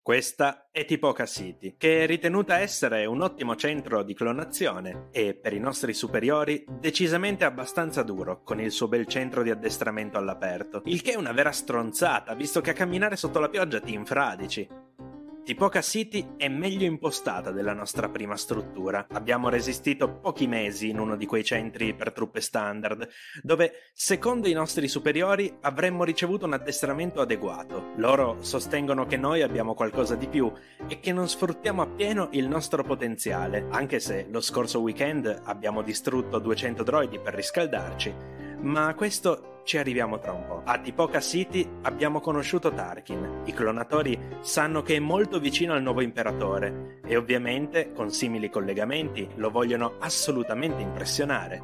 Questa è Tipoca City, che è ritenuta essere un ottimo centro di clonazione e, per i nostri superiori, decisamente abbastanza duro, con il suo bel centro di addestramento all'aperto, il che è una vera stronzata, visto che a camminare sotto la pioggia ti infradici. Tipoca City è meglio impostata della nostra prima struttura. Abbiamo resistito pochi mesi in uno di quei centri per truppe standard, dove, secondo i nostri superiori, avremmo ricevuto un addestramento adeguato. Loro sostengono che noi abbiamo qualcosa di più e che non sfruttiamo appieno il nostro potenziale, anche se lo scorso weekend abbiamo distrutto 200 droidi per riscaldarci. Ma a questo ci arriviamo tra un po'. A Tipoca City abbiamo conosciuto Tarkin. I clonatori sanno che è molto vicino al nuovo imperatore e ovviamente, con simili collegamenti, lo vogliono assolutamente impressionare.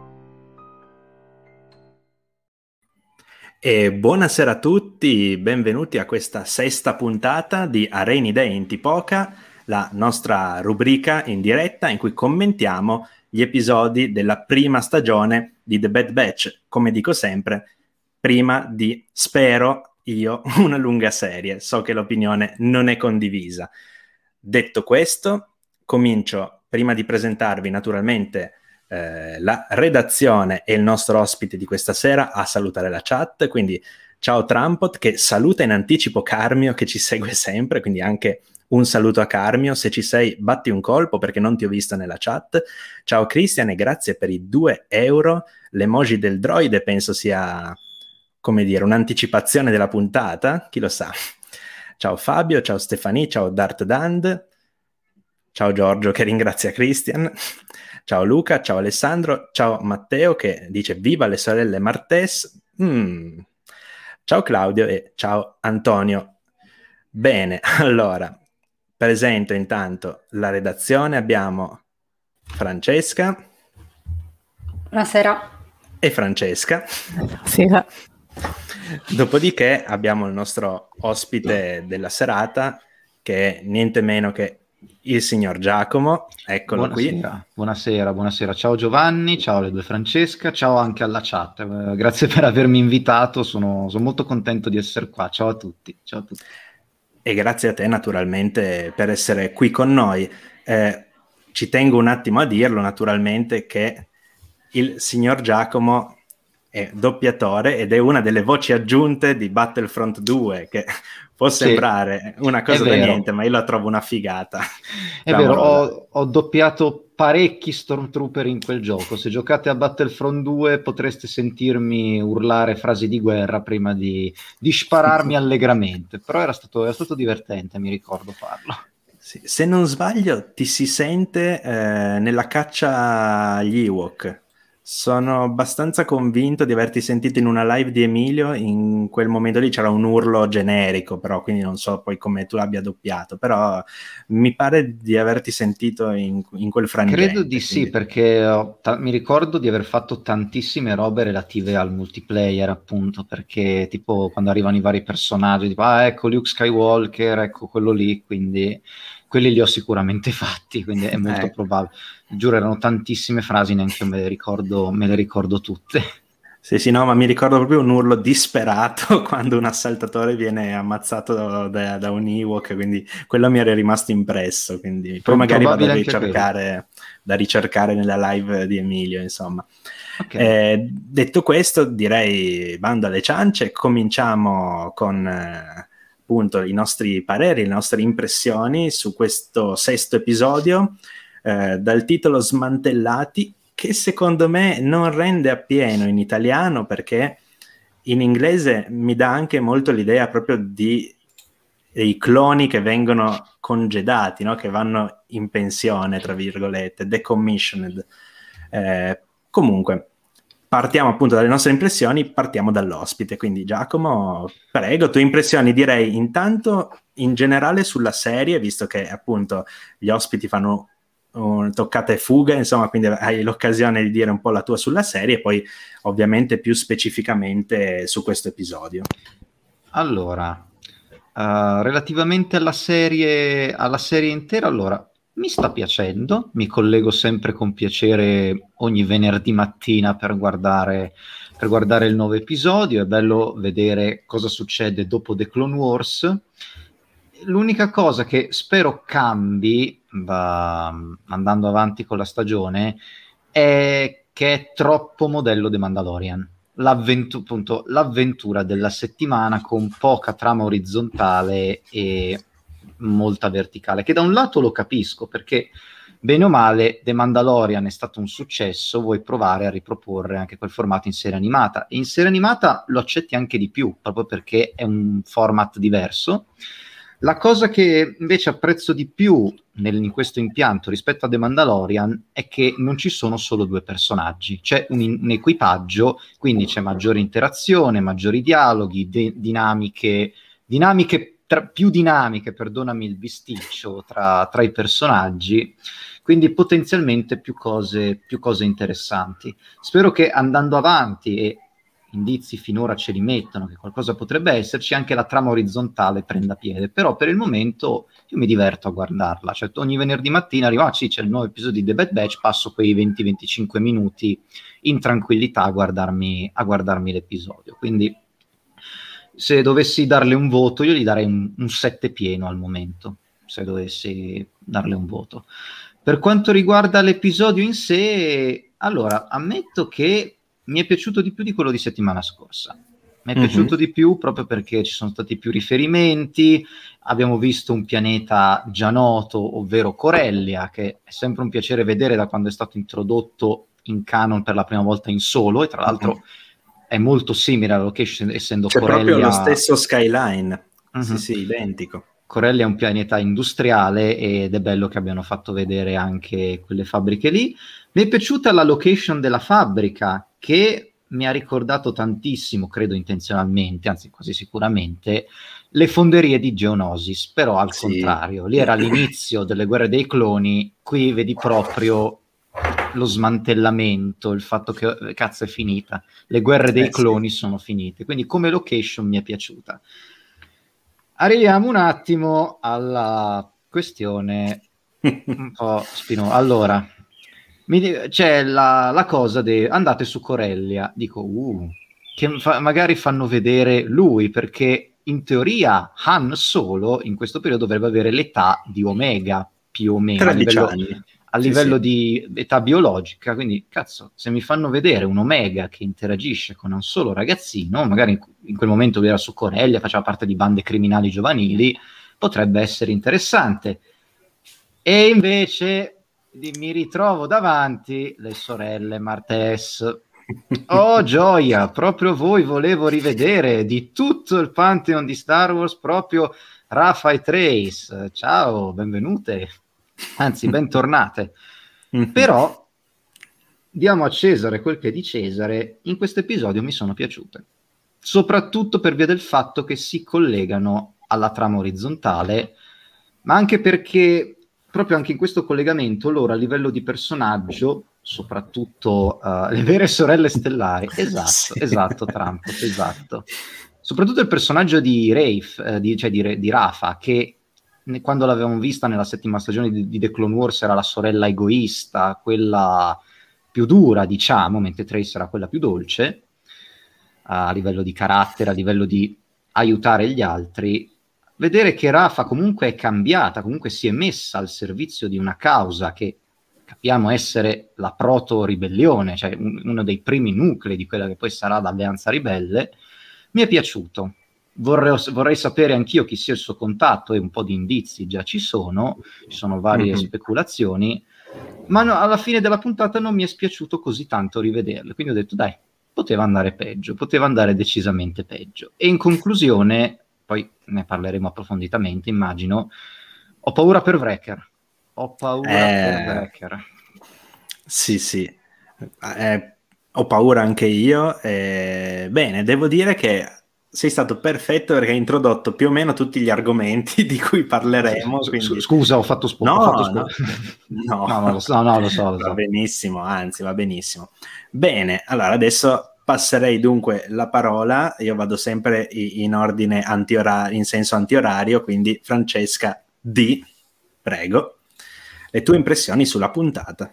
E buonasera a tutti, benvenuti a questa sesta puntata di A Rainy Day in Tipoca, la nostra rubrica in diretta in cui commentiamo gli episodi della prima stagione di The Bad Batch, come dico sempre, prima di, spero io, una lunga serie. So che l'opinione non è condivisa. Detto questo, comincio, prima di presentarvi naturalmente la redazione e il nostro ospite di questa sera, a salutare la chat. Quindi ciao Trampot, che saluta in anticipo Carmio, che ci segue sempre, quindi anche un saluto a Carmio. Se ci sei, batti un colpo perché non ti ho visto nella chat. Ciao Christian e grazie per i 2 euro. L'emoji del droide penso sia, come dire, un'anticipazione della puntata, chi lo sa. Ciao Fabio, ciao Stefani, ciao Dart Dand, ciao Giorgio che ringrazia Christian, ciao Luca, ciao Alessandro, ciao Matteo che dice viva le sorelle Martes, ciao Claudio e ciao Antonio. Bene, allora presento intanto la redazione. Abbiamo Francesca. Buonasera. E Francesca. Sì. Dopodiché abbiamo il nostro ospite della serata, che è niente meno che il signor Giacomo. Eccolo. Buonasera, qui. Buonasera. Ciao Giovanni, ciao alle due Francesca, ciao anche alla chat. Grazie per avermi invitato, sono molto contento di essere qua. Ciao a tutti. E grazie a te naturalmente per essere qui con noi. Ci tengo un attimo a dirlo naturalmente che il signor Giacomo è doppiatore ed è una delle voci aggiunte di Battlefront 2, che può sembrare una cosa da niente, ma io la trovo una figata. È vero, ho doppiato parecchi Stormtrooper in quel gioco. Se giocate a Battlefront 2 potreste sentirmi urlare frasi di guerra prima di spararmi allegramente, però era stato divertente, mi ricordo farlo. Sì, se non sbaglio ti si sente nella caccia agli Ewok. Sono abbastanza convinto di averti sentito in una live di Emilio. In quel momento lì c'era un urlo generico, però quindi non so poi come tu l'abbia doppiato, però mi pare di averti sentito in quel frangente. Credo di sì, perché mi ricordo di aver fatto tantissime robe relative al multiplayer, appunto, perché tipo quando arrivano i vari personaggi, tipo ecco Luke Skywalker, ecco quello lì, quindi quelli li ho sicuramente fatti, quindi è molto probabile. Giuro, erano tantissime frasi, neanche me le ricordo tutte. Sì, no, ma mi ricordo proprio un urlo disperato quando un assaltatore viene ammazzato da un Ewok, quindi quello mi era rimasto impresso, quindi poi magari vado da ricercare nella live di Emilio, insomma. Okay. Detto questo, direi bando alle ciance, cominciamo con appunto i nostri pareri, le nostre impressioni su questo sesto episodio, dal titolo Smantellati, che secondo me non rende appieno in italiano, perché in inglese mi dà anche molto l'idea proprio dei cloni che vengono congedati, no? Che vanno in pensione, tra virgolette, decommissioned. Comunque, partiamo appunto dalle nostre impressioni, partiamo dall'ospite. Quindi Giacomo, prego, tue impressioni, direi intanto in generale sulla serie, visto che appunto gli ospiti fanno toccata e fuga, insomma, quindi hai l'occasione di dire un po' la tua sulla serie e poi ovviamente più specificamente su questo episodio. Allora, relativamente alla serie intera, allora mi sta piacendo, mi collego sempre con piacere ogni venerdì mattina per guardare il nuovo episodio. È bello vedere cosa succede dopo The Clone Wars. L'unica cosa che spero cambi andando avanti con la stagione è che è troppo modello The Mandalorian. Appunto, l'avventura della settimana con poca trama orizzontale e molta verticale, che da un lato lo capisco, perché bene o male The Mandalorian è stato un successo, vuoi provare a riproporre anche quel formato in serie animata, e in serie animata lo accetti anche di più, proprio perché è un format diverso. La cosa che invece apprezzo di più in questo impianto rispetto a The Mandalorian è che non ci sono solo due personaggi, c'è un equipaggio, quindi c'è maggiore interazione, maggiori dialoghi, dinamiche più dinamiche, perdonami il bisticcio, tra i personaggi, quindi potenzialmente più cose interessanti. Spero che andando avanti, e indizi finora ce li mettono, che qualcosa potrebbe esserci, anche la trama orizzontale prenda piede, però per il momento io mi diverto a guardarla, cioè ogni venerdì mattina arrivo, sì, c'è il nuovo episodio di The Bad Batch, passo quei 20-25 minuti in tranquillità a guardarmi l'episodio, quindi se dovessi darle un voto, io gli darei un 7 pieno al momento, se dovessi darle un voto. Per quanto riguarda l'episodio in sé, allora, ammetto che mi è piaciuto di più di quello di settimana scorsa. Mi è piaciuto di più proprio perché ci sono stati più riferimenti, abbiamo visto un pianeta già noto, ovvero Corellia, che è sempre un piacere vedere da quando è stato introdotto in canon per la prima volta in solo, e tra l'altro è molto simile alla location, essendo C'è Corellia... proprio lo stesso skyline. Mm-hmm. Sì, identico. Corellia è un pianeta industriale ed è bello che abbiano fatto vedere anche quelle fabbriche lì. Mi è piaciuta la location della fabbrica, che mi ha ricordato tantissimo, credo intenzionalmente, anzi quasi sicuramente, le fonderie di Geonosis, però al contrario. Lì era l'inizio delle guerre dei cloni, qui vedi proprio lo smantellamento, il fatto che cazzo è finita, le guerre dei cloni sono finite, quindi come location mi è piaciuta. Arriviamo un attimo alla questione un po' spinosa. Allora, c'è la cosa andate su Corellia, dico, che magari fanno vedere lui, perché in teoria Han Solo in questo periodo dovrebbe avere l'età di Omega, più o meno, 13 anni. a livello di età biologica, quindi cazzo, se mi fanno vedere un Omega che interagisce con un solo ragazzino, magari in quel momento lui era su Corellia, faceva parte di bande criminali giovanili, potrebbe essere interessante. E invece mi ritrovo davanti le sorelle Martez. Oh gioia, proprio voi volevo rivedere di tutto il Pantheon di Star Wars, proprio Rafa e Trace. Ciao, benvenute. Anzi, bentornate. Però diamo a Cesare quel che è di Cesare. In questo episodio mi sono piaciute, soprattutto per via del fatto che si collegano alla trama orizzontale, ma anche perché proprio anche in questo collegamento loro a livello di personaggio, soprattutto le vere sorelle stellari, esatto, Trump, esatto. Soprattutto il personaggio di Rafe, di Rafa, che quando l'avevamo vista nella settima stagione di The Clone Wars era la sorella egoista, quella più dura, diciamo, mentre Trace era quella più dolce, a livello di carattere, a livello di aiutare gli altri. Vedere che Rafa comunque è cambiata, comunque si è messa al servizio di una causa che capiamo essere la proto-ribellione, cioè uno dei primi nuclei di quella che poi sarà l'Alleanza Ribelle, mi è piaciuto. Vorrei sapere anch'io chi sia il suo contatto, e un po' di indizi già ci sono varie speculazioni, ma no, alla fine della puntata non mi è spiaciuto così tanto rivederle, quindi ho detto dai, poteva andare peggio, poteva andare decisamente peggio. E in conclusione, poi ne parleremo approfonditamente, immagino, ho paura per Wrecker. Per Wrecker. Sì. Ho paura anche io. Bene, devo dire che sei stato perfetto perché hai introdotto più o meno tutti gli argomenti di cui parleremo. Quindi... Scusa, ho fatto No, lo so. Va benissimo, anzi, va benissimo. Bene, allora adesso passerei dunque la parola. Io vado sempre in ordine in senso antiorario, quindi Francesca D, prego, le tue impressioni sulla puntata.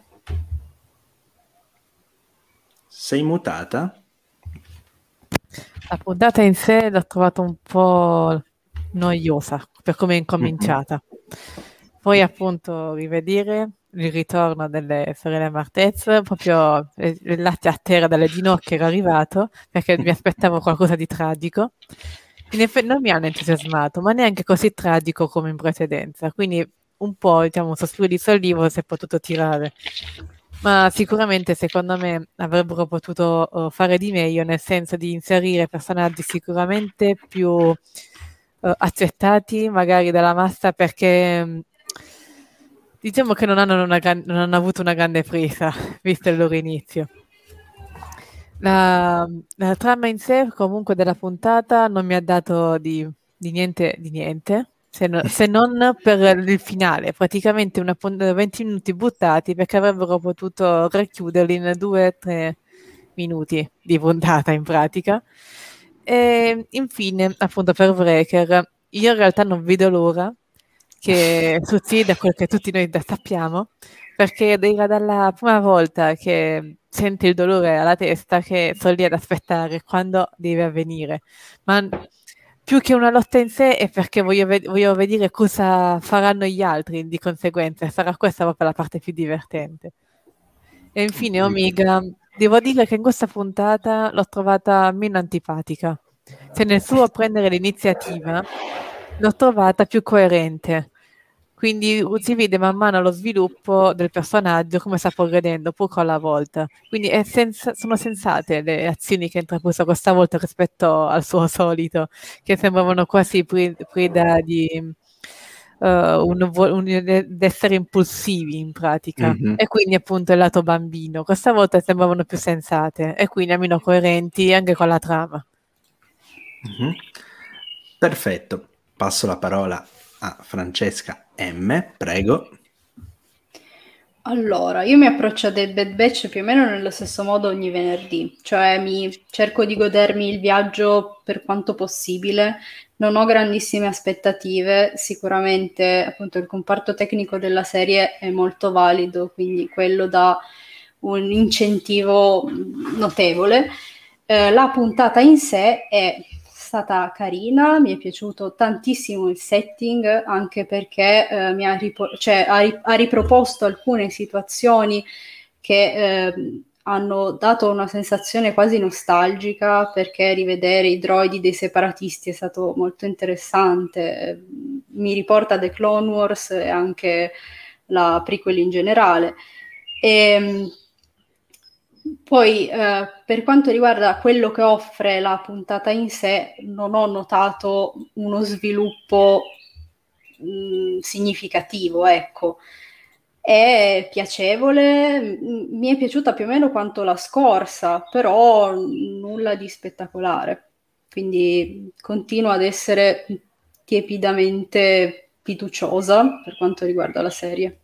Sei mutata? La puntata in sé l'ho trovata un po' noiosa, per come è incominciata. Poi appunto rivedere il ritorno delle sorelle Martez, proprio il latte a terra dalle ginocchia era arrivato, perché mi aspettavo qualcosa di tragico. In effetti non mi hanno entusiasmato, ma neanche così tragico come in precedenza, quindi un po', diciamo, un sospiro di sollievo si è potuto tirare. Ma sicuramente secondo me avrebbero potuto fare di meglio, nel senso di inserire personaggi sicuramente più accettati magari dalla massa, perché diciamo che non hanno avuto una grande presa visto il loro inizio. La trama in sé comunque della puntata non mi ha dato di niente, se non per il finale, praticamente 20 minuti buttati, perché avrebbero potuto racchiuderli in 2-3 minuti di puntata in pratica. E infine, appunto, per Breaker, io in realtà non vedo l'ora che succeda quel che tutti noi sappiamo, perché era dalla prima volta che senti il dolore alla testa che sto lì ad aspettare quando deve avvenire. Ma più che una lotta in sé è perché voglio vedere cosa faranno gli altri di conseguenza, sarà questa proprio la parte più divertente. E infine Omega, devo dire che in questa puntata l'ho trovata meno antipatica. Cioè nel suo prendere l'iniziativa l'ho trovata più coerente. Quindi si vede man mano lo sviluppo del personaggio, come sta progredendo poco alla volta. Quindi sono sensate le azioni che ha intrapreso questa volta rispetto al suo solito, che sembravano quasi preda di essere impulsivi in pratica. E quindi appunto il lato bambino. Questa volta sembravano più sensate e quindi almeno coerenti anche con la trama. Perfetto, passo la parola a Francesca M, prego. Allora, io mi approccio a The Bad Batch più o meno nello stesso modo ogni venerdì, cioè cerco di godermi il viaggio per quanto possibile, non ho grandissime aspettative, sicuramente appunto il comparto tecnico della serie è molto valido, quindi quello dà un incentivo notevole. La puntata in sé è stata carina, mi è piaciuto tantissimo il setting, anche perché ha riproposto alcune situazioni che hanno dato una sensazione quasi nostalgica, perché rivedere i droidi dei separatisti è stato molto interessante, mi riporta The Clone Wars e anche la prequel in generale. Poi per quanto riguarda quello che offre la puntata in sé, non ho notato uno sviluppo significativo, ecco. È piacevole, mi è piaciuta più o meno quanto la scorsa, però nulla di spettacolare, quindi continuo ad essere tiepidamente fiduciosa per quanto riguarda la serie.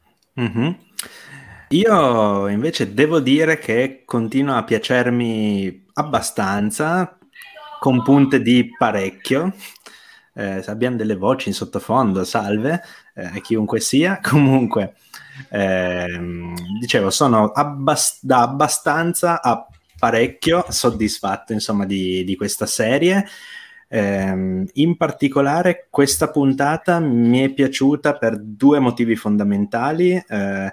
Io invece devo dire che continua a piacermi abbastanza, con punte di parecchio. Abbiamo delle voci in sottofondo, salve, chiunque sia. Comunque, dicevo, sono da abbastanza a parecchio soddisfatto, insomma, di questa serie. In particolare questa puntata mi è piaciuta per due motivi fondamentali,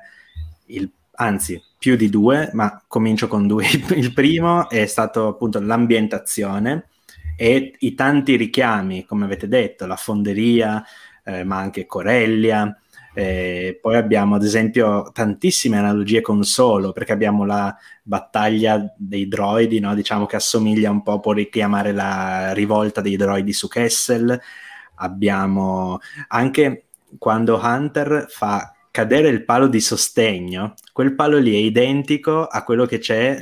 anzi più di due, ma comincio con due. Il primo è stato appunto l'ambientazione e i tanti richiami, come avete detto, la fonderia, ma anche Corellia. Poi abbiamo ad esempio tantissime analogie con Solo, perché abbiamo la battaglia dei droidi, no? Diciamo che assomiglia un po', può richiamare la rivolta dei droidi su Kessel. Abbiamo anche quando Hunter fa cadere il palo di sostegno, quel palo lì è identico a quello che c'è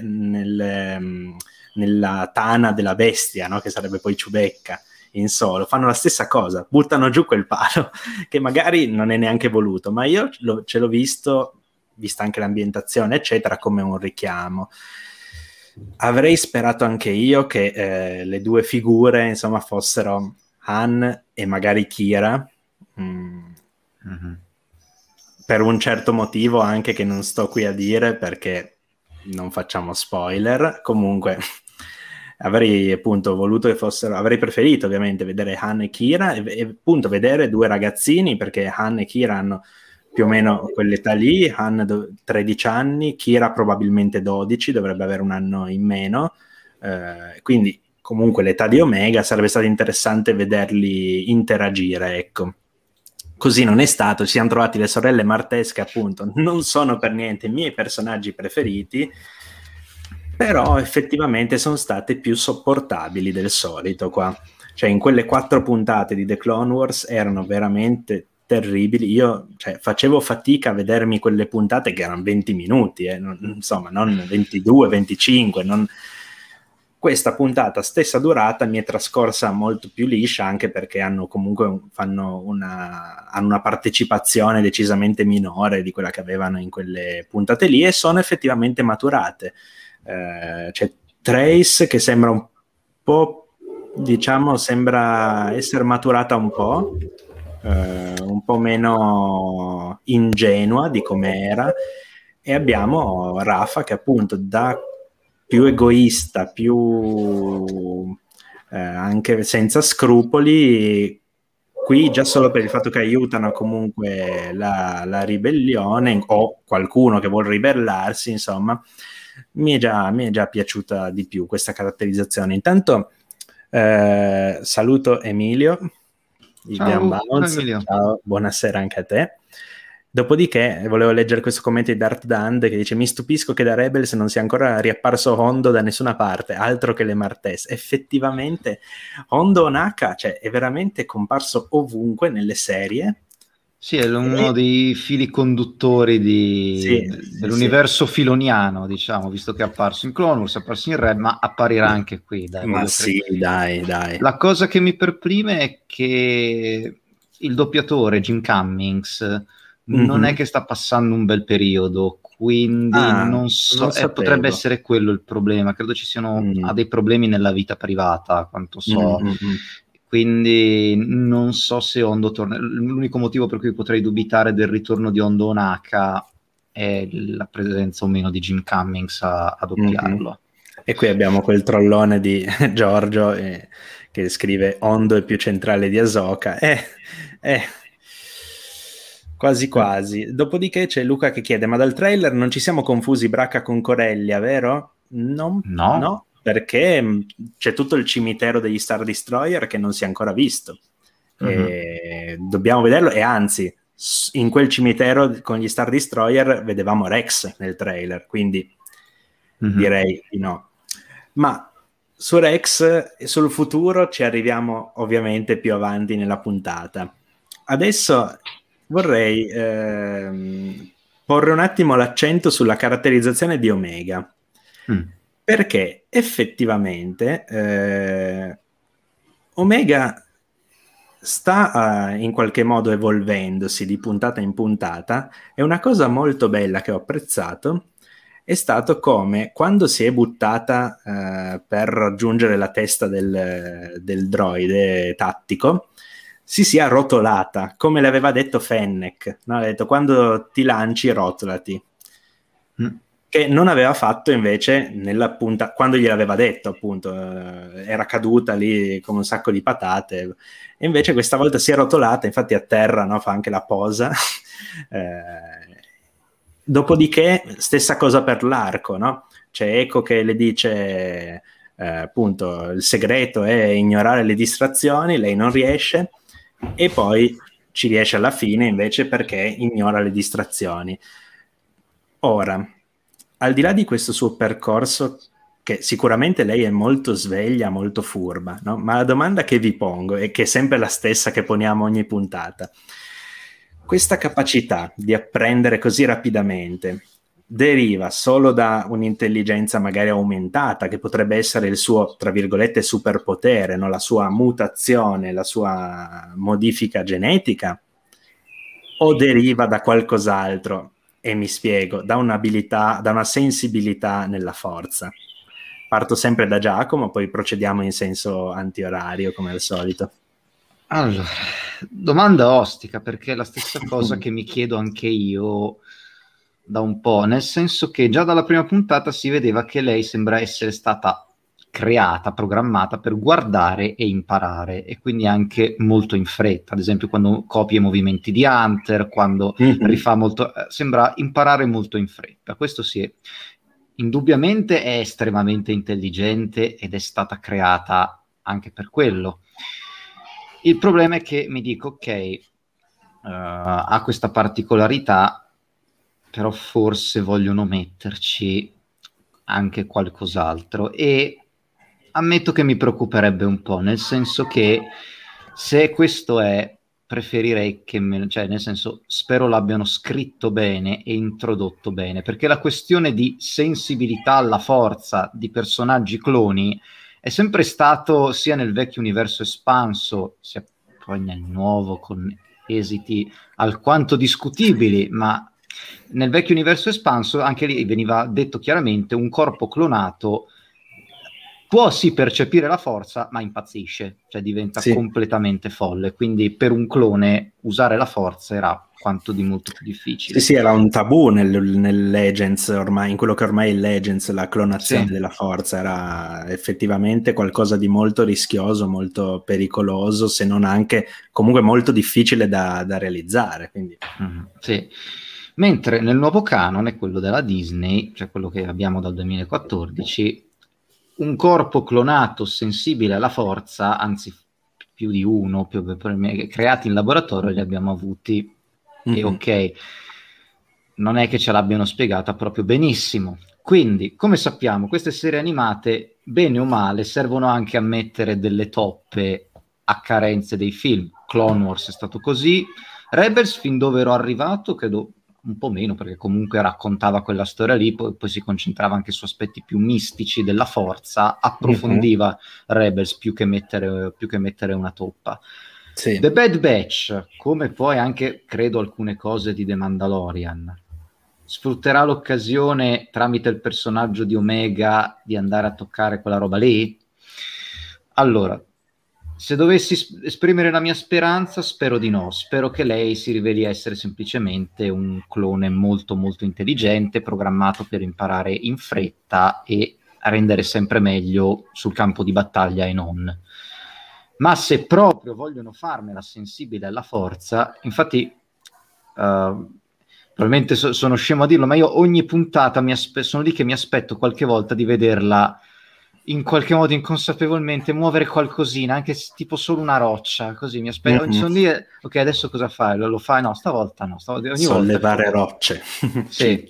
nella tana della bestia, no? Che sarebbe poi Chewbacca in Solo. Fanno la stessa cosa, buttano giù quel palo che magari non è neanche voluto, ma io ce l'ho visto, vista anche l'ambientazione eccetera, come un richiamo. Avrei sperato anche io che le due figure insomma fossero Han e magari Kira, per un certo motivo anche che non sto qui a dire perché non facciamo spoiler. Comunque avrei appunto voluto che fossero, avrei preferito ovviamente vedere Han e Kira e appunto vedere due ragazzini, perché Han e Kira hanno più o meno quell'età lì, Han 13 anni, Kira probabilmente 12, dovrebbe avere un anno in meno, quindi comunque l'età di Omega, sarebbe stato interessante vederli interagire, ecco. Così non è stato, ci siamo trovati le sorelle Martez, che appunto non sono per niente i miei personaggi preferiti, però effettivamente sono state più sopportabili del solito qua. Cioè in quelle 4 puntate di The Clone Wars erano veramente terribili. Io facevo fatica a vedermi quelle puntate che erano 20 minuti, insomma non 22, 25, questa puntata stessa durata mi è trascorsa molto più liscia, anche perché hanno una partecipazione decisamente minore di quella che avevano in quelle puntate lì, e sono effettivamente maturate. C'è Trace che sembra un po', diciamo, sembra essere maturata un po' meno ingenua di come era, e abbiamo Rafa che appunto da più egoista, più anche senza scrupoli, qui già solo per il fatto che aiutano comunque la ribellione o qualcuno che vuole ribellarsi, insomma, mi è già piaciuta di più questa caratterizzazione. Intanto saluto Emilio. Ciao, Emilio. Ciao, buonasera anche a te. Dopodiché volevo leggere questo commento di Darth Dand che dice: mi stupisco che da Rebels non sia ancora riapparso Hondo da nessuna parte, altro che le Martez. Effettivamente Hondo Ohnaka, è veramente comparso ovunque nelle serie. Sì, è uno dei fili conduttori dell'universo filoniano, diciamo, visto che è apparso in Clone Wars, è apparso in Red, ma apparirà anche qui. Dai. La cosa che mi perplime è che il doppiatore Jim Cummings non è che sta passando un bel periodo, quindi non so, potrebbe essere quello il problema. Credo ci siano ha dei problemi nella vita privata, quanto so. Quindi non so se Hondo torna. L'unico motivo per cui potrei dubitare del ritorno di Hondo Ohnaka è la presenza o meno di Jim Cummings a doppiarlo. E qui abbiamo quel trollone di Giorgio che scrive: Hondo è più centrale di Ahsoka. Quasi. Dopodiché c'è Luca che chiede: ma dal trailer non ci siamo confusi Braca con Corellia, vero? No, perché c'è tutto il cimitero degli Star Destroyer che non si è ancora visto. Dobbiamo vederlo, e anzi in quel cimitero con gli Star Destroyer vedevamo Rex nel trailer, quindi direi di no. Ma su Rex e sul futuro ci arriviamo ovviamente più avanti nella puntata. Adesso vorrei porre un attimo l'accento sulla caratterizzazione di Omega, perché effettivamente Omega sta in qualche modo evolvendosi di puntata in puntata, e una cosa molto bella che ho apprezzato è stato come, quando si è buttata per raggiungere la testa del droide tattico, si sia rotolata, come le aveva detto Fennec, no? Ha detto: quando ti lanci rotolati, che non aveva fatto invece nella punta, quando gliel'aveva detto, appunto, era caduta lì come un sacco di patate, e invece questa volta si è rotolata, infatti a terra, no? Fa anche la posa. Dopodiché stessa cosa per l'arco, no? C'è Echo che le dice appunto il segreto è ignorare le distrazioni, lei non riesce, e poi ci riesce alla fine invece perché ignora le distrazioni. Ora, al di là di questo suo percorso, che sicuramente lei è molto sveglia, molto furba, no? Ma la domanda che vi pongo, e che è sempre la stessa che poniamo ogni puntata: questa capacità di apprendere così rapidamente deriva solo da un'intelligenza magari aumentata, che potrebbe essere il suo, tra virgolette, superpotere, no? La sua mutazione, la sua modifica genetica, o deriva da qualcos'altro? E mi spiego: da un'abilità, da una sensibilità nella forza. Parto sempre da Giacomo, poi procediamo in senso antiorario come al solito. Allora, domanda ostica, perché è la stessa cosa che mi chiedo anche io da un po', nel senso che già dalla prima puntata si vedeva che lei sembra essere stata creata, programmata per guardare e imparare, e quindi anche molto in fretta. Ad esempio quando copia i movimenti di Hunter, quando rifà molto, sembra imparare molto in fretta. Questo sì, indubbiamente è estremamente intelligente ed è stata creata anche per quello. Il problema è che mi dico, ok, ha questa particolarità, però forse vogliono metterci anche qualcos'altro, e ammetto che mi preoccuperebbe un po', nel senso che se questo è, preferirei che cioè nel senso, spero l'abbiano scritto bene e introdotto bene, perché la questione di sensibilità alla forza di personaggi cloni è sempre stato, sia nel vecchio universo espanso sia poi nel nuovo, con esiti alquanto discutibili, ma nel vecchio universo espanso anche lì veniva detto chiaramente: un corpo clonato può sì percepire la forza, ma impazzisce, cioè diventa completamente folle. Quindi per un clone usare la forza era quanto di molto più difficile. Sì, era un tabù nel Legends, ormai, in quello che ormai è il Legends, la clonazione della forza era effettivamente qualcosa di molto rischioso, molto pericoloso, se non anche comunque molto difficile da realizzare. Quindi. Sì. Mentre nel nuovo canone, quello della Disney, cioè quello che abbiamo dal 2014, un corpo clonato sensibile alla forza, anzi più di uno, creati in laboratorio, li abbiamo avuti. E ok, non è che ce l'abbiano spiegata proprio benissimo. Quindi, come sappiamo, queste serie animate, bene o male, servono anche a mettere delle toppe a carenze dei film. Clone Wars è stato così, Rebels, fin dove ero arrivato, credo un po' meno, perché comunque raccontava quella storia lì, poi si concentrava anche su aspetti più mistici della forza, approfondiva Rebels più che mettere una toppa. Sì. The Bad Batch, come poi anche credo alcune cose di The Mandalorian, sfrutterà l'occasione tramite il personaggio di Omega di andare a toccare quella roba lì? Allora, se dovessi esprimere la mia speranza, spero di no. Spero che lei si riveli essere semplicemente un clone molto molto intelligente, programmato per imparare in fretta e a rendere sempre meglio sul campo di battaglia e non. Ma se proprio vogliono farmela sensibile alla forza, infatti probabilmente sono scemo a dirlo, ma io ogni puntata sono lì che mi aspetto qualche volta di vederla in qualche modo inconsapevolmente muovere qualcosina, anche tipo solo una roccia, così mi aspetto, sono lì e, ok, adesso cosa fai? Lo fai? No, stavolta no, ogni sollevare volta rocce. sì.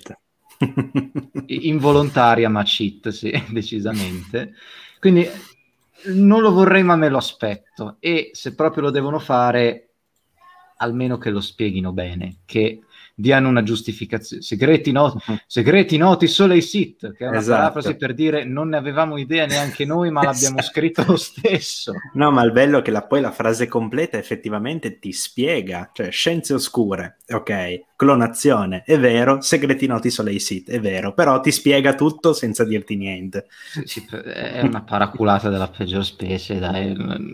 Involontaria ma cheat, sì, decisamente. Quindi non lo vorrei, ma me lo aspetto, e se proprio lo devono fare, almeno che lo spieghino bene, che diano una giustificazione. Segreti noti solo ai Sith, che è una parafrasi per dire non ne avevamo idea neanche noi, ma l'abbiamo scritto lo stesso. No, ma il bello è che poi la frase completa effettivamente ti spiega, cioè scienze oscure, ok, clonazione, è vero, segreti noti solo ai Sith, è vero, però ti spiega tutto senza dirti niente. Sì, è una paraculata della peggior specie, dai.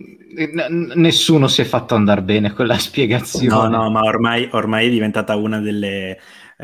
Nessuno si è fatto andare bene con la spiegazione. No, ma ormai è diventata una degli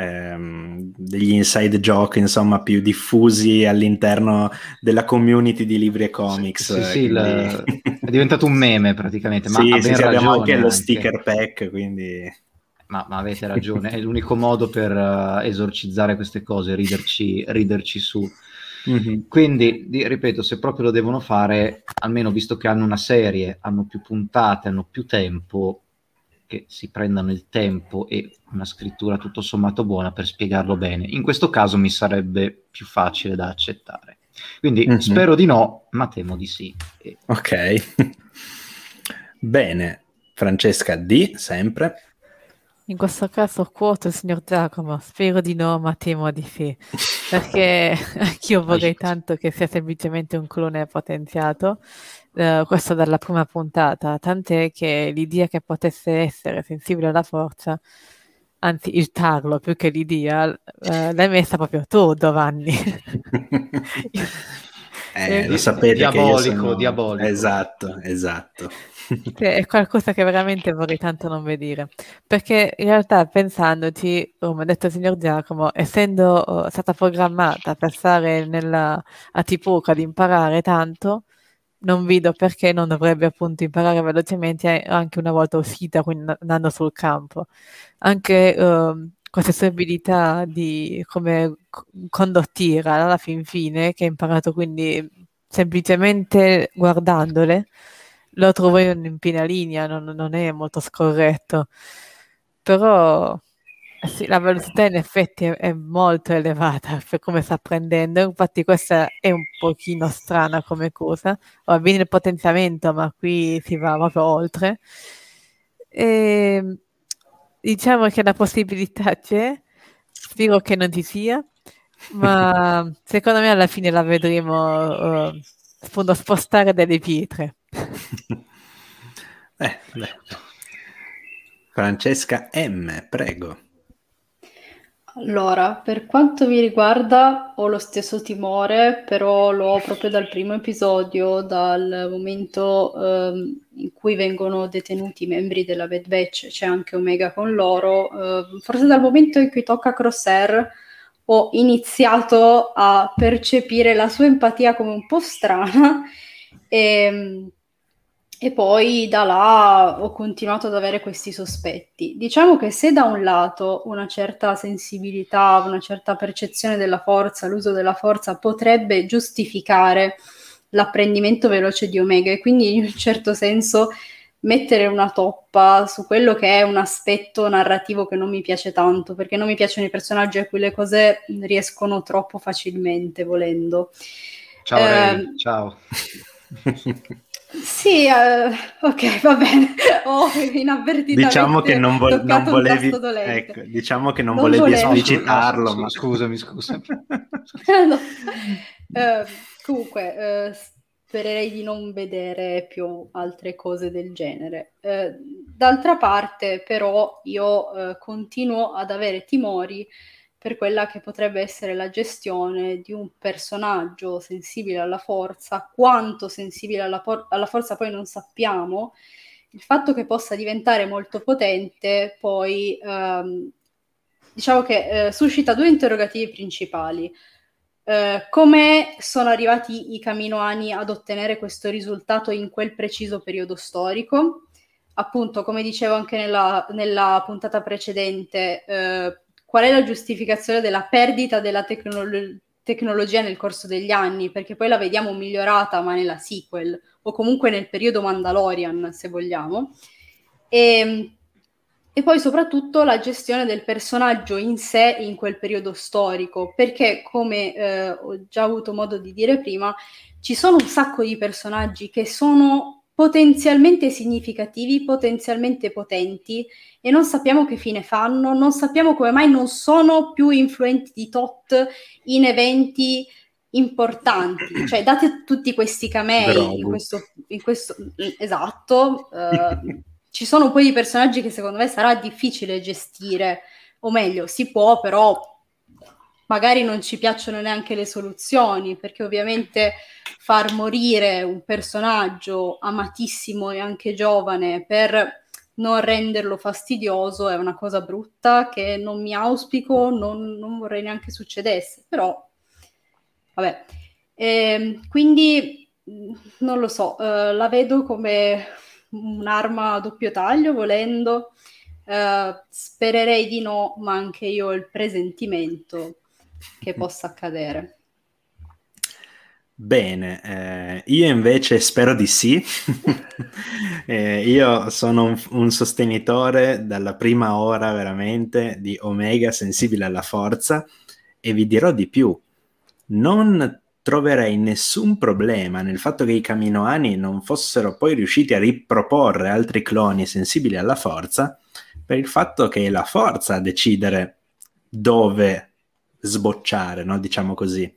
inside joke, insomma, più diffusi all'interno della community di libri e comics. Sì, è diventato un meme praticamente. Ma sì, abbiamo anche lo sticker pack, quindi... Ma avete ragione, è l'unico modo per esorcizzare queste cose, riderci su. Quindi, ripeto, se proprio lo devono fare, almeno visto che hanno una serie, hanno più puntate, hanno più tempo, che si prendano il tempo e una scrittura tutto sommato buona per spiegarlo bene. In questo caso mi sarebbe più facile da accettare. Quindi spero di no, ma temo di sì. Ok. Bene. Francesca D, sempre. In questo caso quoto il signor Giacomo, spero di no, ma temo di sì, perché anch'io vorrei tanto che sia semplicemente un clone potenziato, questo dalla prima puntata, tant'è che l'idea che potesse essere sensibile alla forza, anzi il tarlo più che l'idea, l'hai messa proprio tu, Giovanni. Lo sapete diabolico, che io sono... diabolico. Esatto. È qualcosa che veramente vorrei tanto non vedere, perché in realtà pensandoci, come ha detto il signor Giacomo, essendo stata programmata per stare a Tipuca ad imparare tanto, non vedo perché non dovrebbe appunto imparare velocemente anche una volta uscita, quindi andando sul campo. Anche queste sue abilità di come condottiera alla fin fine, che ha imparato quindi semplicemente guardandole, lo trovo in piena linea, non è molto scorretto, però sì, la velocità in effetti è molto elevata per come sta prendendo, infatti questa è un pochino strana come cosa, va bene il potenziamento, ma qui si va proprio oltre. E, diciamo che la possibilità c'è, spero che non ci sia, ma secondo me alla fine la vedremo appunto spostare delle pietre. Beh. Francesca M, prego. Allora, per quanto mi riguarda, ho lo stesso timore, però lo ho proprio dal primo episodio, dal momento in cui vengono detenuti i membri della Bad Batch, c'è anche Omega con loro, forse dal momento in cui tocca Crosshair ho iniziato a percepire la sua empatia come un po' strana e poi da là ho continuato ad avere questi sospetti. Diciamo che se da un lato una certa sensibilità, una certa percezione della forza, l'uso della forza potrebbe giustificare l'apprendimento veloce di Omega e quindi in un certo senso mettere una toppa su quello che è un aspetto narrativo che non mi piace tanto, perché non mi piacciono i personaggi a cui le cose riescono troppo facilmente, volendo. Ciao Ray, ciao. Sì, ok, va bene. Ho inavvertitamente diciamo che non toccato un volevi, tasto dolente. ecco, diciamo che non Non volevi volevo. esplicitarlo, ma... Scusami. No. Comunque, spererei di non vedere più altre cose del genere. D'altra parte, però, io continuo ad avere timori per quella che potrebbe essere la gestione di un personaggio sensibile alla forza. Quanto sensibile alla forza poi non sappiamo. Il fatto che possa diventare molto potente poi diciamo che suscita due interrogativi principali. Come sono arrivati i Kaminoani ad ottenere questo risultato in quel preciso periodo storico? Appunto, come dicevo anche nella puntata precedente, qual è la giustificazione della perdita della tecnologia nel corso degli anni? Perché poi la vediamo migliorata, ma nella sequel, o comunque nel periodo Mandalorian, se vogliamo. E poi soprattutto la gestione del personaggio in sé in quel periodo storico, perché come ho già avuto modo di dire prima, ci sono un sacco di personaggi che sono potenzialmente significativi, potenzialmente potenti e non sappiamo che fine fanno, non sappiamo come mai non sono più influenti di tot in eventi importanti, cioè date tutti questi camei in questo esatto, ci sono un po' di personaggi che secondo me sarà difficile gestire, o meglio, si può, però magari non ci piacciono neanche le soluzioni, perché ovviamente far morire un personaggio amatissimo e anche giovane per non renderlo fastidioso è una cosa brutta che non mi auspico, non vorrei neanche succedesse, però vabbè. Quindi non lo so, la vedo come un'arma a doppio taglio, volendo. Spererei di no, ma anche io ho il presentimento che possa accadere. Bene, io invece spero di sì. Io sono un sostenitore dalla prima ora veramente di Omega sensibile alla forza e vi dirò di più. Non troverei nessun problema nel fatto che i Kaminoani non fossero poi riusciti a riproporre altri cloni sensibili alla forza, per il fatto che è la forza a decidere dove sbocciare, no? Diciamo così.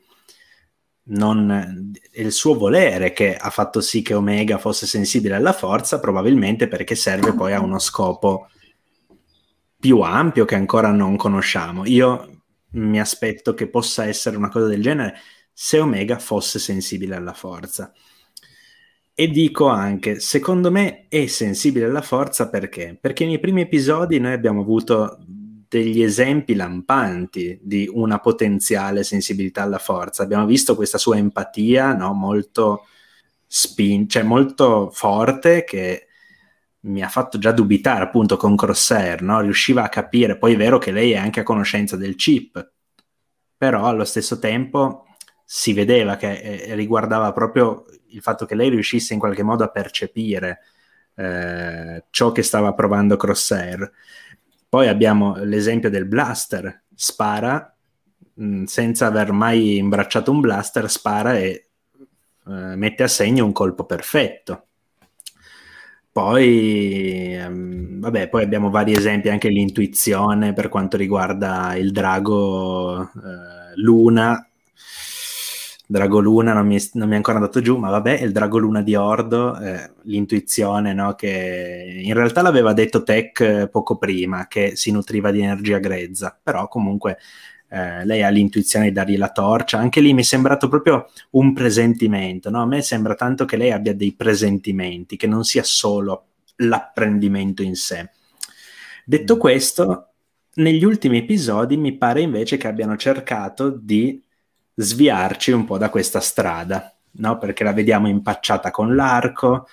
È il suo volere che ha fatto sì che Omega fosse sensibile alla forza, probabilmente perché serve poi a uno scopo più ampio che ancora non conosciamo. Io mi aspetto che possa essere una cosa del genere se Omega fosse sensibile alla forza. E dico anche, secondo me è sensibile alla forza perché? Perché nei primi episodi noi abbiamo avuto degli esempi lampanti di una potenziale sensibilità alla forza. Abbiamo visto questa sua empatia, no? Molto molto forte, che mi ha fatto già dubitare appunto con Crosshair, no? Riusciva a capire, poi è vero che lei è anche a conoscenza del chip, però allo stesso tempo si vedeva che riguardava proprio il fatto che lei riuscisse in qualche modo a percepire ciò che stava provando Crosshair. Poi abbiamo l'esempio del blaster, spara senza aver mai imbracciato un blaster, spara e mette a segno un colpo perfetto. Poi poi abbiamo vari esempi, anche l'intuizione per quanto riguarda il drago Luna. Drago Luna non mi è ancora andato giù, ma vabbè, il Drago Luna di Ordo, l'intuizione, no? Che in realtà l'aveva detto Tech poco prima, che si nutriva di energia grezza, però comunque lei ha l'intuizione di dargli la torcia. Anche lì mi è sembrato proprio un presentimento, no? A me sembra tanto che lei abbia dei presentimenti, che non sia solo l'apprendimento in sé. Detto questo, negli ultimi episodi mi pare invece che abbiano cercato di sviarci un po' da questa strada, no? Perché la vediamo impacciata con l'arco,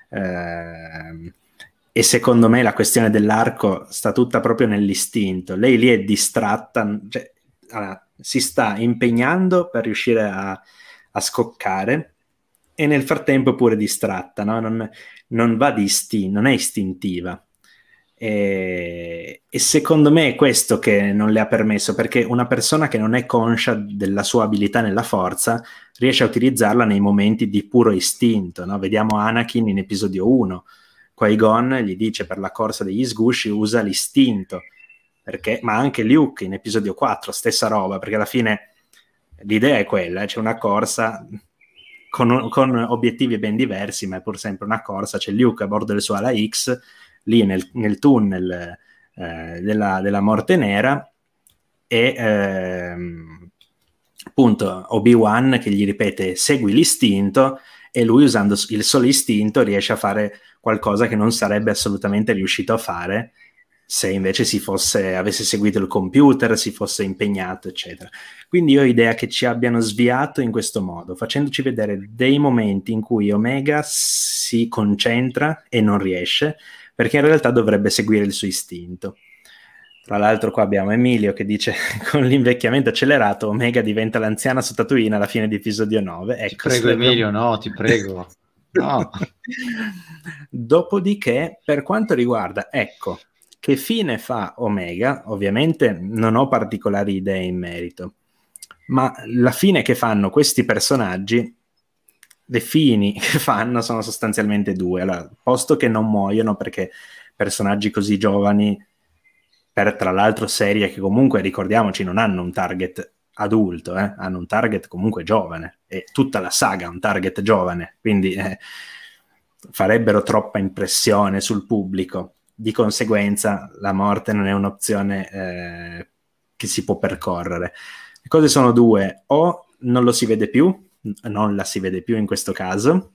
e secondo me la questione dell'arco sta tutta proprio nell'istinto. Lei lì è distratta, cioè, si sta impegnando per riuscire a scoccare, e nel frattempo è pure distratta, no? Non va non è istintiva. E secondo me è questo che non le ha permesso, perché una persona che non è conscia della sua abilità nella forza riesce a utilizzarla nei momenti di puro istinto, no? Vediamo Anakin in episodio 1, Qui-Gon gli dice per la corsa degli sgusci usa l'istinto, ma anche Luke in episodio 4 stessa roba, perché alla fine l'idea è quella, c'è una corsa con obiettivi ben diversi, ma è pur sempre una corsa. C'è Luke a bordo del suo ala X lì nel tunnel della morte nera, e appunto Obi-Wan che gli ripete segui l'istinto, e lui usando il solo istinto riesce a fare qualcosa che non sarebbe assolutamente riuscito a fare se invece avesse seguito il computer, si fosse impegnato, eccetera. Quindi io ho idea che ci abbiano sviato in questo modo, facendoci vedere dei momenti in cui Omega si concentra e non riesce, perché in realtà dovrebbe seguire il suo istinto. Tra l'altro qua abbiamo Emilio che dice con l'invecchiamento accelerato Omega diventa l'anziana su Tatooine alla fine di episodio 9. Ecco, ti prego Emilio, no, ti prego. No. Dopodiché, per quanto riguarda, ecco, che fine fa Omega, ovviamente non ho particolari idee in merito, ma la fine che fanno questi personaggi, le fini che fanno sono sostanzialmente due. Allora, posto che non muoiono, perché personaggi così giovani, per tra l'altro serie che comunque, ricordiamoci, non hanno un target adulto, hanno un target comunque giovane, e tutta la saga ha un target giovane, quindi farebbero troppa impressione sul pubblico. Di conseguenza la morte non è un'opzione che si può percorrere. Le cose sono due: o non lo si vede più, non la si vede più in questo caso,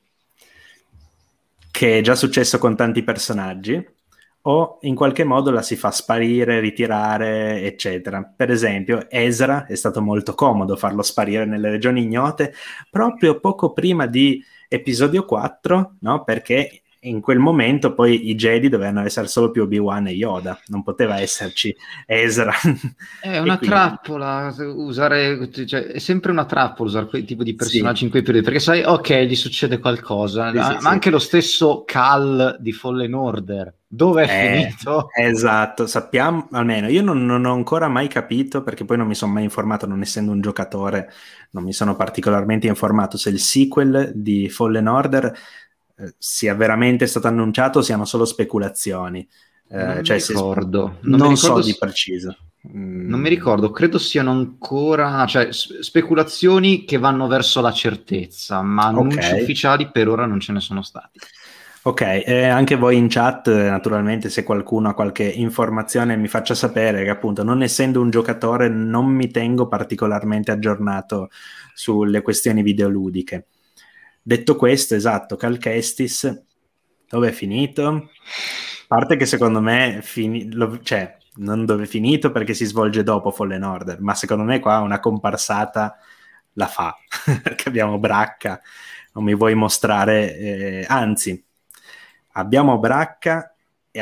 che è già successo con tanti personaggi, o in qualche modo la si fa sparire, ritirare, eccetera. Per esempio Ezra è stato molto comodo farlo sparire nelle regioni ignote proprio poco prima di episodio 4, no? Perché in quel momento poi i Jedi dovevano essere solo più Obi-Wan e Yoda, non poteva esserci Ezra. È una trappola usare, cioè, è sempre una trappola usare quel tipo di personaggi, sì, in quei periodi, perché sai, ok, gli succede qualcosa, sì, ma anche lo stesso Cal di Fallen Order, dove è finito? Esatto, sappiamo, almeno io non ho ancora mai capito, perché poi non mi sono mai informato, non essendo un giocatore, non mi sono particolarmente informato se il sequel di Fallen Order sia veramente stato annunciato o siano solo speculazioni. Non cioè, mi ricordo. Non so di preciso. Non mi ricordo, credo siano ancora, cioè, speculazioni che vanno verso la certezza, ma annunci ufficiali per ora non ce ne sono stati. Ok, anche voi in chat, naturalmente, se qualcuno ha qualche informazione mi faccia sapere, che appunto non essendo un giocatore non mi tengo particolarmente aggiornato sulle questioni videoludiche. Detto questo, esatto, Cal Kestis, dove è finito? A parte che secondo me, cioè, non dove è finito perché si svolge dopo Fallen Order, ma secondo me qua una comparsata la fa, perché abbiamo Bracca, non mi vuoi mostrare, anzi, abbiamo Bracca e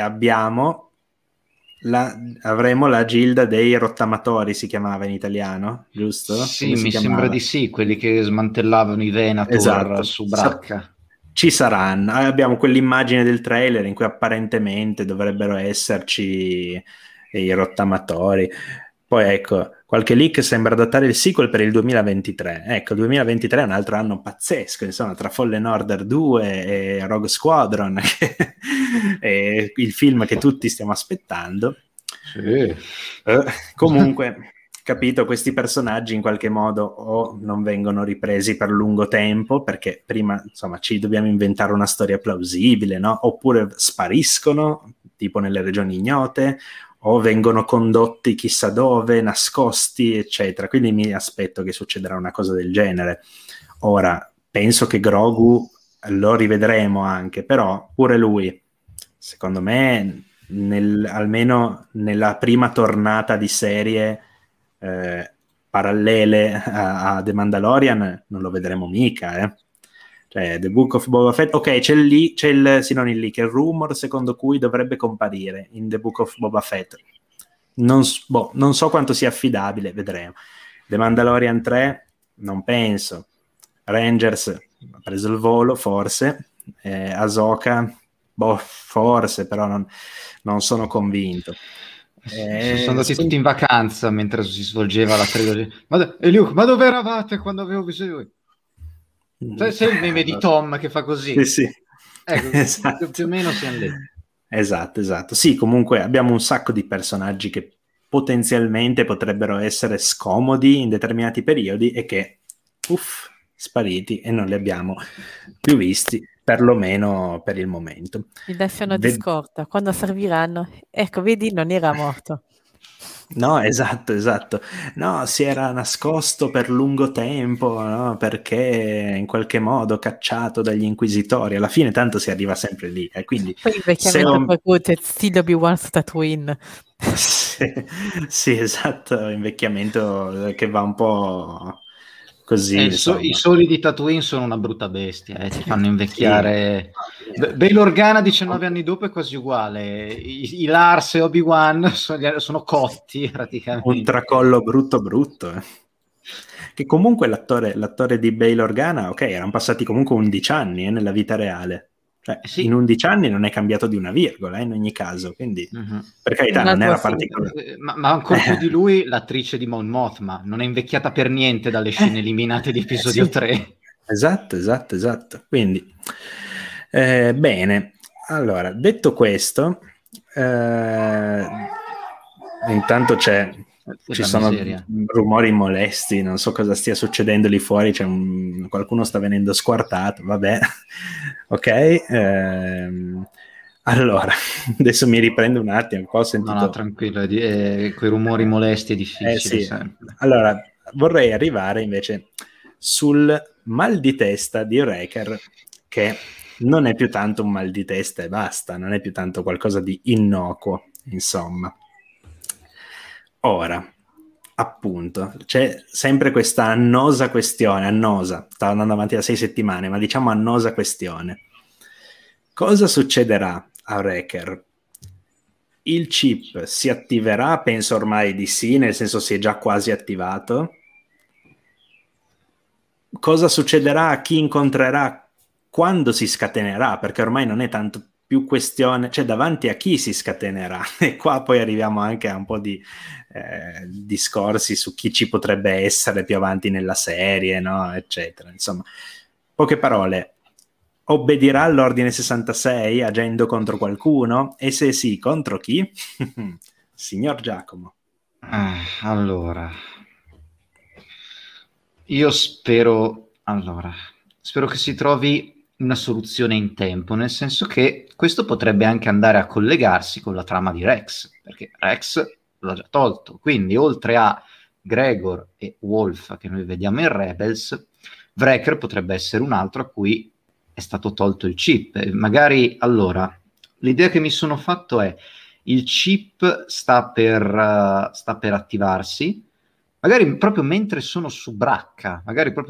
avremo la gilda dei rottamatori, si chiamava in italiano, giusto? Sì, Come si mi sembra chiamava? di sì, quelli che smantellavano i Venator Esatto. su Bracca. Ci saranno. Abbiamo quell'immagine del trailer in cui apparentemente dovrebbero esserci i rottamatori. Poi ecco, qualche leak sembra datare il sequel per il 2023. Ecco, 2023 è un altro anno pazzesco, insomma, tra Fallen Order 2 e Rogue Squadron, che è il film che tutti stiamo aspettando. Sì. Comunque, capito, questi personaggi in qualche modo o non vengono ripresi per lungo tempo, perché prima, insomma, ci dobbiamo inventare una storia plausibile, no? Oppure spariscono, tipo nelle regioni ignote, o vengono condotti chissà dove, nascosti, eccetera. Quindi mi aspetto che succederà una cosa del genere. Ora, penso che Grogu lo rivedremo anche, però pure lui, secondo me, almeno nella prima tornata di serie parallele a The Mandalorian non lo vedremo mica, Cioè, The Book of Boba Fett, ok, c'è sì, non il leak, il rumor secondo cui dovrebbe comparire in The Book of Boba Fett. Non so quanto sia affidabile, vedremo. The Mandalorian 3, non penso. Rangers ha preso il volo, forse. Ahsoka, forse, però non sono convinto. Sono andati tutti in vacanza mentre si svolgeva la trilogia. E Luke, ma dove eravate quando avevo bisogno di voi? Sei il meme di Tom che fa così. Sì. Ecco, Esatto. più o meno siamo lì. Esatto. Sì, comunque abbiamo un sacco di personaggi che potenzialmente potrebbero essere scomodi in determinati periodi e che, spariti e non li abbiamo più visti, perlomeno per il momento. Mi lasciano di scorta, quando serviranno. Ecco, vedi, non era morto. No, esatto. No, si era nascosto per lungo tempo, no? Perché in qualche modo cacciato dagli inquisitori. Alla fine tanto si arriva sempre lì. Quindi Poi invecchiamento precoce, stile Obi-Wan su Tatooine. Sì, esatto, invecchiamento che va un po' così. I soli di Tatooine sono una brutta bestia, ti fanno invecchiare. Sì. Bail Organa 19 anni dopo è quasi uguale. I Lars e Obi-Wan sono cotti praticamente. Un tracollo brutto. Che comunque l'attore di Bail Organa, ok, erano passati comunque 11 anni nella vita reale. Cioè, sì. In 11 anni non è cambiato di una virgola, in ogni caso, quindi per carità non era particolare. Ma ancora più di lui l'attrice di Mon Mothma non è invecchiata per niente dalle scene eliminate di episodio 3. Esatto. Quindi, bene. Allora, detto questo, intanto ci sono rumori molesti, non so cosa stia succedendo lì fuori, qualcuno sta venendo squartato, vabbè, ok. Allora, adesso mi riprendo un attimo, qua ho sentito... No, tranquillo, quei rumori molesti è difficile. Sì. Allora, vorrei arrivare invece sul mal di testa di Wrecker, che non è più tanto un mal di testa e basta, non è più tanto qualcosa di innocuo, insomma. Ora, appunto, c'è sempre questa annosa questione, stavo andando avanti da 6 settimane, ma diciamo annosa questione. Cosa succederà a Wrecker? Il chip si attiverà? Penso ormai di sì, nel senso si è già quasi attivato. Cosa succederà a chi incontrerà? Quando si scatenerà? Perché ormai non è tanto più questione, cioè davanti a chi si scatenerà. E qua poi arriviamo anche a un po' di discorsi su chi ci potrebbe essere più avanti nella serie, no? Eccetera. Insomma, poche parole. Obbedirà all'ordine 66 agendo contro qualcuno? E se sì, contro chi? Signor Giacomo. Allora, io spero che si trovi una soluzione in tempo, nel senso che questo potrebbe anche andare a collegarsi con la trama di Rex, perché Rex l'ha già tolto, quindi oltre a Gregor e Wolf che noi vediamo in Rebels, Wrecker potrebbe essere un altro a cui è stato tolto il chip. Magari, allora, l'idea che mi sono fatto è il chip sta per attivarsi, magari proprio mentre sono su Bracca,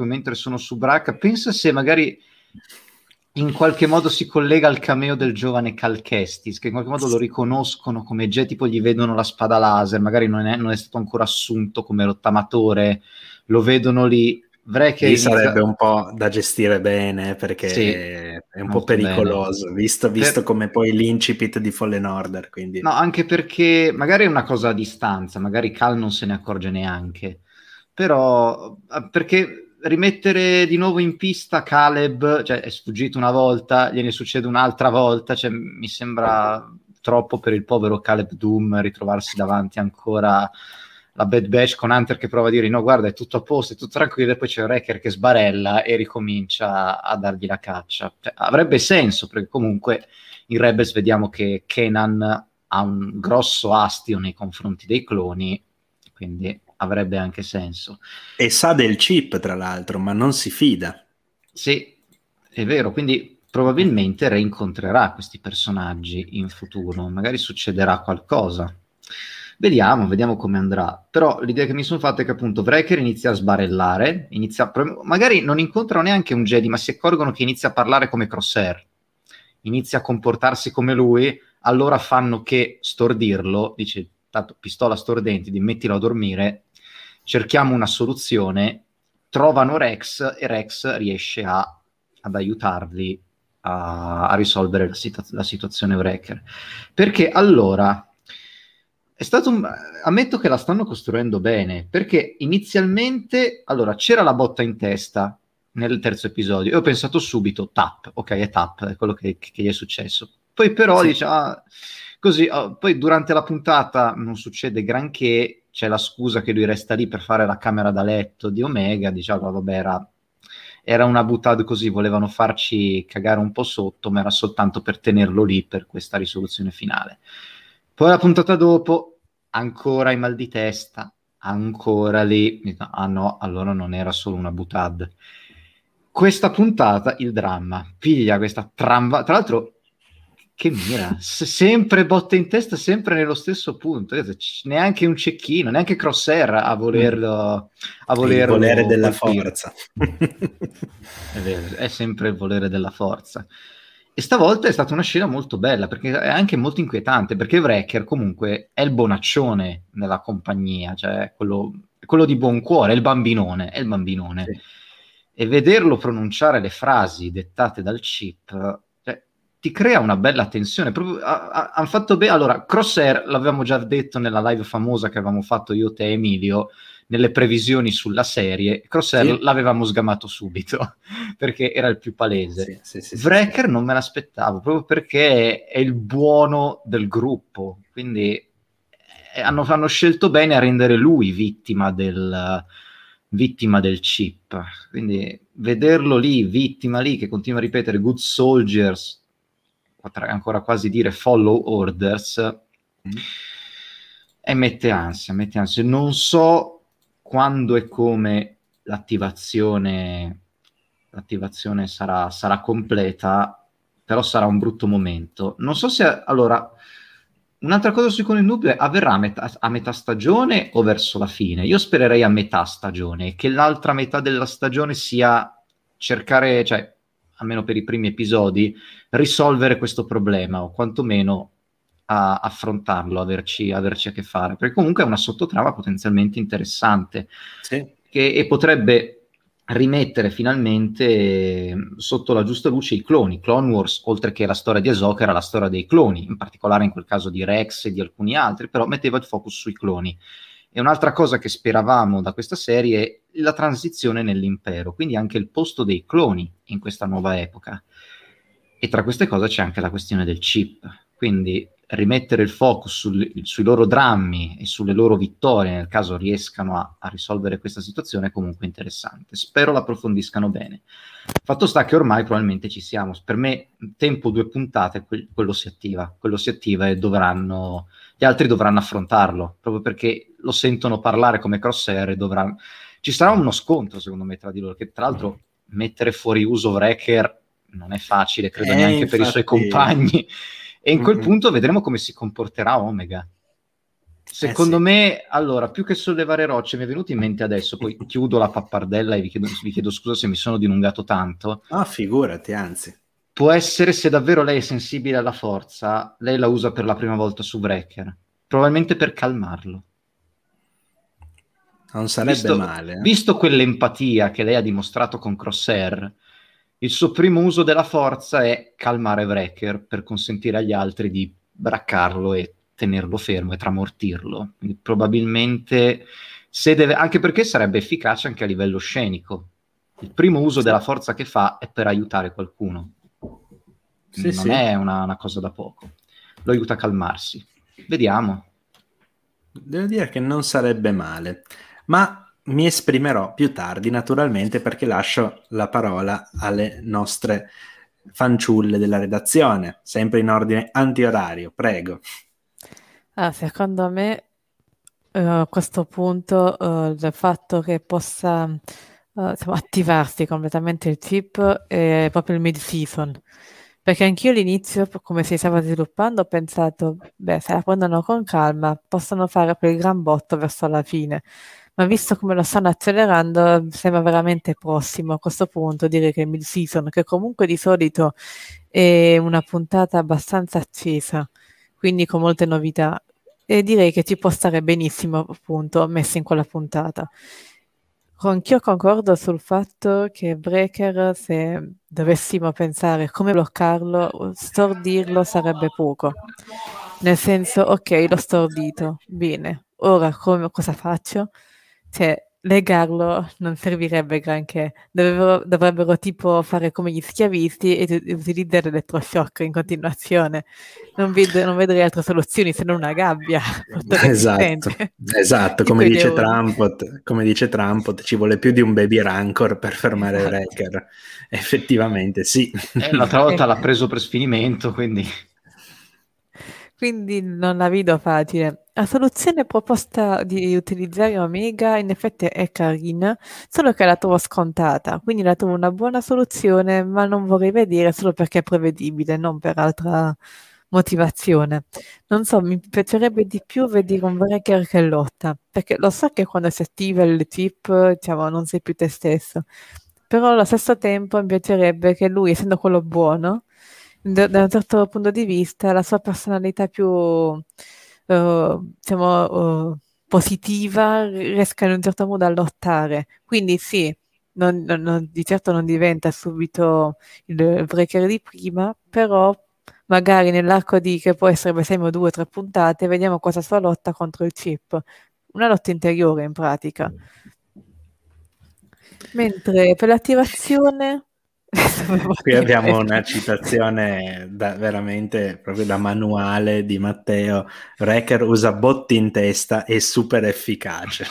pensa se magari in qualche modo si collega al cameo del giovane Cal Kestis, che in qualche modo lo riconoscono come tipo gli vedono la spada laser, magari non è stato ancora assunto come rottamatore, lo vedono lì. Lì sarebbe un po' da gestire bene, Sì, perché è un po' molto pericoloso, visto come poi l'incipit di Fallen Order. Quindi. No, anche perché magari è una cosa a distanza, magari Cal non se ne accorge neanche, però perché rimettere di nuovo in pista Caleb, cioè è sfuggito una volta, gliene succede un'altra volta, cioè mi sembra troppo per il povero Caleb Doom ritrovarsi davanti ancora la Bad Batch con Hunter che prova a dire no guarda è tutto a posto, è tutto tranquillo, e poi c'è Wrecker che sbarella e ricomincia a dargli la caccia. Cioè, avrebbe senso, perché comunque in Rebels vediamo che Kanan ha un grosso astio nei confronti dei cloni, quindi avrebbe anche senso. E sa del chip, tra l'altro, ma non si fida. Sì, è vero, quindi probabilmente reincontrerà questi personaggi in futuro, magari succederà qualcosa. Vediamo come andrà. Però l'idea che mi sono fatta è che appunto Wrecker inizia a sbarellare, magari non incontrano neanche un Jedi, ma si accorgono che inizia a parlare come Crosshair, inizia a comportarsi come lui, allora fanno che stordirlo, dice tanto pistola stordente, di mettilo a dormire, cerchiamo una soluzione, trovano Rex e Rex riesce ad aiutarli a risolvere la situazione Wrecker. Perché allora ammetto che la stanno costruendo bene, perché inizialmente allora c'era la botta in testa nel terzo episodio e ho pensato subito Tap, ok, è Tap, è quello che gli è successo. Poi però sì. dice così, poi durante la puntata non succede granché, c'è la scusa che lui resta lì per fare la camera da letto di Omega, diciamo vabbè era una buttata così, volevano farci cagare un po' sotto, ma era soltanto per tenerlo lì per questa risoluzione finale. Poi la puntata dopo, ancora i mal di testa, ancora lì, no, allora non era solo una butad. Questa puntata, il dramma, piglia questa tramba, tra l'altro che mira, sempre botte in testa, sempre nello stesso punto, neanche un cecchino, neanche Crosshair a volerlo il volere della colpire. forza. È vero, è sempre il volere della forza. E stavolta è stata una scena molto bella, perché è anche molto inquietante, perché Wrecker comunque è il bonaccione nella compagnia, cioè quello di buon cuore, è il bambinone. Sì. E vederlo pronunciare le frasi dettate dal chip, cioè, ti crea una bella tensione. Hanno fatto bene. Allora, Crosshair, l'avevamo già detto nella live famosa che avevamo fatto io, te e Emilio, nelle previsioni sulla serie, Crosshair l'avevamo sgamato subito, perché era il più palese. Wrecker non me l'aspettavo, proprio perché è il buono del gruppo, quindi hanno scelto bene a rendere lui vittima del chip, quindi vederlo lì, vittima lì, che continua a ripetere good soldiers, potrei ancora quasi dire follow orders, e mette ansia, non so quando e come l'attivazione sarà completa, però sarà un brutto momento. Non so se, allora, un'altra cosa su cui in dubbio è avverrà a metà stagione o verso la fine. Io spererei a metà stagione, che l'altra metà della stagione sia cercare, cioè, almeno per i primi episodi, risolvere questo problema, o quantomeno a affrontarlo, averci a che fare, perché comunque è una sottotrama potenzialmente interessante, e potrebbe rimettere finalmente sotto la giusta luce i cloni. Clone Wars, oltre che la storia di Ahsoka, era la storia dei cloni, in particolare in quel caso di Rex e di alcuni altri, però metteva il focus sui cloni. E un'altra cosa che speravamo da questa serie è la transizione nell'impero, quindi anche il posto dei cloni in questa nuova epoca. E tra queste cose c'è anche la questione del chip, quindi rimettere il focus sui loro drammi e sulle loro vittorie, nel caso riescano a risolvere questa situazione, è comunque interessante. Spero l'approfondiscano bene. Fatto sta che ormai probabilmente ci siamo. Per me, tempo 2 puntate, quello si attiva e gli altri dovranno affrontarlo, proprio perché lo sentono parlare come Crosshair e ci sarà uno scontro, secondo me, tra di loro, che tra l'altro mettere fuori uso Wrecker non è facile, credo neanche per i suoi compagni. E in quel punto vedremo come si comporterà Omega. Secondo me, allora, più che sollevare rocce, mi è venuto in mente adesso, poi chiudo la pappardella e vi chiedo scusa se mi sono dilungato tanto. Ah, figurati, anzi. Può essere, se davvero lei è sensibile alla forza, lei la usa per la prima volta su Wrecker, probabilmente per calmarlo. Non sarebbe male. Visto quell'empatia che lei ha dimostrato con Crosshair, il suo primo uso della forza è calmare Wrecker per consentire agli altri di braccarlo e tenerlo fermo e tramortirlo. Quindi probabilmente, anche perché sarebbe efficace anche a livello scenico. Il primo uso della forza che fa è per aiutare qualcuno. Non è una cosa da poco. Lo aiuta a calmarsi. Vediamo. Devo dire che non sarebbe male, ma mi esprimerò più tardi, naturalmente, perché lascio la parola alle nostre fanciulle della redazione, sempre in ordine antiorario. Prego. Secondo me, a questo punto, il fatto che possa attivarsi completamente il chip è proprio il mid-season. Perché anch'io all'inizio, come si stava sviluppando, ho pensato, beh, se la prendono con calma, possono fare quel gran botto verso la fine. Ma visto come lo stanno accelerando, sembra veramente prossimo a questo punto dire che il mid-season, che comunque di solito è una puntata abbastanza accesa, quindi con molte novità, e direi che ci può stare benissimo, appunto, messo in quella puntata. Anch'io concordo sul fatto che Breaker, se dovessimo pensare come bloccarlo, stordirlo sarebbe poco. Nel senso, ok, l'ho stordito, bene, ora cosa faccio? Cioè, legarlo non servirebbe granché. Dovrebbero tipo fare come gli schiavisti e utilizzare l'elettroshock in continuazione. Non vedrei altre soluzioni se non una gabbia. Esatto, come dice Trumpot, ci vuole più di un baby rancor per fermare Wrecker. Effettivamente sì. L'altra volta l'ha preso per sfinimento, quindi non la vedo facile. La soluzione proposta di utilizzare Omega in effetti è carina, solo che la trovo scontata, quindi la trovo una buona soluzione, ma non vorrei vedere solo perché è prevedibile, non per altra motivazione. Non so, mi piacerebbe di più vedere un Wrecker che lotta, perché lo so che quando si attiva il chip, diciamo, non sei più te stesso, però allo stesso tempo mi piacerebbe che lui, essendo quello buono, da un certo punto di vista, la sua personalità più, diciamo, positiva riesca in un certo modo a lottare. Quindi sì, di certo non diventa subito il Breaker di prima, però magari nell'arco di, che può essere per esempio 2 o 3 puntate, vediamo cosa sua lotta contro il chip. Una lotta interiore in pratica. Mentre per l'attivazione... Qui abbiamo una citazione veramente proprio da manuale di Matteo. Wrecker usa botti in testa, è super efficace.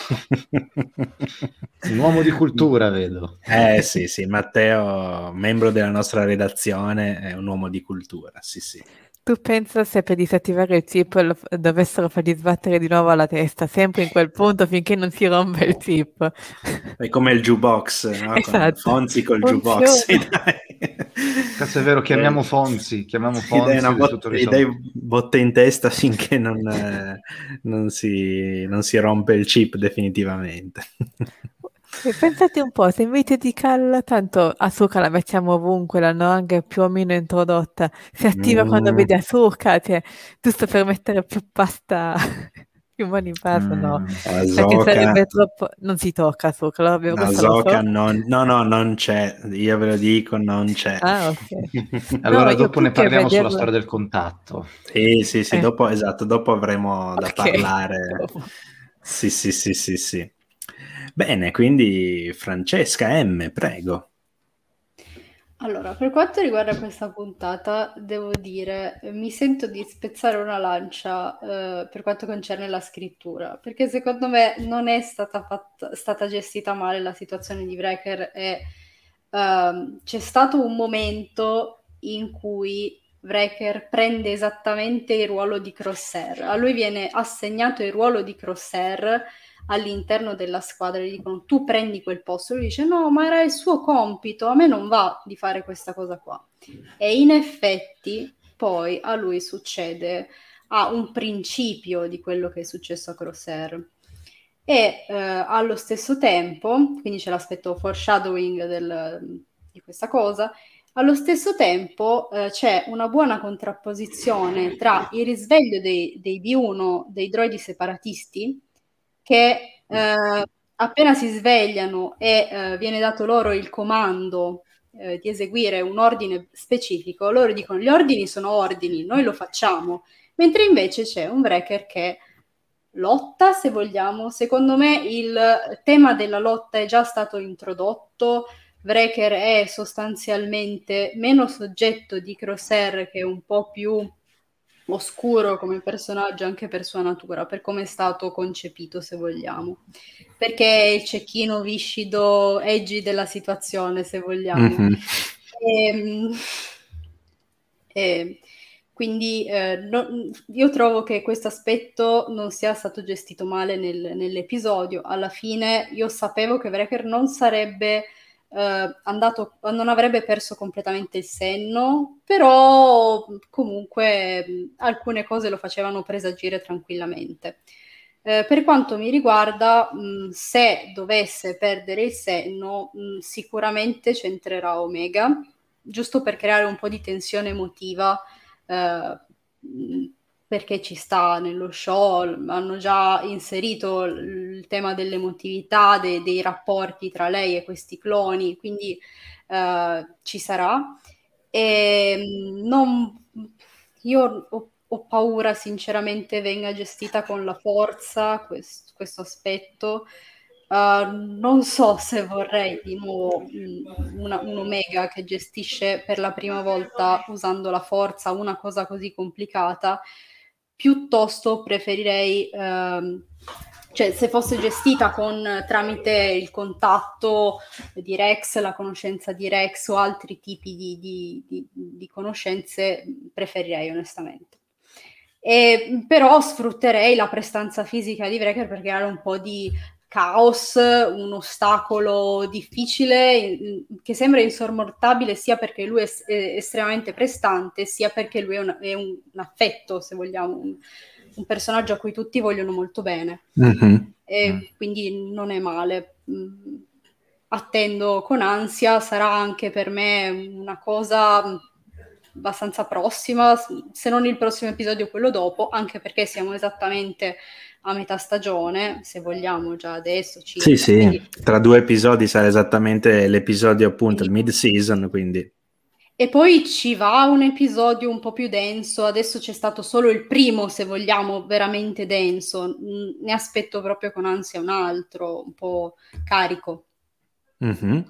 Un uomo di cultura, vedo. Sì, Matteo, membro della nostra redazione, è un uomo di cultura, sì. Tu pensa se per disattivare il chip dovessero fargli sbattere di nuovo la testa, sempre in quel punto finché non si rompe il chip. È come il jukebox, no? Esatto. Fonzi col jukebox. Cazzo, è vero, chiamiamo Fonzi. Gli dai botte in testa finché non si rompe il chip definitivamente. E pensate un po', se invece di Cal, tanto Asuka la mettiamo ovunque, l'hanno anche più o meno introdotta, si attiva quando vede Asuka, cioè, giusto per mettere più pasta, più mani in pasta, no, perché sarebbe troppo, non si tocca Asuka, Asuka non c'è, io ve lo dico, non c'è. Ok. Allora dopo ne parliamo sulla storia del contatto. Sì, dopo avremo da parlare. Sì. Bene, quindi Francesca M, prego. Allora, per quanto riguarda questa puntata, devo dire, mi sento di spezzare una lancia per quanto concerne la scrittura, perché secondo me non è stata gestita male la situazione di Wrecker e c'è stato un momento in cui Wrecker prende esattamente il ruolo di Crosshair. A lui viene assegnato il ruolo di Crosshair all'interno della squadra, gli dicono tu prendi quel posto, lui dice no, ma era il suo compito, a me non va di fare questa cosa qua. E in effetti poi a lui succede, ha un principio di quello che è successo a Crosshair. E allo stesso tempo, quindi c'è l'aspetto foreshadowing di questa cosa, allo stesso tempo c'è una buona contrapposizione tra il risveglio dei B1, dei droidi separatisti, che appena si svegliano e viene dato loro il comando di eseguire un ordine specifico, loro dicono gli ordini sono ordini, noi lo facciamo, mentre invece c'è un Wrecker che lotta, se vogliamo. Secondo me il tema della lotta è già stato introdotto. Wrecker è sostanzialmente meno soggetto di Crosshair, che è un po' più oscuro come personaggio anche per sua natura, per come è stato concepito, se vogliamo, perché è il cecchino viscido edgy della situazione, se vogliamo. Mhm. Quindi io trovo che questo aspetto non sia stato gestito male nell'episodio. Alla fine io sapevo che Wrecker non sarebbe non avrebbe perso completamente il senno, però comunque alcune cose lo facevano presagire tranquillamente. Per quanto mi riguarda, se dovesse perdere il senno, sicuramente c'entrerà Omega, giusto per creare un po' di tensione emotiva, perché ci sta nello show, hanno già inserito il tema dell'emotività, dei rapporti tra lei e questi cloni, quindi ci sarà. E io ho paura sinceramente venga gestita con la forza questo aspetto. Non so se vorrei di nuovo un Omega che gestisce per la prima volta usando la forza una cosa così complicata. Piuttosto preferirei, cioè se fosse gestita tramite il contatto di Rex, la conoscenza di Rex o altri tipi di conoscenze, preferirei onestamente. Però sfrutterei la prestanza fisica di Wrecker per creare un po' di caos, un ostacolo difficile che sembra insormontabile sia perché lui è estremamente prestante, sia perché lui è un affetto, se vogliamo, un personaggio a cui tutti vogliono molto bene. Mm-hmm. E quindi non è male. Attendo con ansia, sarà anche per me una cosa abbastanza prossima, se non il prossimo episodio, quello dopo, anche perché siamo esattamente a metà stagione, se vogliamo già adesso. Sì, sì, quindi, tra 2 episodi sarà esattamente l'episodio, appunto, il mid-season, quindi... E poi ci va un episodio un po' più denso, adesso c'è stato solo il primo, se vogliamo, veramente denso, ne aspetto proprio con ansia un altro, un po' carico. Mm-hmm.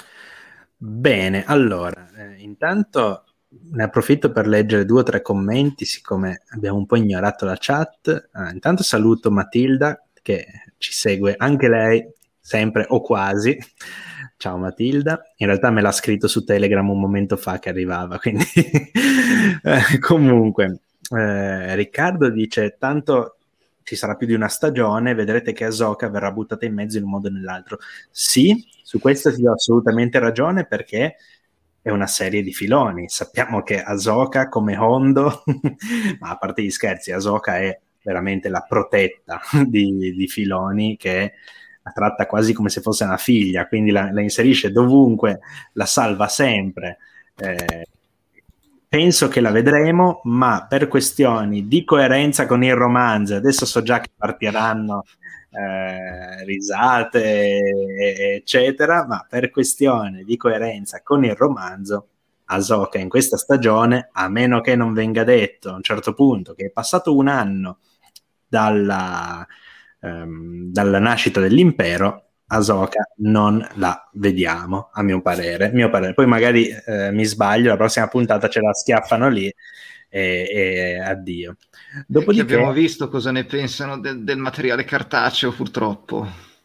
Bene, allora, intanto ne approfitto per leggere 2 o 3 commenti, siccome abbiamo un po' ignorato la chat. Intanto saluto Matilda, che ci segue anche lei, sempre o quasi. Ciao Matilda, in realtà me l'ha scritto su Telegram un momento fa che arrivava, quindi comunque Riccardo dice tanto ci sarà più di una stagione, vedrete che Ahsoka verrà buttata in mezzo in un modo o nell'altro. Sì, su questo ti do assolutamente ragione, perché è una serie di filoni. Sappiamo che Ahsoka come Hondo ma a parte gli scherzi, Ahsoka è veramente la protetta di Filoni, che la tratta quasi come se fosse una figlia, quindi la inserisce dovunque, la salva sempre. Penso che la vedremo, ma per questioni di coerenza con il romanzo, adesso so già che partiranno risate eccetera, ma per questione di coerenza con il romanzo, Ahsoka in questa stagione, a meno che non venga detto a un certo punto che è passato un anno dalla nascita dell'impero, Ahsoka non la vediamo, a mio parere. Poi magari mi sbaglio, la prossima puntata ce la schiaffano lì e addio. Che abbiamo visto cosa ne pensano del materiale cartaceo, purtroppo.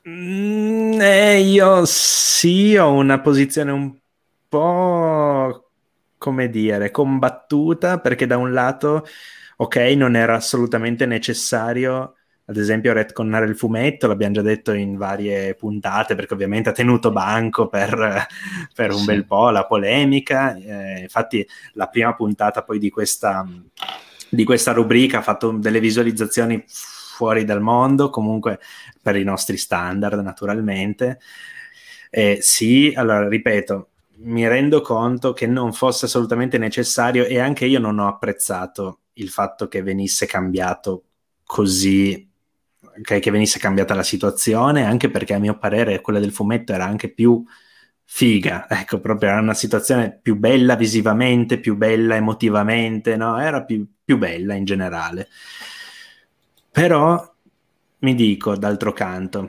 Io sì, ho una posizione un po', come dire, combattuta, perché da un lato, ok, non era assolutamente necessario, ad esempio, retconnare il fumetto, l'abbiamo già detto in varie puntate, perché ovviamente ha tenuto banco per un bel po' la polemica. Infatti la prima puntata poi di questa rubrica ha fatto delle visualizzazioni fuori dal mondo, comunque per i nostri standard naturalmente. Sì, allora ripeto, mi rendo conto che non fosse assolutamente necessario, e anche io non ho apprezzato il fatto che venisse cambiato così, che venisse cambiata la situazione, anche perché a mio parere quella del fumetto era anche più figa, ecco, proprio era una situazione più bella visivamente, più bella emotivamente, no? Era più bella in generale. Però mi dico, d'altro canto,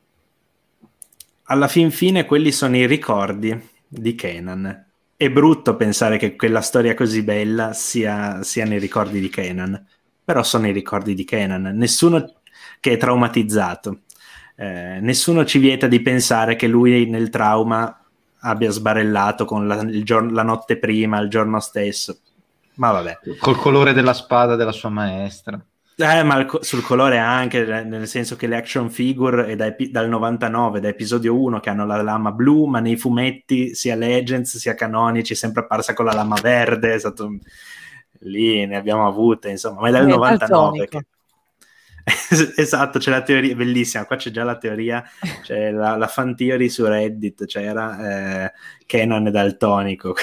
alla fin fine quelli sono i ricordi di Kanan. È brutto pensare che quella storia così bella siano i ricordi di Kanan, però sono i ricordi di Kanan. Nessuno che è traumatizzato, nessuno ci vieta di pensare che lui nel trauma abbia sbarellato con la notte prima, il giorno stesso. Ma vabbè. Col colore della spada della sua maestra. Ma sul colore anche, nel senso che le action figure è dal 99, da episodio 1, che hanno la lama blu, ma nei fumetti sia Legends sia canonici è sempre apparsa con la lama verde, è stato lì, ne abbiamo avute, insomma, ma è dal 99 che... Esatto, c'è la teoria bellissima, qua c'è già la teoria, c'è la fan theory su Reddit, c'era Kanan è daltonico.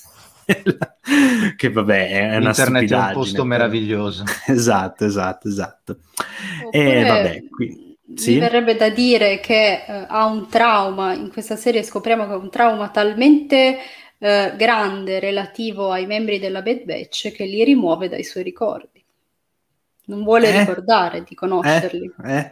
Che vabbè, è una Internet stupidaggine, è un posto meraviglioso. Esatto. Oppure, Vabbè, sì? mi verrebbe da dire che ha un trauma, in questa serie scopriamo che ha un trauma talmente grande relativo ai membri della Bad Batch che li rimuove dai suoi ricordi. Non vuole ricordare di conoscerli.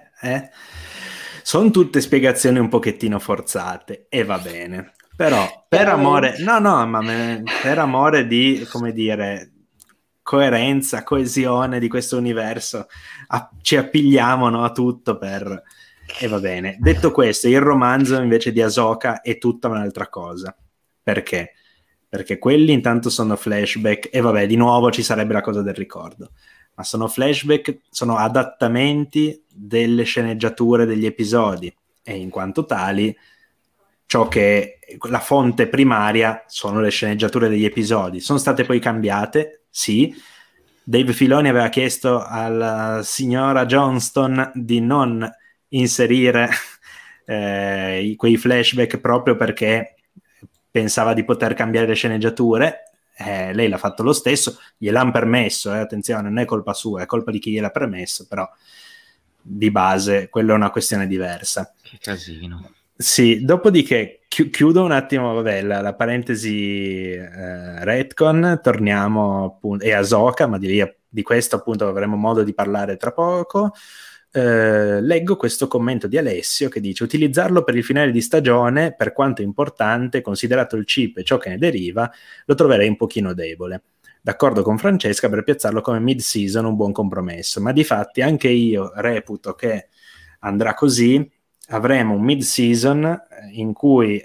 Sono tutte spiegazioni un pochettino forzate, e va bene. Però per amore, per amore di, come dire, coerenza, coesione di questo universo, ci appigliamo, no, a tutto e va bene. Detto questo, il romanzo invece di Ahsoka è tutta un'altra cosa. Perché? Perché quelli intanto sono flashback, e vabbè, di nuovo ci sarebbe la cosa del ricordo, ma sono flashback, sono adattamenti delle sceneggiature degli episodi, e in quanto tali ciò che la fonte primaria sono le sceneggiature degli episodi. Sono state poi cambiate, sì. Dave Filoni aveva chiesto alla signora Johnston di non inserire quei flashback proprio perché pensava di poter cambiare le sceneggiature. Lei l'ha fatto lo stesso, gliel'hanno permesso, attenzione, non è colpa sua, è colpa di chi gliel'ha permesso, però di base quella è una questione diversa. Che casino. Sì, dopodiché chiudo un attimo, vabbè, la parentesi retcon, torniamo appunto, e Ahsoka, ma di questo appunto avremo modo di parlare tra poco. Leggo questo commento di Alessio che dice: utilizzarlo per il finale di stagione, per quanto importante, considerato il chip e ciò che ne deriva, lo troverei un pochino debole. D'accordo con Francesca, per piazzarlo come mid-season un buon compromesso, ma di fatti anche io reputo che andrà così. Avremo un mid-season in cui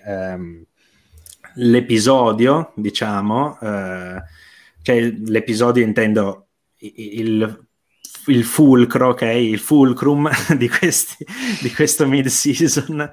l'episodio, diciamo, cioè l'episodio intendo il fulcro, ok? Il fulcrum di questo mid-season,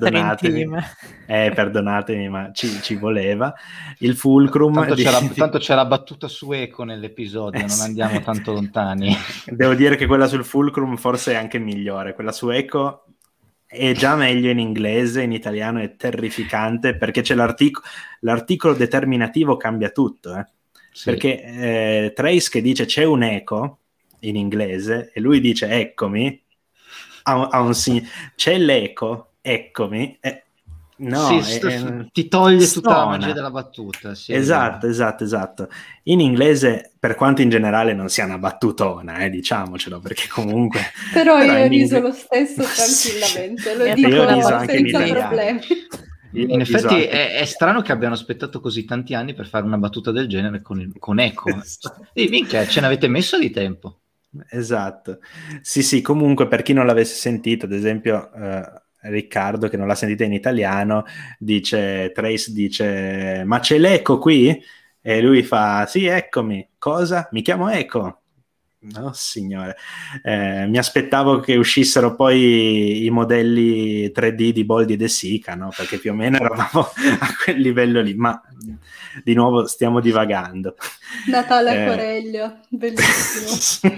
perdonatemi, ma ci voleva il fulcrum. Tanto c'è la battuta su Eco nell'episodio, non andiamo tanto lontani. Devo dire che quella sul fulcrum forse è anche migliore, quella su Eco è già meglio in inglese, in italiano è terrificante, perché c'è l'articolo determinativo cambia tutto, sì. Perché Trace che dice c'è un eco in inglese e lui dice eccomi, c'è l'eco, eccomi, No, ti toglie tutta la stona. magia della battuta. Sì, Esatto. In inglese, per quanto in generale non sia una battutona, diciamocelo, perché comunque... Però io ho in riso ingle- lo stesso Sì. tranquillamente, lo Io dico Io ho riso anche in senza italiano. problemi. Io In ho riso effetti anche- è strano che abbiano aspettato così tanti anni per fare una battuta del genere con Echo. Minchia, ce n'avete messo di tempo. Esatto. Sì, comunque per chi non l'avesse sentito, ad esempio Riccardo che non l'ha sentita in italiano, Trace dice ma c'è l'Eco qui? E lui fa sì, eccomi. Cosa? Mi chiamo Eco. No, signore. Mi aspettavo che uscissero poi i modelli 3D di Boldi e De Sica, no? Perché più o meno eravamo a quel livello lì, ma di nuovo stiamo divagando. Natale a Coreglio, bellissimo.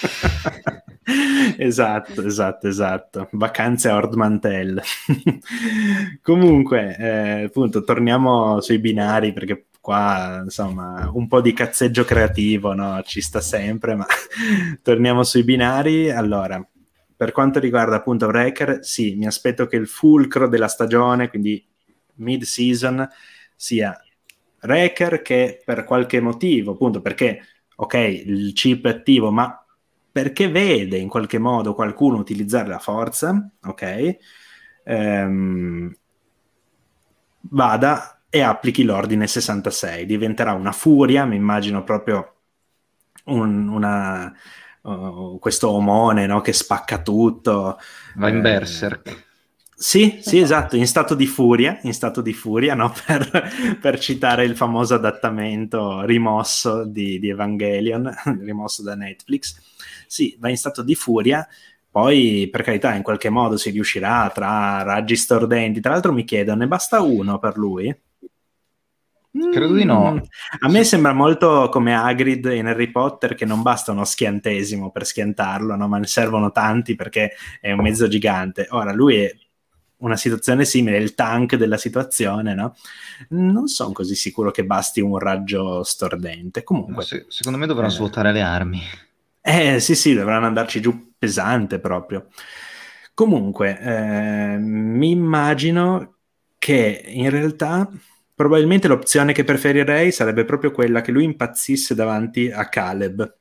Esatto. Vacanze a Ord Mantell. Comunque, appunto, torniamo sui binari perché qua, insomma, un po' di cazzeggio creativo, no? Ci sta sempre, ma torniamo sui binari. Allora, per quanto riguarda appunto Wrecker, sì, mi aspetto che il fulcro della stagione, quindi mid-season, sia Wrecker che per qualche motivo, appunto perché, ok, il chip è attivo, ma perché vede in qualche modo qualcuno utilizzare la forza, ok? Vada e applichi l'ordine 66. Diventerà una furia, mi immagino proprio questo omone, no, che spacca tutto. Va in berserk. Sì, esatto, in stato di furia, no? per citare il famoso adattamento rimosso di Evangelion, rimosso da Netflix. Sì, va in stato di furia, poi per carità in qualche modo si riuscirà tra raggi stordenti. Tra l'altro mi chiedo, ne basta uno per lui? Credo di no. A me sembra molto come Hagrid in Harry Potter, che non basta uno schiantesimo per schiantarlo, no? Ma ne servono tanti perché è un mezzo gigante. Ora, lui è una situazione simile, il tank della situazione, no? Non sono così sicuro che basti un raggio stordente. Comunque, secondo me dovranno svuotare le armi. Sì, dovranno andarci giù pesante proprio. Comunque, mi immagino che in realtà probabilmente l'opzione che preferirei sarebbe proprio quella che lui impazzisse davanti a Caleb,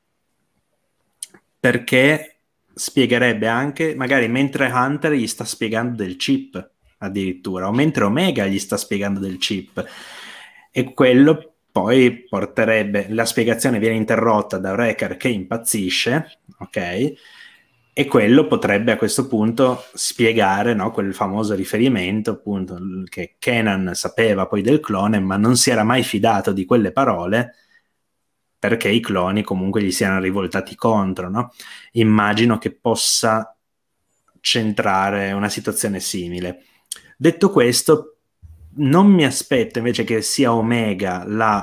perché spiegherebbe anche, magari mentre Hunter gli sta spiegando del chip addirittura, o mentre Omega gli sta spiegando del chip, e quello poi porterebbe, la spiegazione viene interrotta da Wrecker che impazzisce, ok? E quello potrebbe a questo punto spiegare, no, quel famoso riferimento appunto che Kenan sapeva poi del clone, ma non si era mai fidato di quelle parole perché i cloni comunque gli siano rivoltati contro, no? Immagino che possa centrare una situazione simile. Detto questo, non mi aspetto invece che sia Omega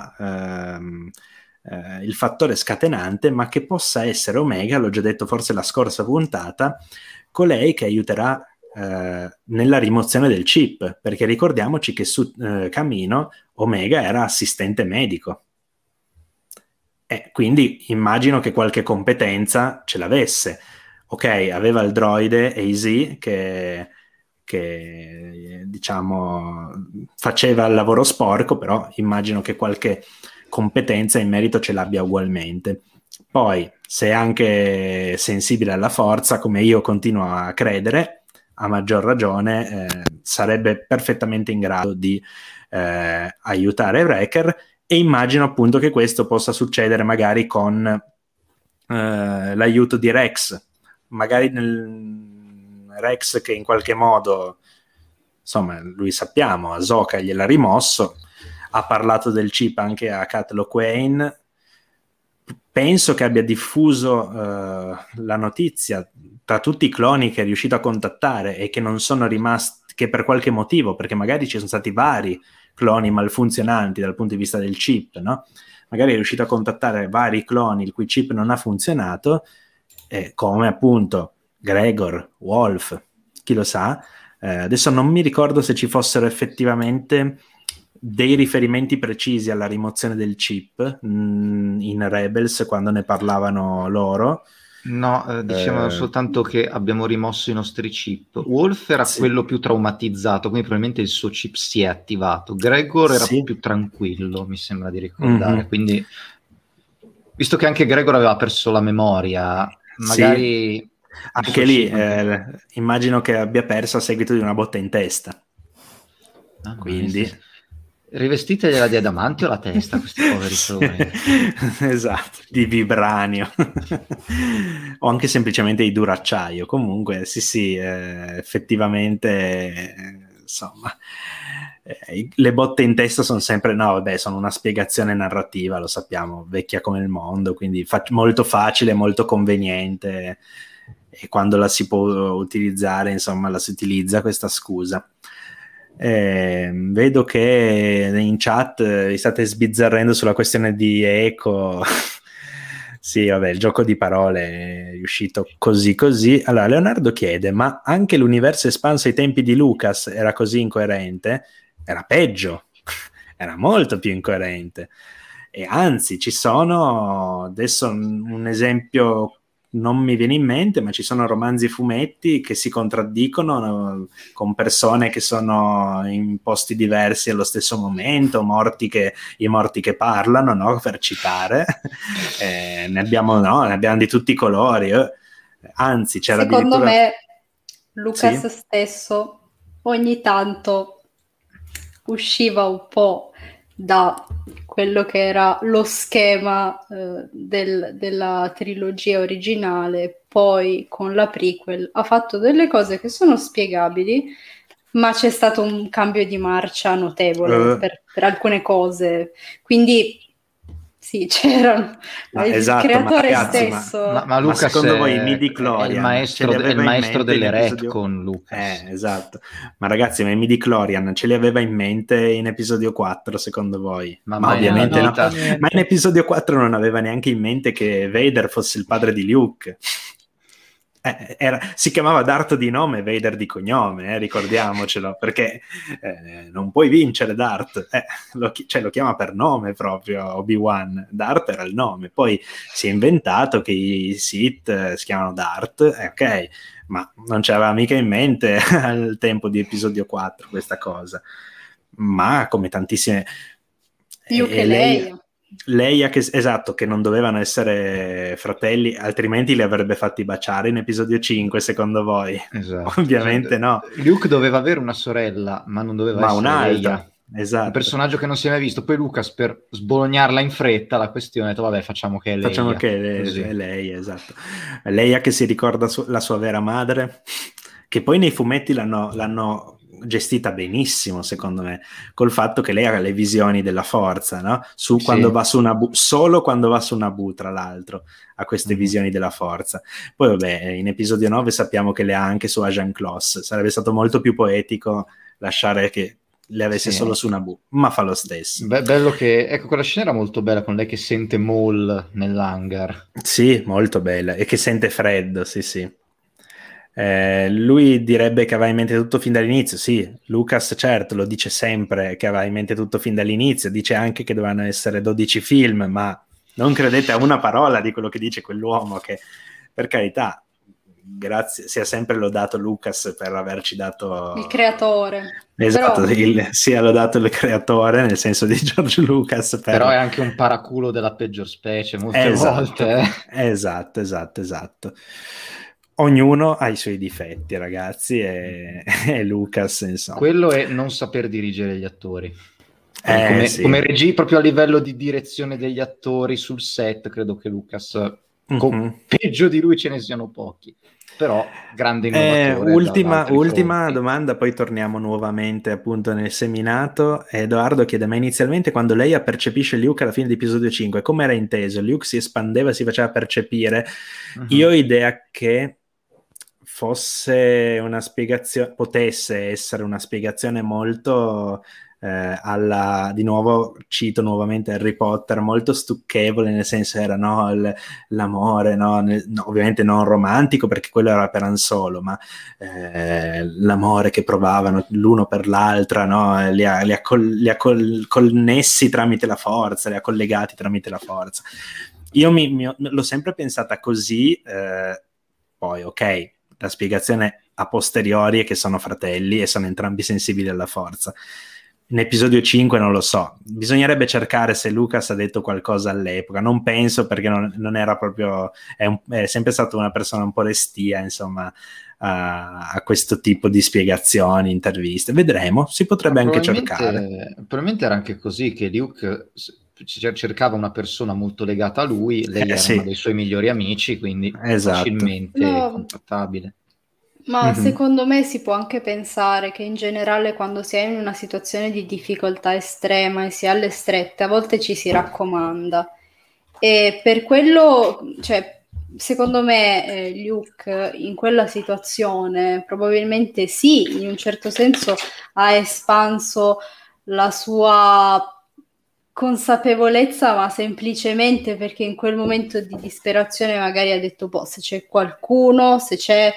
il fattore scatenante, ma che possa essere Omega, l'ho già detto forse la scorsa puntata, colei che aiuterà nella rimozione del chip, perché ricordiamoci che su Camino Omega era assistente medico. Quindi immagino che qualche competenza ce l'avesse. Ok, aveva il droide AZ che diciamo faceva il lavoro sporco, però immagino che qualche competenza in merito ce l'abbia ugualmente. Poi, se è anche sensibile alla forza, come io continuo a credere, a maggior ragione sarebbe perfettamente in grado di aiutare Wrecker, e immagino appunto che questo possa succedere magari con l'aiuto di Rex, magari nel Rex che in qualche modo, insomma, lui sappiamo, Ahsoka gliel'ha rimosso, ha parlato del chip anche a Cat Lawquane, penso che abbia diffuso la notizia tra tutti i cloni che è riuscito a contattare e che non sono rimasti, che per qualche motivo, perché magari ci sono stati vari cloni malfunzionanti dal punto di vista del chip, no? Magari è riuscito a contattare vari cloni il cui chip non ha funzionato, come appunto Gregor, Wolf, chi lo sa. Adesso non mi ricordo se ci fossero effettivamente dei riferimenti precisi alla rimozione del chip in Rebels quando ne parlavano loro, No, dicevano soltanto che abbiamo rimosso i nostri chip. Wolf era Sì. quello più traumatizzato, quindi probabilmente il suo chip si è attivato. Gregor era Sì. più tranquillo, mi sembra di ricordare. Mhm. Quindi, visto che anche Gregor aveva perso la memoria, Sì, magari il anche suo lì chip anche... immagino che abbia perso a seguito di una botta in testa. Mamma mia, Quindi rivestitegliela di adamantio la testa, questi poveri flori. esatto, di vibranio o anche semplicemente di duracciaio. Comunque, sì, effettivamente, insomma, le botte in testa sono sempre, no, vabbè, sono una spiegazione narrativa, lo sappiamo, vecchia come il mondo, quindi molto facile, molto conveniente, e quando la si può utilizzare, insomma, la si utilizza questa scusa. Vedo che in chat vi state sbizzarrendo sulla questione di Eco. Sì, vabbè, il gioco di parole è riuscito così così. Allora, Leonardo chiede, ma anche l'universo espanso ai tempi di Lucas era così incoerente? Era peggio, era molto più incoerente. E anzi, ci sono, adesso un esempio non mi viene in mente, ma ci sono romanzi fumetti che si contraddicono, con persone che sono in posti diversi allo stesso momento, i morti che parlano, no? Per citare. Ne abbiamo, no? Ne abbiamo di tutti i colori. Anzi, c'era Secondo addirittura... me Lucas Sì? stesso ogni tanto usciva un po' da quello che era lo schema della trilogia originale, poi con la prequel ha fatto delle cose che sono spiegabili, ma c'è stato un cambio di marcia notevole per alcune cose. Quindi sì, c'era il Esatto, ma creatore ragazzi, stesso. Ma Lucas secondo voi i è il midi-chlorian ce li è il aveva in maestro mente in delle episodio... retcon, Lucas. Esatto. Ma ragazzi, ma i midi-chlorian ce li aveva in mente in episodio 4, secondo voi? Ma Ma mai nella ovviamente no. vita. Ma in episodio 4 non aveva neanche in mente che Vader fosse il padre di Luke. Si chiamava Darth di nome, Vader di cognome, ricordiamocelo, perché non puoi vincere Darth, lo chiama per nome proprio Obi-Wan. Darth era il nome, poi si è inventato che i Sith si chiamano Darth, ok, ma non c'aveva mica in mente al tempo di episodio 4 questa cosa. Ma come tantissime... Luke e Leia. Leia esatto, che non dovevano essere fratelli, altrimenti li avrebbe fatti baciare in episodio 5, secondo voi? Esatto. Ovviamente no. Luke doveva avere una sorella, ma non doveva essere un'altra. Leia. Esatto. Un personaggio che non si è mai visto. Poi Lucas, per sbolognarla in fretta la questione, ha detto vabbè, facciamo che è Leia. Facciamo che è lei, esatto. Leia che si ricorda la sua vera madre, che poi nei fumetti l'hanno gestita benissimo, secondo me, col fatto che lei ha le visioni della forza, no? Quando va su Naboo, solo quando va su Naboo, tra l'altro, ha queste visioni della forza. Poi vabbè, in episodio 9 sappiamo che le ha anche su Ajan Kloss. Sarebbe stato molto più poetico lasciare che le avesse solo su Naboo, ma fa lo stesso. Bello che, ecco, quella scena era molto bella con lei che sente Maul nell'hangar. Sì, molto bella, e che sente freddo, sì. Lui direbbe che aveva in mente tutto fin dall'inizio. Sì, Lucas certo lo dice sempre che aveva in mente tutto fin dall'inizio, dice anche che dovevano essere 12 film, ma non credete a una parola di quello che dice quell'uomo, che per carità, grazie, sia sempre lodato Lucas per averci dato il creatore. Esatto, sia lodato il creatore nel senso di George Lucas, però è anche un paraculo della peggior specie molte volte. Esatto. Ognuno ha i suoi difetti, ragazzi, e Lucas, insomma. Quello è non saper dirigere gli attori. Sì. Come regia, proprio a livello di direzione degli attori sul set, credo che Lucas, peggio di lui ce ne siano pochi. Però grande innovatore. Ultima domanda, poi torniamo nuovamente appunto nel seminato. Edoardo chiede: ma inizialmente quando Leia percepisce Luke alla fine di episodio 5, come era inteso? Luke si espandeva, si faceva percepire? Io ho idea che fosse una spiegazione, potesse essere una spiegazione molto di nuovo cito nuovamente Harry Potter, molto stucchevole, nel senso era l'amore, ovviamente non romantico perché quello era per Han Solo, ma l'amore che provavano l'uno per l'altra, no? li ha connessi tramite la forza, li ha collegati tramite la forza. io l'ho sempre pensata così, poi ok, la spiegazione a posteriori è che sono fratelli e sono entrambi sensibili alla forza. In episodio 5 non lo so, bisognerebbe cercare se Lucas ha detto qualcosa all'epoca, non penso, perché non era proprio, è sempre stato una persona un po' restia, insomma, a questo tipo di spiegazioni, interviste. Vedremo, si potrebbe anche cercare. Probabilmente era anche così, che Luke cercava una persona molto legata a lui, lei era sì, uno dei suoi migliori amici, quindi esatto, facilmente contattabile. Ma secondo me si può anche pensare che in generale quando si è in una situazione di difficoltà estrema e si è alle strette, a volte ci si raccomanda. E per quello, cioè, secondo me, Luke in quella situazione probabilmente sì, in un certo senso ha espanso la sua consapevolezza, ma semplicemente perché in quel momento di disperazione magari ha detto, boh, se c'è qualcuno, se c'è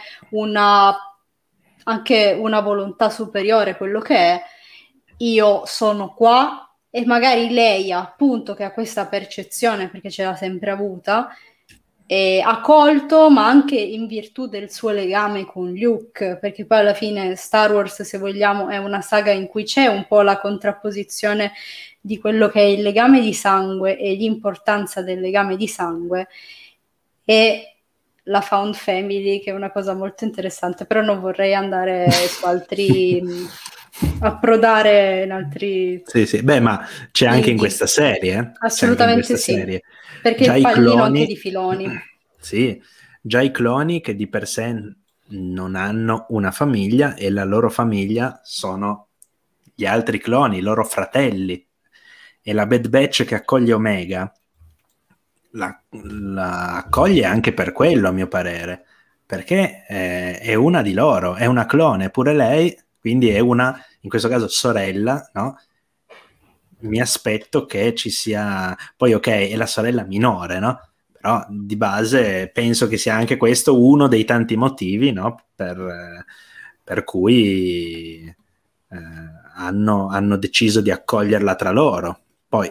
anche una volontà superiore, quello che è, io sono qua. E magari lei, appunto, che ha questa percezione, perché ce l'ha sempre avuta, ha colto, ma anche in virtù del suo legame con Luke, perché poi alla fine Star Wars, se vogliamo, è una saga in cui c'è un po' la contrapposizione di quello che è il legame di sangue e l'importanza del legame di sangue, e la found family, che è una cosa molto interessante, però non vorrei andare su altri approdare in altri sì. Beh, ma c'è anche in questa serie, assolutamente sì, serie. perché Già il pallino cloni, anche di Filoni. sì, già i cloni che di per sé non hanno una famiglia, e la loro famiglia sono gli altri cloni, i loro fratelli, e la Bad Batch che accoglie Omega la accoglie anche per quello, a mio parere, perché è una di loro, è una clone pure lei, quindi è una, in questo caso, sorella, no? Mi aspetto che ci sia, poi ok, è la sorella minore, no? Però di base penso che sia anche questo uno dei tanti motivi, no? Per cui hanno deciso di accoglierla tra loro. Poi,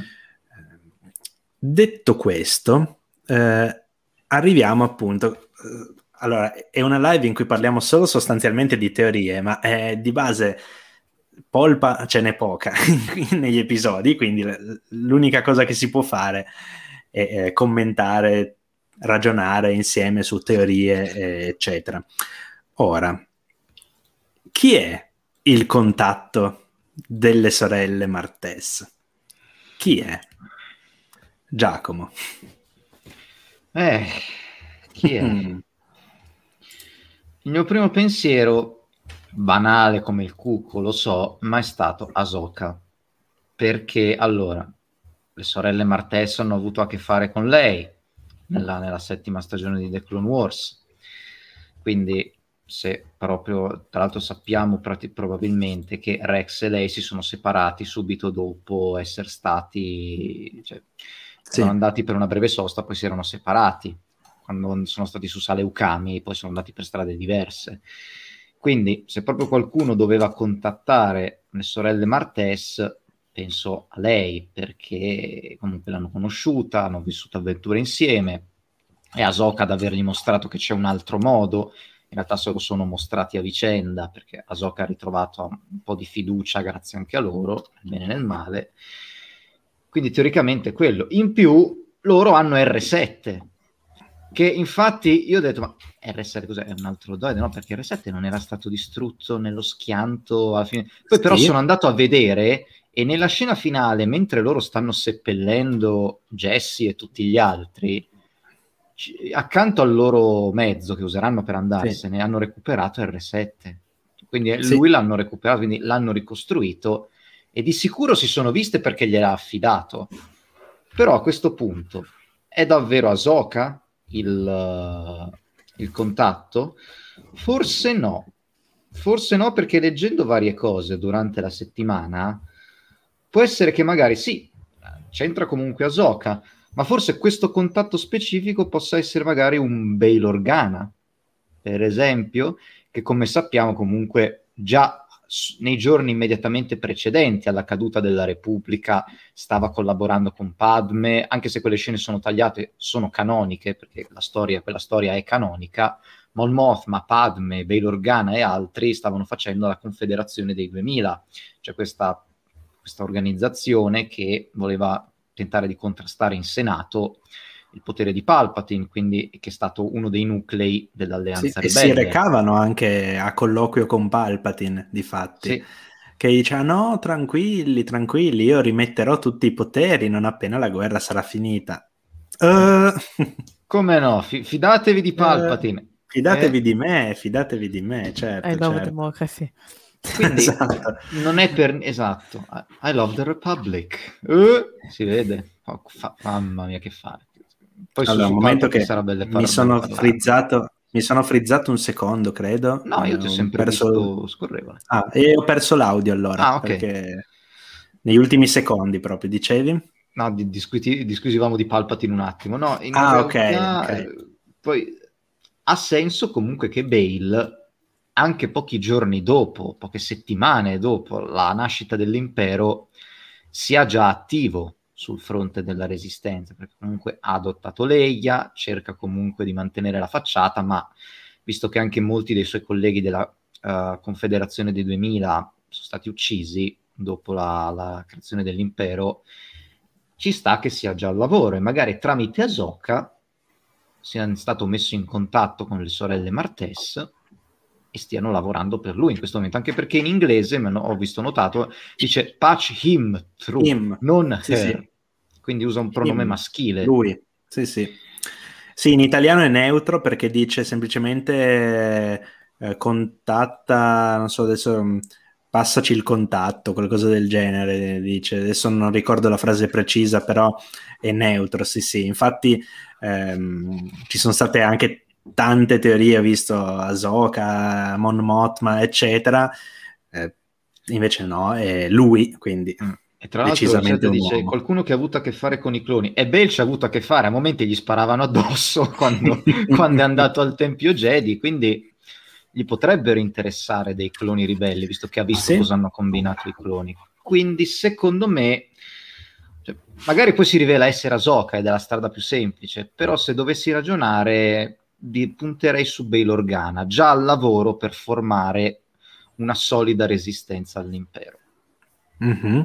detto questo, arriviamo appunto... allora, è una live in cui parliamo solo sostanzialmente di teorie, ma di base polpa ce n'è poca negli episodi, quindi l'unica cosa che si può fare è commentare, ragionare insieme su teorie, eccetera. Ora, chi è il contatto delle sorelle Martez? Chi è? Giacomo. Chi è? Il mio primo pensiero, banale come il cucco, lo so, ma è stato Ahsoka. Perché, allora, le sorelle Martez hanno avuto a che fare con lei nella settima stagione di The Clone Wars. Quindi, se proprio, tra l'altro sappiamo probabilmente che Rex e lei si sono separati subito dopo essere stati... Cioè, erano andati per una breve sosta, poi si erano separati quando sono stati su Sale Ukami, e poi sono andati per strade diverse. Quindi, se proprio qualcuno doveva contattare le sorelle Martez, penso a lei, perché comunque l'hanno conosciuta, hanno vissuto avventure insieme, e Ahsoka ad avergli mostrato che c'è un altro modo. In realtà se lo sono mostrati a vicenda, perché Ahsoka ha ritrovato un po' di fiducia grazie anche a loro, nel bene e nel male. Quindi teoricamente quello. In più loro hanno R7, che infatti io ho detto, ma R7 cos'è? È un altro droide? No, perché R7 non era stato distrutto nello schianto alla fine. Poi però sono andato a vedere, e nella scena finale, mentre loro stanno seppellendo Jesse e tutti gli altri, accanto al loro mezzo che useranno per andarsene, hanno recuperato R7. Quindi lui l'hanno recuperato, quindi l'hanno ricostruito, e di sicuro si sono viste perché gliel'ha affidato. Però a questo punto è davvero Ahsoka il contatto? Forse no, perché leggendo varie cose durante la settimana può essere che magari sì, c'entra comunque Ahsoka, ma forse questo contatto specifico possa essere magari un Bail Organa, per esempio, che come sappiamo comunque già nei giorni immediatamente precedenti alla caduta della Repubblica stava collaborando con Padme, anche se quelle scene sono tagliate, sono canoniche, perché quella storia è canonica. Mon Mothma, Padme, Bail Organa e altri stavano facendo la Confederazione dei 2000, cioè questa organizzazione che voleva tentare di contrastare in Senato il potere di Palpatine, quindi che è stato uno dei nuclei dell'Alleanza E Ribelle. si recavano anche a colloquio con Palpatine, difatti, Sì. che dice: no, tranquilli, io rimetterò tutti i poteri non appena la guerra sarà finita. Come no? Fidatevi di Palpatine. Fidatevi di me, certo. I love democracy. Quindi esatto. non è per... Esatto. I love the Republic. Si vede? Mamma mia, che fare. Poi allora, un momento che mi sono frizzato un secondo, credo. No, io ti ho sempre visto scorrevole. E ho perso l'audio allora, ok. Perché negli ultimi secondi proprio, dicevi? No, disquisivamo di Palpatine un attimo. No, in realtà, ok. Poi ha senso comunque che Bail, anche pochi giorni dopo, poche settimane dopo la nascita dell'impero, sia già attivo sul fronte della resistenza, perché comunque ha adottato Leia, cerca comunque di mantenere la facciata, ma visto che anche molti dei suoi colleghi della Confederazione dei 2000 sono stati uccisi dopo la creazione dell'impero, ci sta che sia già al lavoro e magari tramite Ahsoka sia stato messo in contatto con le sorelle Martez e stiano lavorando per lui in questo momento, anche perché in inglese, ho visto notato, dice patch him through, non her, sì. Quindi usa un pronome maschile. Lui, sì, in italiano è neutro perché dice semplicemente contatta, non so adesso, passaci il contatto, qualcosa del genere, dice. Adesso non ricordo la frase precisa, però è neutro, sì. Infatti ci sono state anche tante teorie, visto Ahsoka, Mon Mothma, eccetera, invece no, è lui, quindi e tra l'altro dice qualcuno che ha avuto a che fare con i cloni, e Bail ci ha avuto a che fare, a momenti gli sparavano addosso quando è andato al Tempio Jedi, quindi gli potrebbero interessare dei cloni ribelli, visto che ha visto cosa hanno combinato i cloni. Quindi secondo me, magari poi si rivela essere Ahsoka ed è la strada più semplice, però se dovessi ragionare punterei su Bail Organa, già al lavoro per formare una solida resistenza all'impero. Mm-hmm.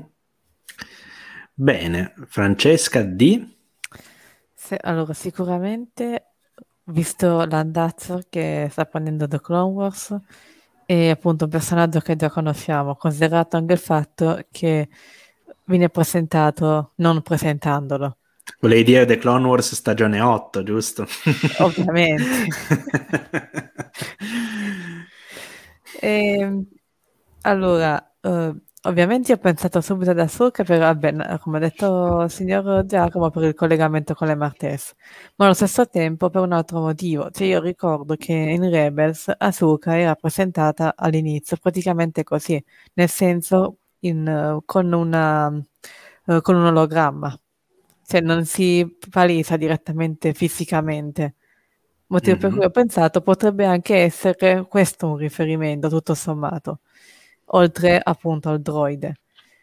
Bene, Francesca D. Allora, sicuramente, visto l'andazzo che sta prendendo The Clone Wars, è appunto un personaggio che già conosciamo, considerato anche il fatto che viene presentato non presentandolo. Volevi dire The Clone Wars stagione 8, giusto? Ovviamente. Allora, ovviamente ho pensato subito ad Ahsoka, come ha detto il signor Giacomo, per il collegamento con le Martez, ma allo stesso tempo per un altro motivo. Cioè, io ricordo che in Rebels Ahsoka era presentata all'inizio praticamente così, nel senso con un ologramma, cioè non si palesa direttamente fisicamente. Motivo per cui ho pensato potrebbe anche essere questo un riferimento, tutto sommato, oltre appunto al droide.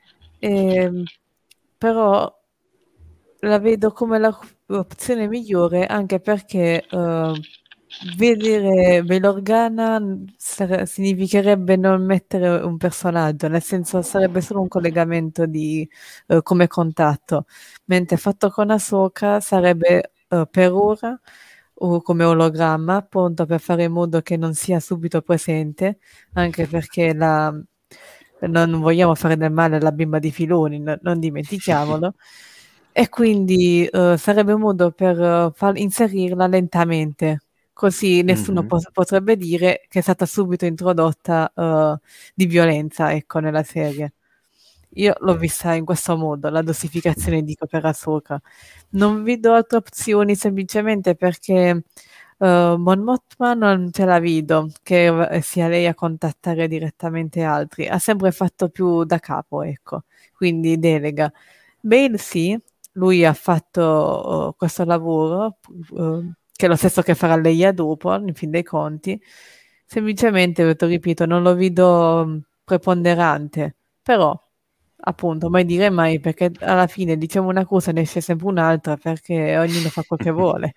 Però la vedo come l'opzione migliore, anche perché vedere Bail Organa significherebbe non mettere un personaggio, nel senso sarebbe solo un collegamento come contatto, mentre fatto con Ahsoka sarebbe per ora o come ologramma, appunto per fare in modo che non sia subito presente, anche perché non vogliamo fare del male alla bimba di Filoni, non dimentichiamolo, e quindi sarebbe un modo per inserirla lentamente, così nessuno potrebbe dire che è stata subito introdotta di violenza, ecco, nella serie. Io l'ho vista in questo modo, la dosificazione dico per Ahsoka. Non vedo altre opzioni semplicemente perché Mon Mothma non ce la vedo che sia lei a contattare direttamente altri, ha sempre fatto più da capo, ecco, quindi delega. Bail sì, lui ha fatto questo lavoro che è lo stesso che farà lei dopo, in fin dei conti, semplicemente, ripeto, non lo vedo preponderante, però appunto mai dire mai, perché alla fine diciamo una cosa e ne esce sempre un'altra, perché ognuno fa quel che vuole.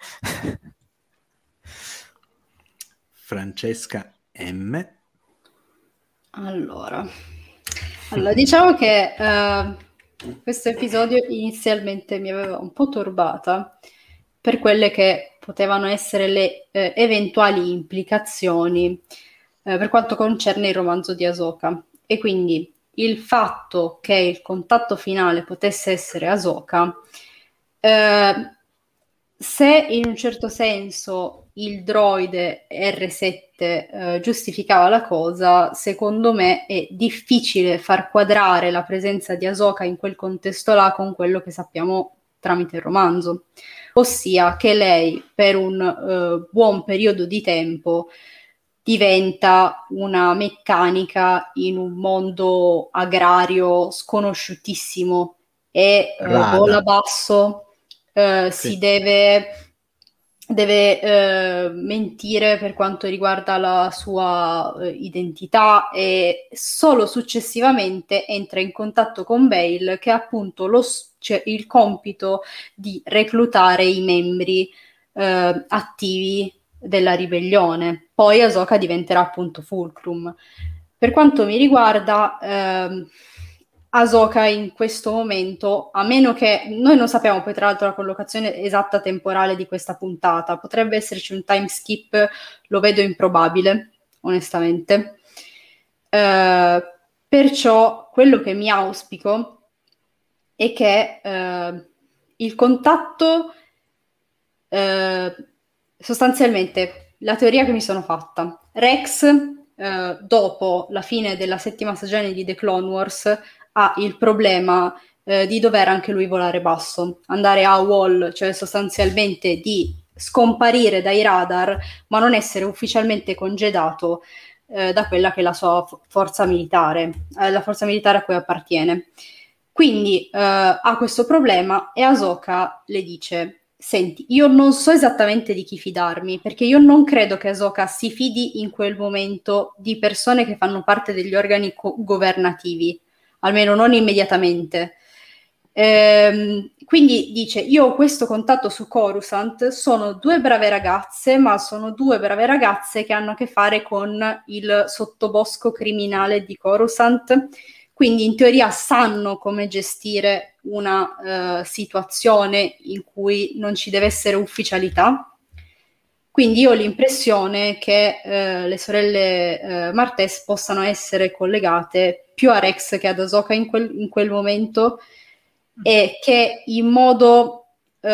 Francesca M. Allora, diciamo che questo episodio inizialmente mi aveva un po' turbata per quelle che potevano essere le eventuali implicazioni per quanto concerne il romanzo di Ahsoka. E quindi il fatto che il contatto finale potesse essere Ahsoka, se in un certo senso il droide R7 giustificava la cosa, secondo me è difficile far quadrare la presenza di Ahsoka in quel contesto là con quello che sappiamo tramite il romanzo, ossia che lei per un buon periodo di tempo diventa una meccanica in un mondo agrario sconosciutissimo e vola basso. Si deve mentire per quanto riguarda la sua identità e solo successivamente entra in contatto con Bail, che ha appunto il compito di reclutare i membri attivi della ribellione. Poi Ahsoka diventerà appunto Fulcrum. Per quanto mi riguarda, Ahsoka in questo momento, a meno che noi non sappiamo poi tra l'altro la collocazione esatta temporale di questa puntata, potrebbe esserci un time skip, lo vedo improbabile, onestamente. Perciò quello che mi auspico è che il contatto, sostanzialmente, la teoria che mi sono fatta, Rex, dopo la fine della 7ª stagione di The Clone Wars, ha il problema di dover anche lui volare basso, andare a wall, cioè sostanzialmente di scomparire dai radar, ma non essere ufficialmente congedato da quella che è la sua forza militare, la forza militare a cui appartiene. Quindi ha questo problema e Ahsoka le dice: senti, io non so esattamente di chi fidarmi, perché io non credo che Ahsoka si fidi in quel momento di persone che fanno parte degli organi governativi, almeno non immediatamente. Quindi dice: io ho questo contatto su Coruscant, sono 2 brave ragazze, ma sono 2 brave ragazze che hanno a che fare con il sottobosco criminale di Coruscant, quindi in teoria sanno come gestire una situazione in cui non ci deve essere ufficialità. Quindi io ho l'impressione che le sorelle Martez possano essere collegate più a Rex che ad Ahsoka in quel momento, e che in modo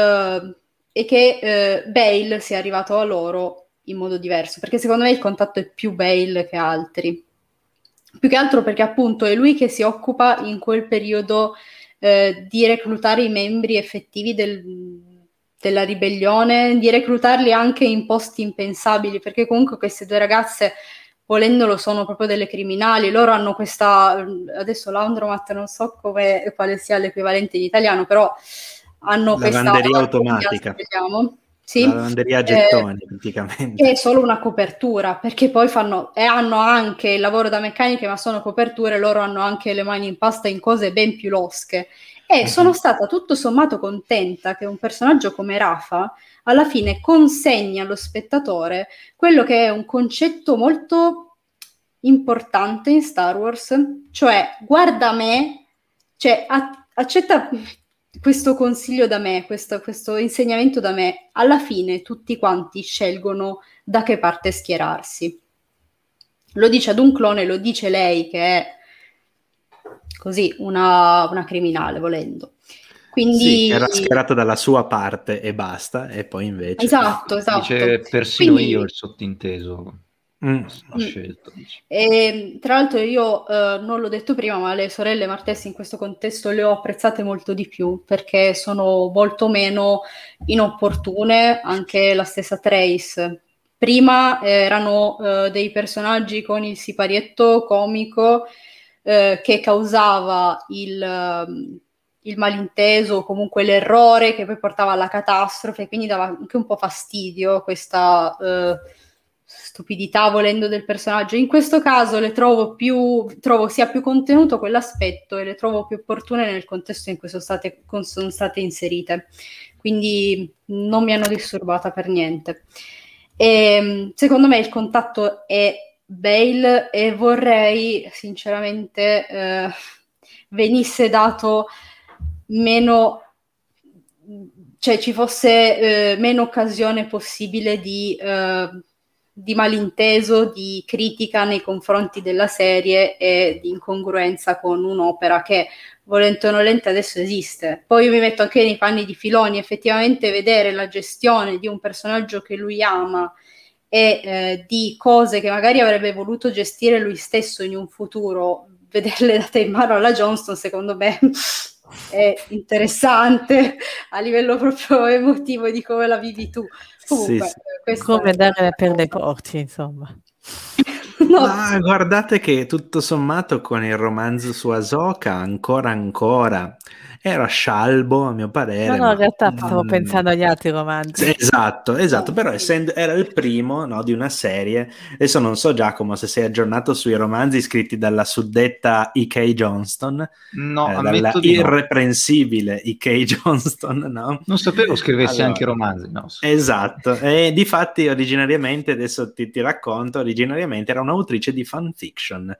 e che Bail sia arrivato a loro in modo diverso, perché secondo me il contatto è più Bail che altri, più che altro perché appunto è lui che si occupa in quel periodo di reclutare i membri effettivi della ribellione, di reclutarli anche in posti impensabili, perché comunque queste 2 ragazze, volendolo, sono proprio delle criminali. Loro hanno questa, adesso laundromat non so quale sia l'equivalente in italiano, però hanno questa lavanderia automatica, sì, la lavanderia a gettoni praticamente, che è solo una copertura, perché poi hanno anche il lavoro da meccaniche, ma sono coperture. Loro hanno anche le mani in pasta in cose ben più losche. E sono stata tutto sommato contenta che un personaggio come Rafa alla fine consegni allo spettatore quello che è un concetto molto importante in Star Wars, cioè guarda me, cioè accetta questo consiglio da me, questo insegnamento da me. Alla fine tutti quanti scelgono da che parte schierarsi. Lo dice ad un clone, lo dice lei che è così una criminale, volendo. Quindi sì, era schierata dalla sua parte e basta, e poi invece esatto. Dice persino quindi io il sottinteso ho scelto. E, tra l'altro io non l'ho detto prima, ma le sorelle Martez in questo contesto le ho apprezzate molto di più, perché sono molto meno inopportune. Anche la stessa Trace prima erano dei personaggi con il siparietto comico che causava il malinteso o comunque l'errore che poi portava alla catastrofe, quindi dava anche un po' fastidio questa stupidità volendo del personaggio. In questo caso le trovo sia più contenuto quell'aspetto e le trovo più opportune nel contesto in cui sono state inserite. Quindi non mi hanno disturbata per niente. E, secondo me il contatto è Bale e vorrei sinceramente venisse dato meno, cioè ci fosse meno occasione possibile di malinteso, di critica nei confronti della serie e di incongruenza con un'opera che volente o nolente adesso esiste. Poi io mi metto anche nei panni di Filoni, effettivamente vedere la gestione di un personaggio che lui ama e di cose che magari avrebbe voluto gestire lui stesso in un futuro, vederle date in mano alla Johnston, secondo me è interessante a livello proprio emotivo di come la vivi tu. Comunque, sì. Come dare per le porte, insomma. No. Ma guardate che tutto sommato con il romanzo su Ahsoka ancora era scialbo a mio parere. No, in realtà stavo pensando agli altri romanzi. Esatto, però essendo era il primo, no, di una serie. Adesso non so, Giacomo, se sei aggiornato sui romanzi scritti dalla suddetta E.K. Johnston, dalla irreprensibile E.K. Johnston, no? Non sapevo scrivessi anche romanzi, no? Esatto, e difatti originariamente, adesso ti racconto, originariamente era un'autrice di fanfiction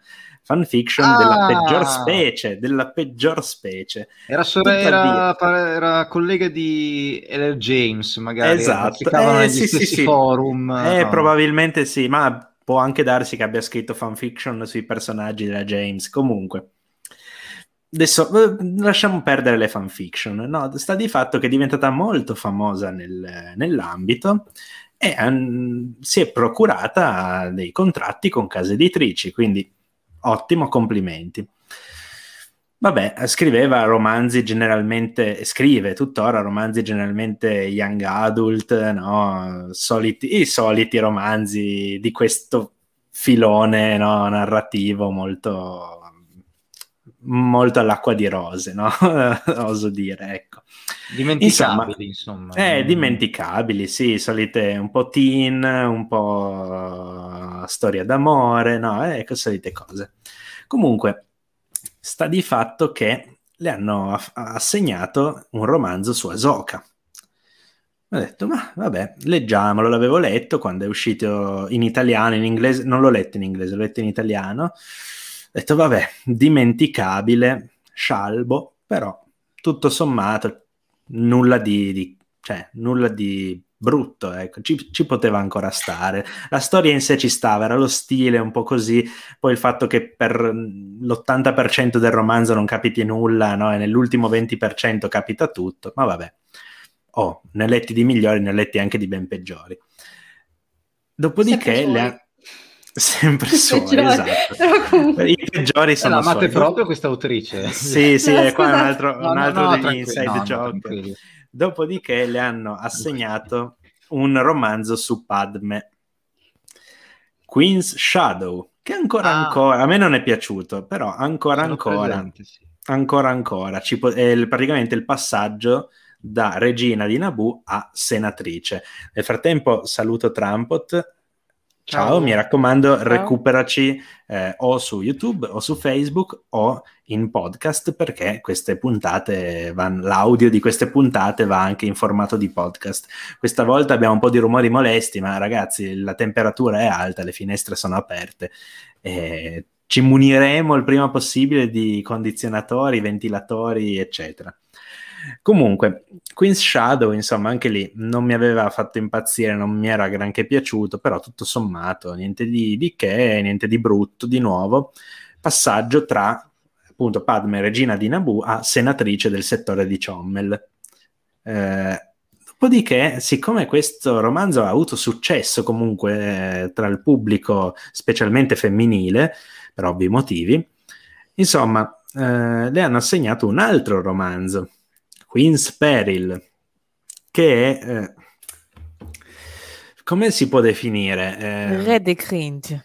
della peggior specie. Era collega di L.L. James, magari. Esatto, negli stessi forum. Probabilmente sì, ma può anche darsi che abbia scritto fanfiction sui personaggi della James. Comunque, adesso lasciamo perdere le fanfiction, no? Sta di fatto che è diventata molto famosa nell'ambito e si è procurata dei contratti con case editrici, quindi ottimo, complimenti. Vabbè, scrive tuttora romanzi generalmente young adult, no? I soliti romanzi di questo filone, no? Narrativo molto all'acqua di rose, no? Oso dire, ecco. Dimenticabili, dimenticabili, sì, solite un po' teen, un po' storia d'amore, no? Ecco, solite cose. Comunque, sta di fatto che le hanno assegnato un romanzo su Ahsoka. Ho detto, ma vabbè, leggiamolo, l'avevo letto quando è uscito in italiano, in inglese, non l'ho letto in inglese, l'ho letto in italiano. Ho detto, vabbè, dimenticabile, scialbo, però tutto sommato nulla di brutto, ecco. Ci poteva ancora stare. La storia in sé ci stava, era lo stile un po' così, poi il fatto che per l'80% del romanzo non capiti nulla, no? E nell'ultimo 20% capita tutto, ma vabbè. Ne ho letti di migliori, ne ho letti anche di ben peggiori. Dopodiché sempre suoi, esatto. I peggiori sono suoi. Amate proprio questa autrice? Sì, è qua un altro degli inside joke. Dopodiché le hanno assegnato un romanzo su Padme, Queen's Shadow, che ancora a me non è piaciuto, però ancora praticamente il passaggio da regina di Naboo a senatrice. Nel frattempo saluto Trampot. Ciao, mi raccomando, recuperaci o su YouTube o su Facebook o in podcast, perché queste puntate l'audio di queste puntate va anche in formato di podcast. Questa volta abbiamo un po' di rumori molesti, ma ragazzi, la temperatura è alta, le finestre sono aperte. Ci muniremo il prima possibile di condizionatori, ventilatori, eccetera. Comunque, Queen's Shadow, insomma, anche lì non mi aveva fatto impazzire, non mi era granché piaciuto, però tutto sommato niente di che, niente di brutto. Di nuovo passaggio tra appunto Padme, regina di Naboo, a senatrice del settore di Chommel. Dopodiché, siccome questo romanzo ha avuto successo comunque tra il pubblico, specialmente femminile, per ovvi motivi, insomma, le hanno assegnato un altro romanzo, Queen's Peril, che è come si può definire? Re di cringe.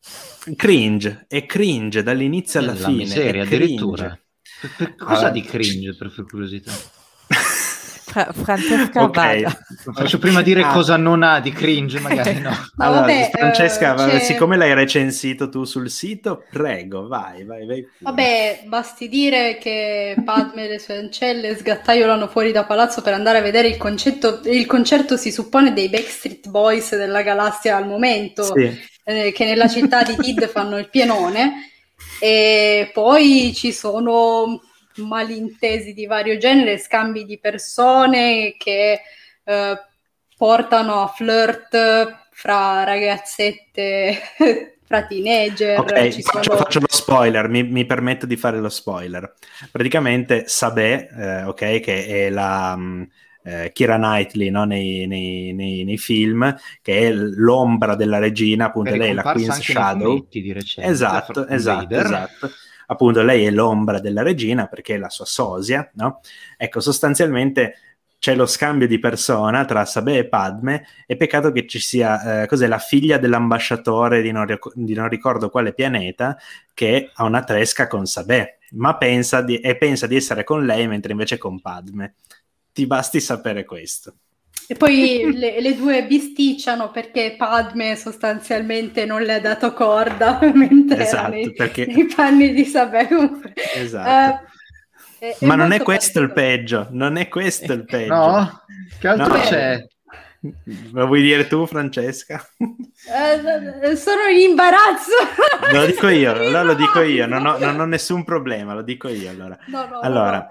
È cringe dall'inizio alla fine. Miseria, addirittura. Cosa di cringe, per curiosità? Francesca Ok. vada. Faccio prima dire cosa non ha di cringe, magari no. No, Allora, vabbè, Francesca, c'è- siccome l'hai recensito tu sul sito, prego, vai pure. Vabbè, basti dire che Padme e le sue ancelle sgattaiolano fuori da palazzo per andare a vedere il concerto. Il concerto si suppone dei Backstreet Boys della galassia al momento, Sì. che nella città di Tid fanno il pienone. E poi ci sono malintesi di vario genere, scambi di persone che portano a flirt fra ragazzette, fra teenager. Ok, Ci faccio lo spoiler, mi permetto di fare lo spoiler. Praticamente Sabé, ok, che è la Keira Knightley, no, nei film, che è l'ombra della regina, appunto È lei è la ricomparsa Queen's anche nei Shadow. fumetti di recente, Esatto, fra Vader. esatto. Appunto lei è l'ombra della regina perché è la sua sosia, no? Ecco, sostanzialmente c'è lo scambio di persona tra Sabé e Padme, e peccato che ci sia cos'è, la figlia dell'ambasciatore di non ricordo quale pianeta, che ha una tresca con Sabé, ma pensa di essere con lei mentre invece è con Padme. Ti basti sapere questo. E poi le due bisticciano perché Padme sostanzialmente non le ha dato corda mentre Esatto, era perché... nei panni di Sabé. Esatto. È Ma non è molto questo il particolare. peggio, non è questo il peggio. No? Che altro No. c'è? Lo vuoi dire tu, Francesca? Sono in imbarazzo. Lo dico io, allora lo dico io, non ho nessun problema, lo dico io allora. Allora,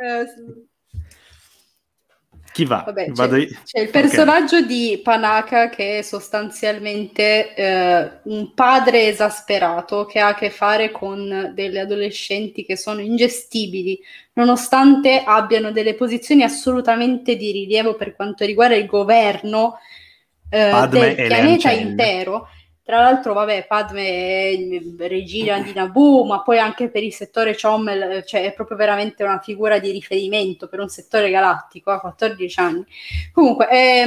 chi va? Vabbè, Vado io? c'è il personaggio di Panaka che è sostanzialmente un padre esasperato che ha a che fare con delle adolescenti che sono ingestibili, nonostante abbiano delle posizioni assolutamente di rilievo per quanto riguarda il governo Padme del e le pianeta ancelle. intero. Tra l'altro, vabbè, Padme è regina di Naboo, ma poi anche per il settore Chommel, cioè è proprio veramente una figura di riferimento per un settore galattico a 14 anni. Comunque,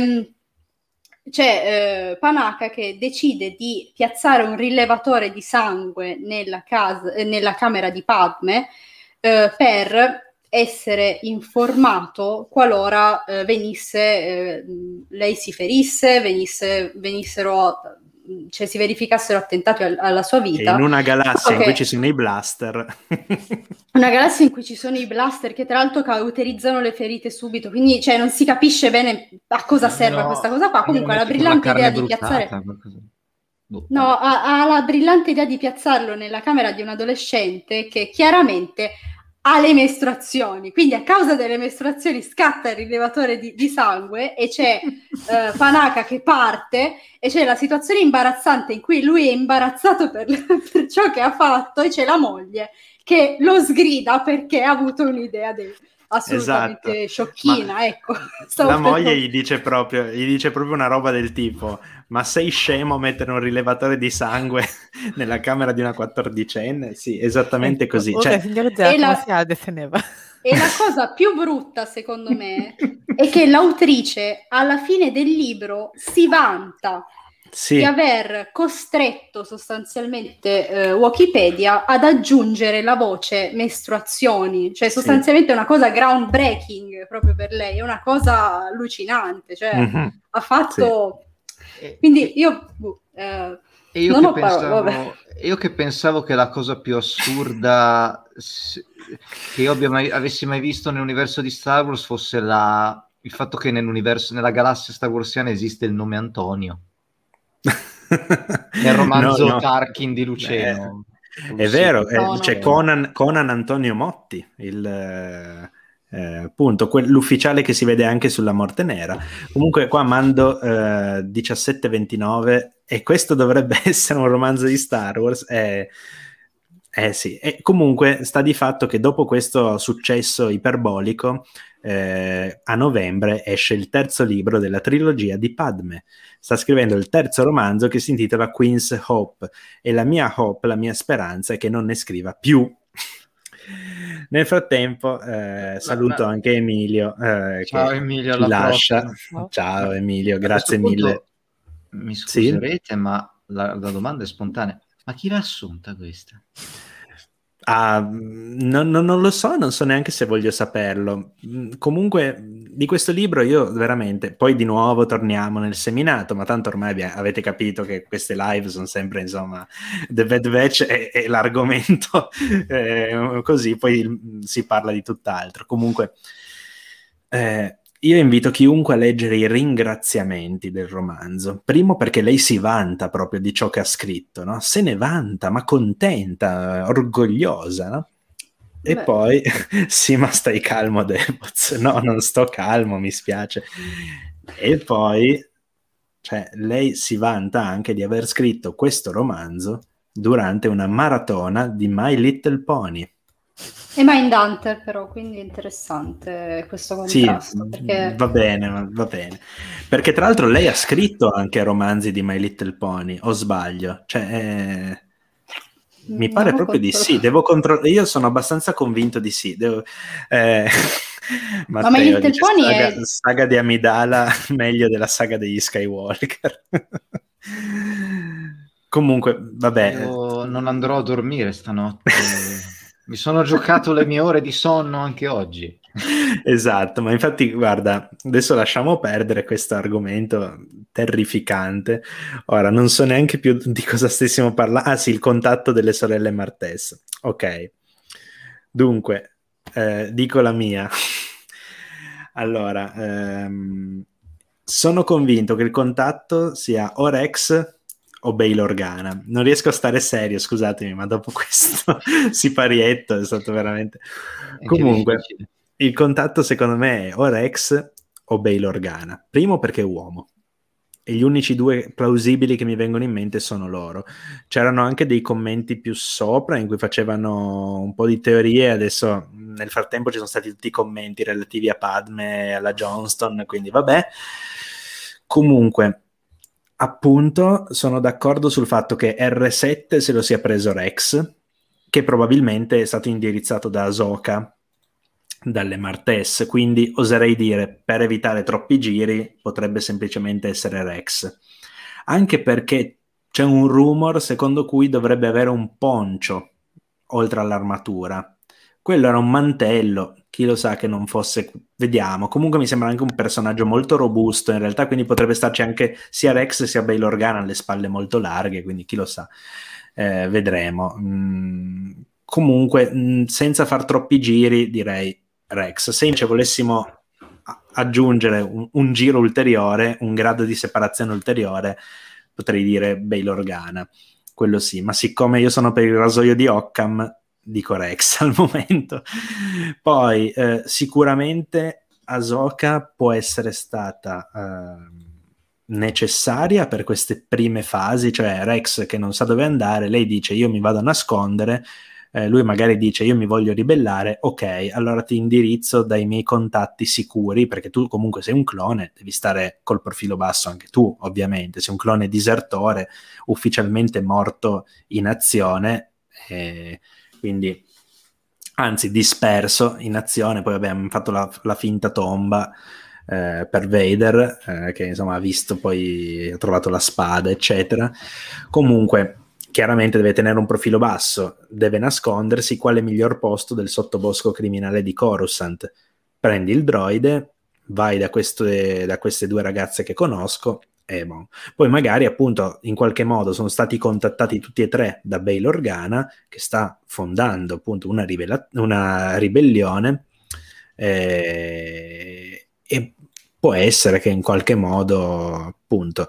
c'è Panaka che decide di piazzare un rilevatore di sangue nella camera di Padme per essere informato qualora lei si ferisse, cioè si verificassero attentati alla sua vita. E in una galassia in cui ci sono i blaster. Una galassia in cui ci sono i blaster che tra l'altro cauterizzano le ferite subito, quindi cioè, non si capisce bene a cosa serva questa cosa qua. Comunque la brillante idea di piazzare... No, ha la brillante idea di piazzarlo nella camera di un adolescente che chiaramente ha le mestruazioni, quindi a causa delle mestruazioni scatta il rilevatore di sangue e c'è Panaka che parte e c'è la situazione imbarazzante in cui lui è imbarazzato per ciò che ha fatto e c'è la moglie che lo sgrida perché ha avuto un'idea assolutamente sciocchina. Ma ecco. La moglie gli dice proprio una roba del tipo: ma sei scemo a mettere un rilevatore di sangue nella camera di una 14enne? Sì, esattamente così. Cioè, e la cosa più brutta, secondo me, è che l'autrice alla fine del libro si vanta di aver costretto sostanzialmente Wikipedia ad aggiungere la voce mestruazioni, cioè sostanzialmente è una cosa groundbreaking proprio per lei, è una cosa allucinante, cioè ha fatto... Quindi io io che pensavo che la cosa più assurda che io avessi mai visto nell'universo di Star Wars fosse il fatto che nella galassia Star Warsiana esiste il nome Antonio. Nel romanzo Tarkin di Luceno. È vero, c'è Conan Antonio Motti, appunto l'ufficiale che si vede anche sulla Morte Nera. Comunque qua mando 1729 e questo dovrebbe essere un romanzo di Star Wars. Sì, e comunque sta di fatto che dopo questo successo iperbolico a novembre esce il terzo libro della trilogia di Padme. Sta scrivendo il terzo romanzo che si intitola Queen's Hope e la mia speranza è che non ne scriva più. Nel frattempo saluto anche Emilio. Ciao che Emilio, ci lascia. Ciao Emilio, grazie mille. Mi scuserete, ma la domanda è spontanea. Ma chi l'ha assunta questa? Non lo so, non so neanche se voglio saperlo. Comunque, di questo libro io veramente, poi di nuovo torniamo nel seminato, ma tanto ormai avete capito che queste live sono sempre, insomma, The Bad Batch è l'argomento, così poi si parla di tutt'altro. Comunque, io invito chiunque a leggere i ringraziamenti del romanzo. Primo perché lei si vanta proprio di ciò che ha scritto, no? Se ne vanta, ma contenta, orgogliosa, no? E Beh. poi, sì, ma stai calmo, Deboz. No, non sto calmo, mi spiace. E poi, cioè, lei si vanta anche di aver scritto questo romanzo durante una maratona di My Little Pony. E Mindhunter però, quindi è interessante questo Sì, contrasto, perché va bene, va bene. Perché tra l'altro lei ha scritto anche romanzi di My Little Pony, o sbaglio? Cioè, mi pare non ho proprio di sì, controllato. devo controllare, io sono abbastanza convinto di sì. Eh, Ma My Matteo Little dice Pony saga di Amidala meglio della saga degli Skywalker. Comunque, vabbè. Io non andrò a dormire stanotte. Mi sono giocato le mie ore di sonno anche oggi. Esatto, ma infatti guarda, adesso lasciamo perdere questo argomento terrificante. Ora non so neanche più di cosa stessimo parlando. Ah sì, il contatto delle sorelle Martez. Ok, dunque, dico la mia. Allora, sono convinto che il contatto sia o Rex o Bail Organa. Non riesco a stare serio, scusatemi, ma dopo questo siparietto è stato veramente... È anche Comunque, difficile. il contatto secondo me è o Rex o Bail Organa. Primo perché è uomo. E gli unici due plausibili che mi vengono in mente sono loro. C'erano anche dei commenti più sopra in cui facevano un po' di teorie. Adesso nel frattempo ci sono stati tutti i commenti relativi a Padme e alla Johnston, quindi vabbè. Comunque, appunto, sono d'accordo sul fatto che R7 se lo sia preso Rex, che probabilmente è stato indirizzato da Ahsoka dalle Martez, quindi oserei dire, per evitare troppi giri, potrebbe semplicemente essere Rex. Anche perché c'è un rumor secondo cui dovrebbe avere un poncio oltre all'armatura. Quello era un mantello, chi lo sa che non fosse... Vediamo, comunque mi sembra anche un personaggio molto robusto in realtà, quindi potrebbe starci anche sia Rex sia Bail Organa, alle spalle molto larghe, quindi chi lo sa. Vedremo. Comunque, senza far troppi giri, direi Rex. Se invece volessimo aggiungere un giro ulteriore, un grado di separazione ulteriore, potrei dire Bail Organa, quello sì, ma siccome io sono per il rasoio di Occam, dico Rex al momento. Poi sicuramente Ahsoka può essere stata necessaria per queste prime fasi, cioè Rex che non sa dove andare, lei dice io mi vado a nascondere, lui magari dice io mi voglio ribellare, ok, allora ti indirizzo dai miei contatti sicuri, perché tu comunque sei un clone, devi stare col profilo basso anche tu, ovviamente, sei un clone disertore, ufficialmente morto in azione, quindi anzi disperso in azione, poi abbiamo fatto la finta tomba per Vader, che insomma ha visto poi, ha trovato la spada, eccetera. Comunque chiaramente deve tenere un profilo basso, deve nascondersi. Quale miglior posto del sottobosco criminale di Coruscant? Prendi il droide, vai da queste due ragazze che conosco e boh. Poi magari appunto in qualche modo sono stati contattati tutti e tre da Bail Organa, che sta fondando appunto una ribellione, e può essere che in qualche modo appunto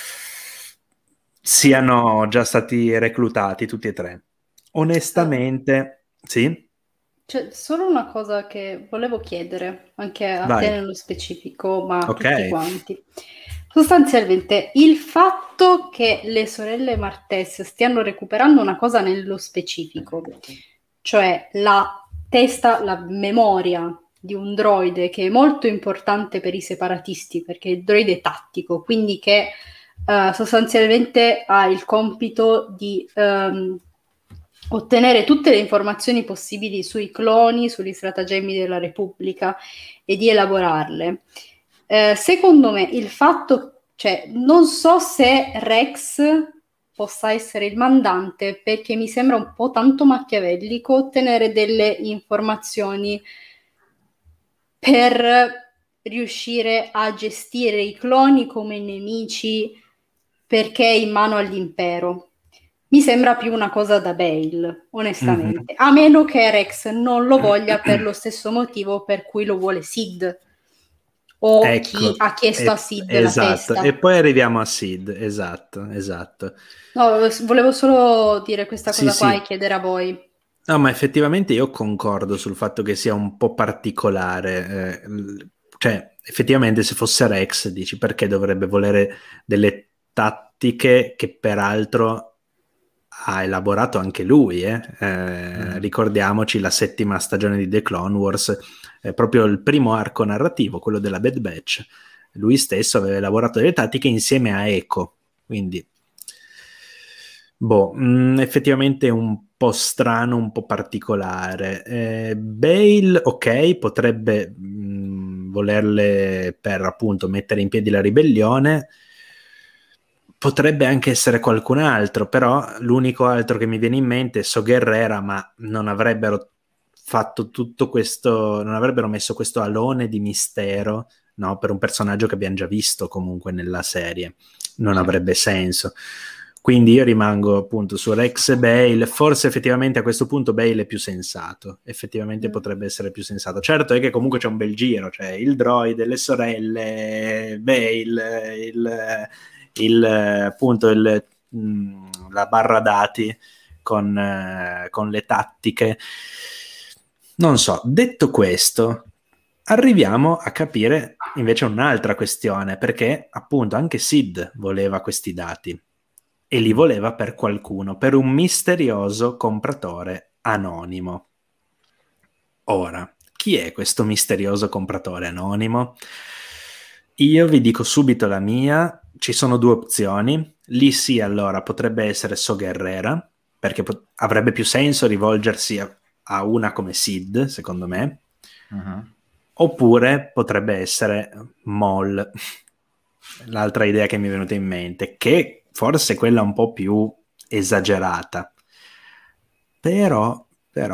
siano già stati reclutati tutti e tre. Onestamente, sì, c'è solo una cosa che volevo chiedere anche a te vai, nello specifico, ma a ok. tutti quanti. Sostanzialmente, il fatto che le sorelle Martez stiano recuperando una cosa nello specifico, cioè la testa, la memoria di un droide che è molto importante per i separatisti, perché il droide è tattico, quindi che sostanzialmente ha il compito di ottenere tutte le informazioni possibili sui cloni, sugli stratagemmi della Repubblica e di elaborarle. Secondo me il fatto, cioè non so se Rex possa essere il mandante, perché mi sembra un po' tanto machiavellico ottenere delle informazioni per riuscire a gestire i cloni come nemici perché è in mano all'impero. Mi sembra più una cosa da Bale, onestamente, a meno che Rex non lo voglia per lo stesso motivo per cui lo vuole Sid, o Ecco, chi ha chiesto a Sid la esatto, testa. e poi arriviamo a Sid, esatto. No, volevo solo dire questa Sì, cosa qua sì. e chiedere a voi. No, ma effettivamente io concordo sul fatto che sia un po' particolare, cioè effettivamente se fosse Rex dici perché dovrebbe volere delle tattiche che peraltro ha elaborato anche lui, ricordiamoci la 7ª stagione di The Clone Wars, proprio il primo arco narrativo, quello della Bad Batch, lui stesso aveva elaborato delle tattiche insieme a Echo, quindi effettivamente un po' strano, un po' particolare. Bale, ok, potrebbe volerle per appunto mettere in piedi la ribellione, potrebbe anche essere qualcun altro, però l'unico altro che mi viene in mente è So Guerrera, ma non avrebbero fatto tutto questo, non avrebbero messo questo alone di mistero, no, per un personaggio che abbiamo già visto comunque nella serie, non avrebbe senso. Quindi io rimango appunto su Rex e Bale. Forse effettivamente a questo punto Bale è più sensato, effettivamente potrebbe essere più sensato. Certo è che comunque c'è un bel giro, cioè il droide, le sorelle, Bale, appunto la barra dati con le tattiche. Non so, detto questo, arriviamo a capire invece un'altra questione, perché appunto anche Sid voleva questi dati e li voleva per qualcuno, per un misterioso compratore anonimo. Ora, chi è questo misterioso compratore anonimo? Io vi dico subito la mia, ci sono 2 opzioni. Lì sì, allora potrebbe essere So Guerrera, perché avrebbe più senso rivolgersi a una come Sid, secondo me. Oppure potrebbe essere Maul, l'altra idea che mi è venuta in mente, che forse è quella un po' più esagerata. Però.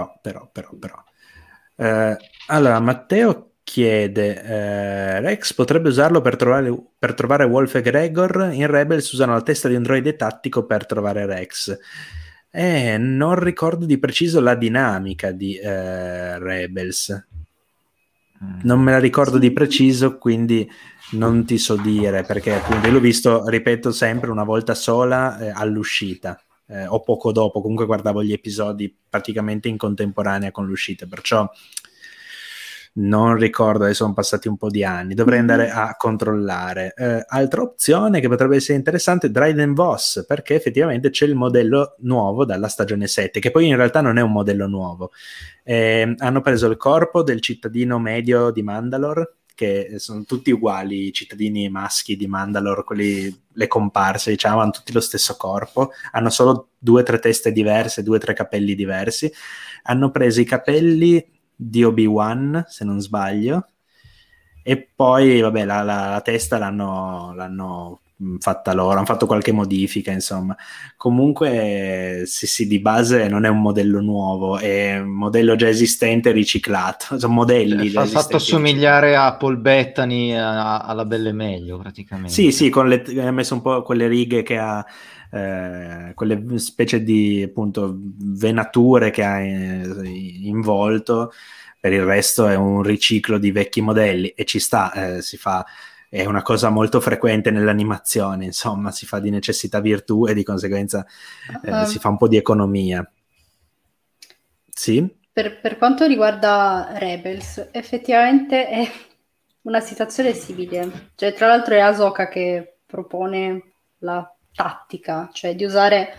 Allora, Matteo chiede, Rex potrebbe usarlo per trovare Wolf e Gregor. In Rebels usano la testa di un droide tattico per trovare Rex. Non ricordo di preciso la dinamica di Rebels. Non me la ricordo di preciso, quindi non ti so dire, perché appunto io l'ho visto, ripeto sempre, una volta sola all'uscita, o poco dopo, comunque guardavo gli episodi praticamente in contemporanea con l'uscita, perciò non ricordo, adesso sono passati un po' di anni, dovrei andare a controllare. Altra opzione che potrebbe essere interessante, Dryden Voss, perché effettivamente c'è il modello nuovo dalla stagione 7, che poi in realtà non è un modello nuovo. Hanno preso il corpo del cittadino medio di Mandalore, che sono tutti uguali, i cittadini maschi di Mandalore, quelli, le comparse, diciamo, hanno tutti lo stesso corpo, hanno solo 2 o 3 teste diverse, 2 o 3 capelli diversi. Hanno preso i capelli di Obi-Wan, se non sbaglio, e poi vabbè la testa l'hanno fatta loro, hanno fatto qualche modifica, insomma. Comunque sì, di base non è un modello nuovo, è un modello già esistente riciclato, sono modelli già esistenti fatto somigliare a Paul Bettany alla Belle Meglio praticamente. Sì, ha messo un po' quelle righe che ha, quelle specie di appunto venature che ha in volto. Per il resto è un riciclo di vecchi modelli e ci sta, si fa, è una cosa molto frequente nell'animazione, insomma, si fa di necessità virtù e di conseguenza si fa un po' di economia. Sì? Per quanto riguarda Rebels, effettivamente è una situazione simile. Cioè, tra l'altro è Ahsoka che propone la tattica, cioè di usare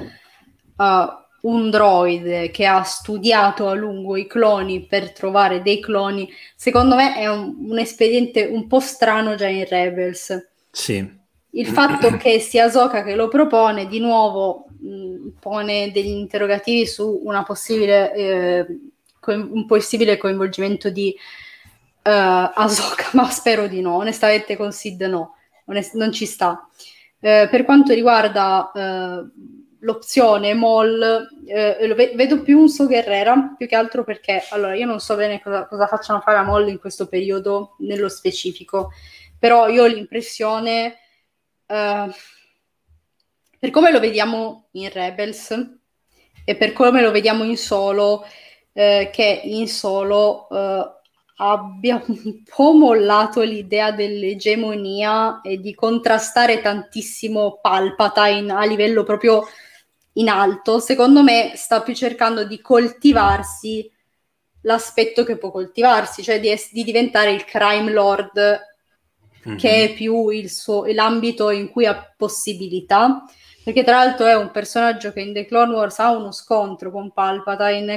un droide che ha studiato a lungo i cloni per trovare dei cloni. Secondo me è un espediente un po' strano già in Rebels. Sì. Il fatto che sia Ahsoka che lo propone, di nuovo, pone degli interrogativi su una possibile, un possibile coinvolgimento di Ahsoka, ma spero di no. Onestamente con Sid no, non ci sta. Per quanto riguarda l'opzione Maul, vedo più un So Guerrera, più che altro perché, allora, io non so bene cosa facciano fare a Maul in questo periodo, nello specifico, però io ho l'impressione, per come lo vediamo in Rebels e per come lo vediamo in Solo, che in Solo abbia un po' mollato l'idea dell'egemonia e di contrastare tantissimo Palpatine a livello proprio in alto. Secondo me sta più cercando di coltivarsi l'aspetto che può coltivarsi, cioè di diventare il crime lord, che è più l'ambito in cui ha possibilità, perché tra l'altro è un personaggio che in The Clone Wars ha uno scontro con Palpatine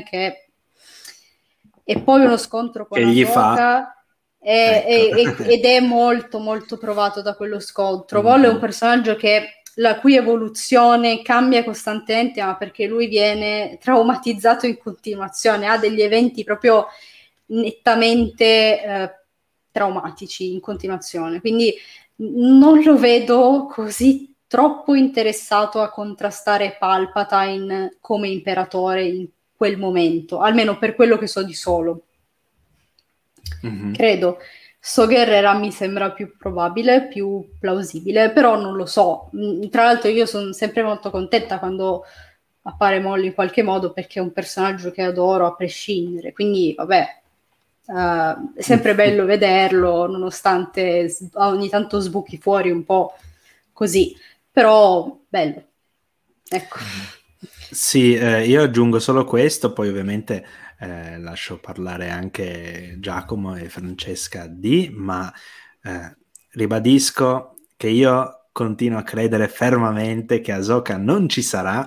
e poi uno scontro con che gli Ahsoka ed è molto molto provato da quello scontro. Maul è un personaggio la cui evoluzione cambia costantemente, ma perché lui viene traumatizzato in continuazione, ha degli eventi proprio nettamente traumatici in continuazione, quindi non lo vedo così troppo interessato a contrastare Palpatine come imperatore in quel momento, almeno per quello che so di Solo. Credo. So Guerrera mi sembra più probabile, più plausibile, però non lo so. Tra l'altro io sono sempre molto contenta quando appare Molly in qualche modo, perché è un personaggio che adoro a prescindere, quindi vabbè, è sempre bello vederlo, nonostante ogni tanto sbuchi fuori un po' così, però bello, ecco. Sì, io aggiungo solo questo, poi ovviamente lascio parlare anche Giacomo e Francesca ma ribadisco che io continuo a credere fermamente che Ahsoka non ci sarà,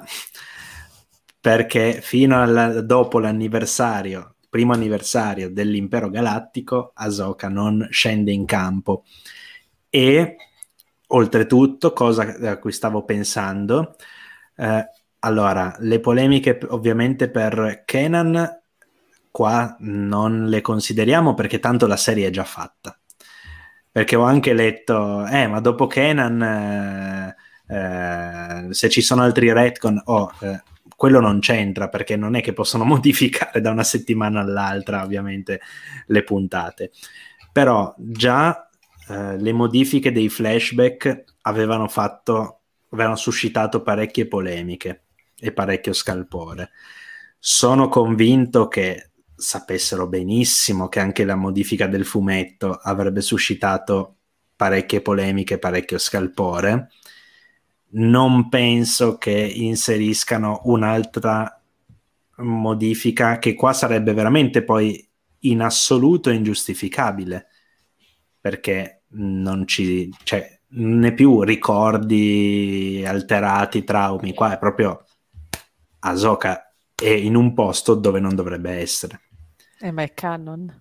perché fino dopo l'anniversario, primo anniversario dell'Impero Galattico, Ahsoka non scende in campo. E oltretutto, cosa a cui stavo pensando, allora, le polemiche ovviamente per Kanan qua non le consideriamo, perché tanto la serie è già fatta. Perché ho anche letto, ma dopo Kanan, se ci sono altri retcon, quello non c'entra, perché non è che possono modificare da una settimana all'altra, ovviamente, le puntate. Però già le modifiche dei flashback avevano suscitato parecchie polemiche e parecchio scalpore. Sono convinto che sapessero benissimo che anche la modifica del fumetto avrebbe suscitato parecchie polemiche, parecchio scalpore. Non penso che inseriscano un'altra modifica, che qua sarebbe veramente poi in assoluto ingiustificabile, perché non è più ricordi alterati, traumi, qua è proprio Ahsoka è in un posto dove non dovrebbe essere. Ma è canon.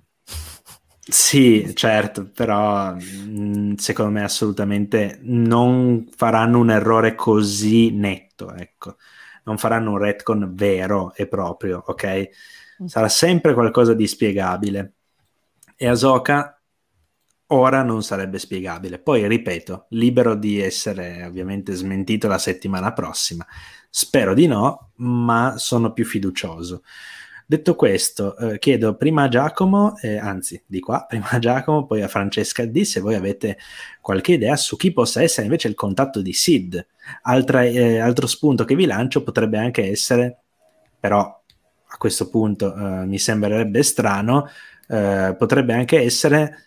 Sì, certo, però secondo me assolutamente non faranno un errore così netto, ecco. Non faranno un retcon vero e proprio, ok? Sarà sempre qualcosa di spiegabile. E Ahsoka ora non sarebbe spiegabile. Poi, ripeto, libero di essere ovviamente smentito la settimana prossima. Spero di no, ma sono più fiducioso. Detto questo, chiedo prima a Giacomo, anzi di qua, prima a Giacomo, poi a Francesca D, se voi avete qualche idea su chi possa essere invece il contatto di Sid. Altro spunto che vi lancio potrebbe anche essere, però a questo punto mi sembrerebbe strano, potrebbe anche essere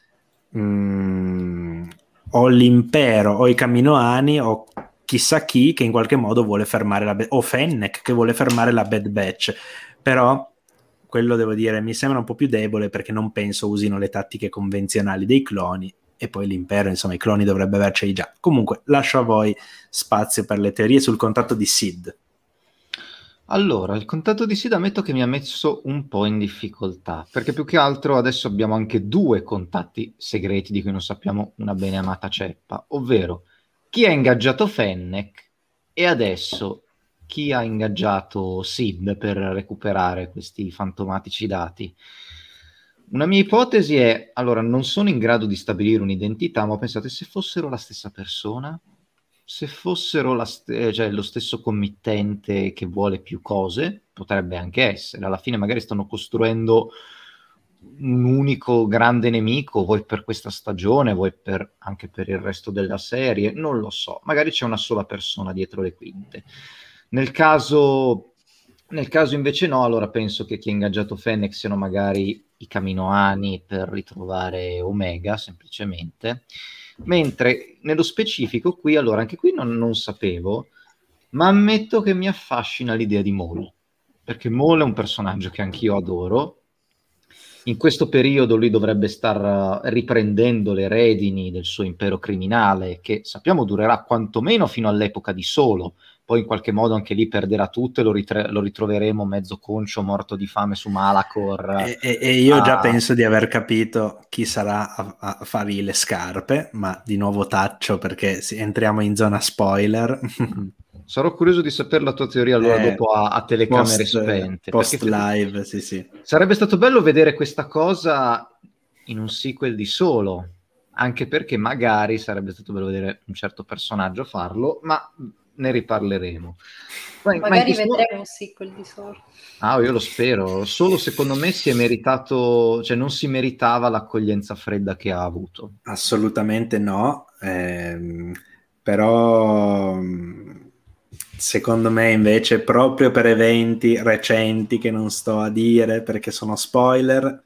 o l'impero o i Kaminoani o chissà chi che in qualche modo vuole fermare o Fennec che vuole fermare la Bad Batch, però quello devo dire mi sembra un po' più debole, perché non penso usino le tattiche convenzionali dei cloni, e poi l'impero, insomma i cloni dovrebbe averceli già. Comunque lascio a voi spazio per le teorie sul contatto di Sid. Allora, il contatto di Sid ammetto che mi ha messo un po' in difficoltà, perché più che altro adesso abbiamo anche due contatti segreti di cui non sappiamo una bene amata ceppa, ovvero chi ha ingaggiato Fennec e adesso chi ha ingaggiato Sid per recuperare questi fantomatici dati. Una mia ipotesi è, allora, non sono in grado di stabilire un'identità, ma ho pensato, se fossero la stessa persona? se fossero cioè lo stesso committente che vuole più cose, potrebbe anche essere. Alla fine magari stanno costruendo un unico grande nemico, vuoi per questa stagione, vuoi anche per il resto della serie, non lo so. Magari c'è una sola persona dietro le quinte. Nel caso invece no, allora penso che chi ha ingaggiato Fennec siano magari i Caminoani per ritrovare Omega, semplicemente. Mentre nello specifico qui, allora anche qui non sapevo, ma ammetto che mi affascina l'idea di Maul, perché Maul è un personaggio che anch'io adoro. In questo periodo lui dovrebbe star riprendendo le redini del suo impero criminale, che sappiamo durerà quantomeno fino all'epoca di Solo. Poi in qualche modo anche lì perderà tutto e lo ritroveremo mezzo concio, morto di fame su Malachor. E io già penso di aver capito chi sarà a fargli le scarpe, ma di nuovo taccio perché entriamo in zona spoiler. Sarò curioso di sapere la tua teoria allora dopo a telecamere spente. Post live, sì. Sarebbe stato bello vedere questa cosa in un sequel di Solo, anche perché magari sarebbe stato bello vedere un certo personaggio farlo, ma ne riparleremo. Magari vedremo un sequel di Solo. Io lo spero. Solo secondo me si è meritato, cioè non si meritava l'accoglienza fredda che ha avuto. Assolutamente no, però secondo me invece proprio per eventi recenti che non sto a dire perché sono spoiler,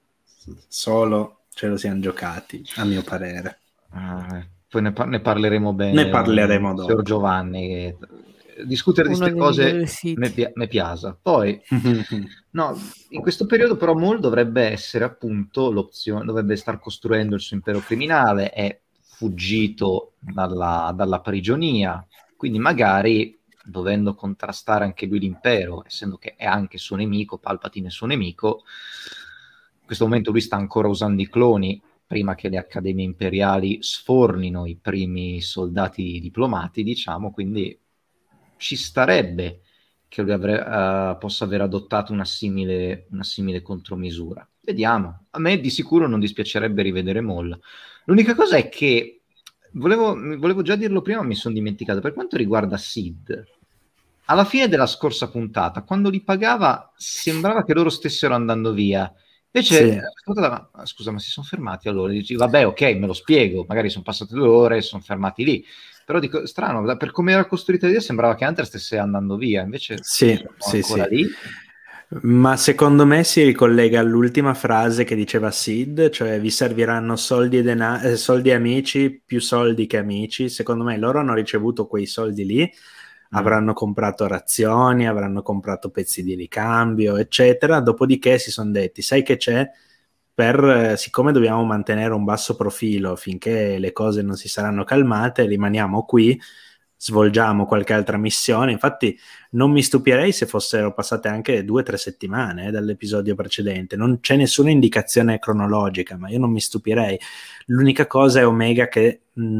Solo ce lo siamo giocati, a mio parere. Poi ne parleremo bene. Ne parleremo dopo. Signor Giovanni, discutere di queste cose mi piace. Poi, no, in questo periodo però Maul dovrebbe essere appunto l'opzione, dovrebbe star costruendo il suo impero criminale, è fuggito dalla prigionia, quindi magari dovendo contrastare anche lui l'impero, essendo che è anche suo nemico, Palpatine è suo nemico, in questo momento lui sta ancora usando i cloni prima che le accademie imperiali sfornino i primi soldati diplomati, diciamo, quindi ci starebbe che lui possa aver adottato una simile contromisura. Vediamo. A me di sicuro non dispiacerebbe rivedere Maul. L'unica cosa è che volevo già dirlo prima, ma mi sono dimenticato. Per quanto riguarda Sid, alla fine della scorsa puntata, quando li pagava, sembrava che loro stessero andando via. Invece, scusa, ma si sono fermati allora? Dici, vabbè, ok, me lo spiego, magari sono passate 2 ore e sono fermati lì. Però dico, strano, per come era costruita l'idea sembrava che Hunter stesse andando via, invece sì. lì. Ma secondo me si ricollega all'ultima frase che diceva Sid, cioè vi serviranno soldi e amici, più soldi che amici. Secondo me loro hanno ricevuto quei soldi lì, avranno comprato razioni, avranno comprato pezzi di ricambio, eccetera. Dopodiché si sono detti, sai che c'è? Siccome dobbiamo mantenere un basso profilo finché le cose non si saranno calmate, rimaniamo qui, svolgiamo qualche altra missione. Infatti non mi stupirei se fossero passate anche 2 o 3 settimane dall'episodio precedente. Non c'è nessuna indicazione cronologica, ma io non mi stupirei. L'unica cosa è Omega che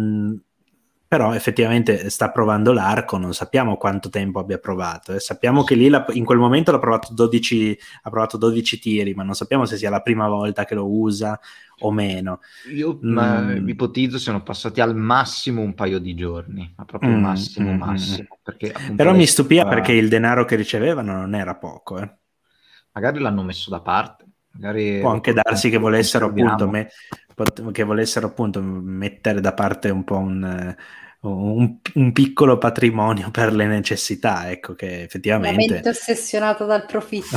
però effettivamente sta provando l'arco, non sappiamo quanto tempo abbia provato. Sappiamo che lì in quel momento ha provato 12 tiri, ma non sappiamo se sia la prima volta che lo usa o meno. Io ipotizzo siano passati al massimo un paio di giorni, ma proprio massimo. Perché, però mi stupì perché il denaro che ricevevano non era poco. Magari l'hanno messo da parte. Magari può anche darsi che volessero appunto mettere da parte un po' un piccolo patrimonio per le necessità, ecco, che effettivamente la mente ossessionata dal profitto.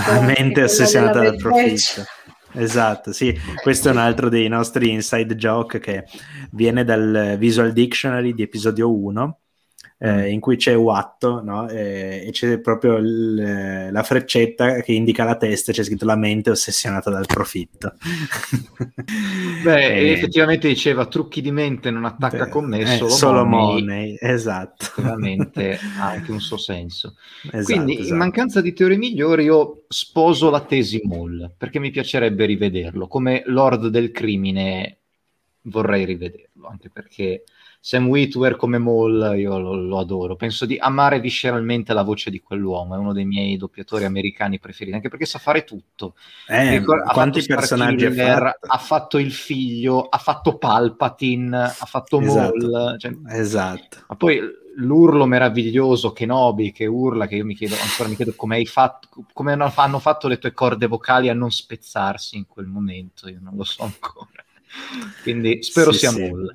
Esatto, sì, questo è un altro dei nostri inside joke che viene dal Visual Dictionary di episodio 1, in cui c'è Watto, no? E c'è proprio la freccetta che indica la testa, c'è scritto la mente ossessionata dal profitto. Effettivamente diceva trucchi di mente non attacca con me, solo money. Esatto. Effettivamente ha anche un suo senso. Esatto, quindi in mancanza di teorie migliori io sposo la tesi Maul, perché mi piacerebbe rivederlo come Lord del Crimine. Vorrei rivederlo, anche perché Sam Witwer come Maul io lo adoro, penso di amare visceralmente la voce di quell'uomo, è uno dei miei doppiatori americani preferiti, anche perché sa fare tutto. Ha quanti fatto personaggi ha fatto il figlio, ha fatto Palpatine, ha fatto esatto. Maul, cioè, esatto. ma poi l'urlo meraviglioso Kenobi che urla, che io mi chiedo come hai fatto, come hanno fatto le tue corde vocali a non spezzarsi in quel momento, io non lo so ancora, quindi spero sia Maul.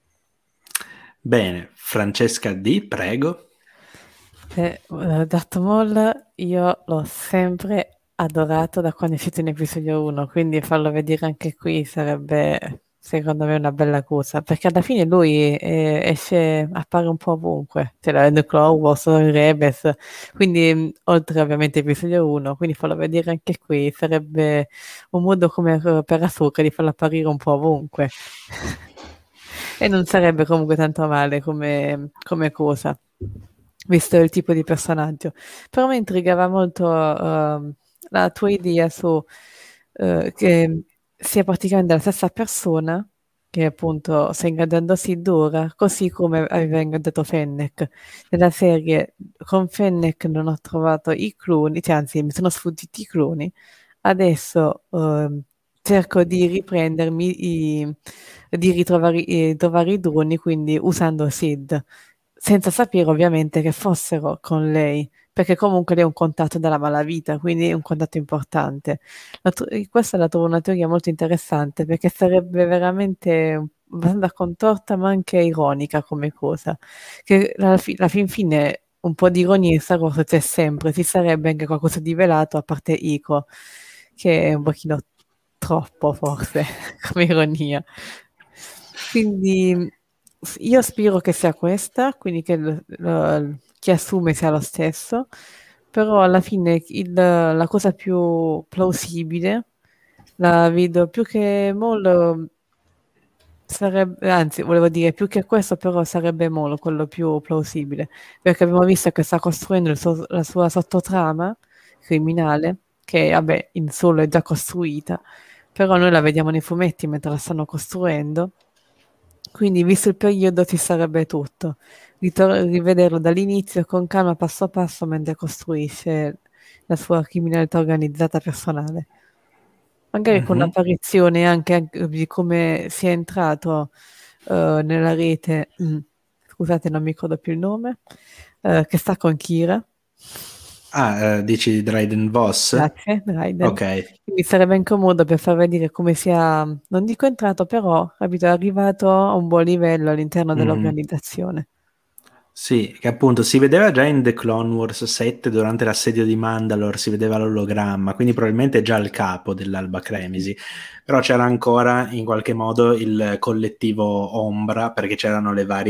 Bene, Francesca D, prego. Darth Maul io l'ho sempre adorato da quando è uscito in episodio 1, quindi farlo vedere anche qui sarebbe secondo me una bella cosa, perché alla fine lui appare un po' ovunque, c'è nel Clone Wars, in Rebels, quindi oltre ovviamente episodio 1, quindi farlo vedere anche qui sarebbe un modo come per Ahsoka di farlo apparire un po' ovunque. E non sarebbe comunque tanto male come cosa, visto il tipo di personaggio. Però mi intrigava molto la tua idea su che sia praticamente la stessa persona che appunto sta ingaggiando Sid ora, così come aveva ingaggiato Fennec. Nella serie con Fennec non ho trovato i cloni, cioè anzi mi sono sfuggiti i cloni. Adesso cerco di riprendermi di trovare i droni, quindi usando Sid, senza sapere ovviamente che fossero con lei, perché comunque lei è un contatto della malavita, quindi è un contatto importante. Questa la trovo una teoria molto interessante, perché sarebbe veramente abbastanza contorta, ma anche ironica come cosa, che alla fin fine un po' di ironia in Star Wars c'è sempre, ci sarebbe anche qualcosa di velato, a parte Ico, che è un pochino troppo forse come ironia. Quindi io spero che sia questa, quindi che chi assume sia lo stesso, però alla fine la cosa più plausibile la vedo più che Maul sarebbe, anzi volevo dire più che questo, però sarebbe Maul quello più plausibile, perché abbiamo visto che sta costruendo la sua sottotrama criminale, che vabbè in solo è già costruita, però noi la vediamo nei fumetti mentre la stanno costruendo. Quindi, visto il periodo, ci sarebbe tutto. Rivederlo dall'inizio con calma, passo passo, mentre costruisce la sua criminalità organizzata personale. Magari con un'apparizione anche di come sia entrato nella rete, scusate, non mi ricordo più il nome, che sta con Kira. Dici Dryden Voss? Grazie, Dryden. Ok. Quindi sarebbe incomodo per far vedere come sia, non dico entrato, però capito, è arrivato a un buon livello all'interno dell'organizzazione. Sì, che appunto si vedeva già in The Clone Wars 7 durante l'assedio di Mandalore, si vedeva l'ologramma, quindi probabilmente è già il capo dell'Alba Cremisi, però c'era ancora in qualche modo il collettivo ombra, perché c'erano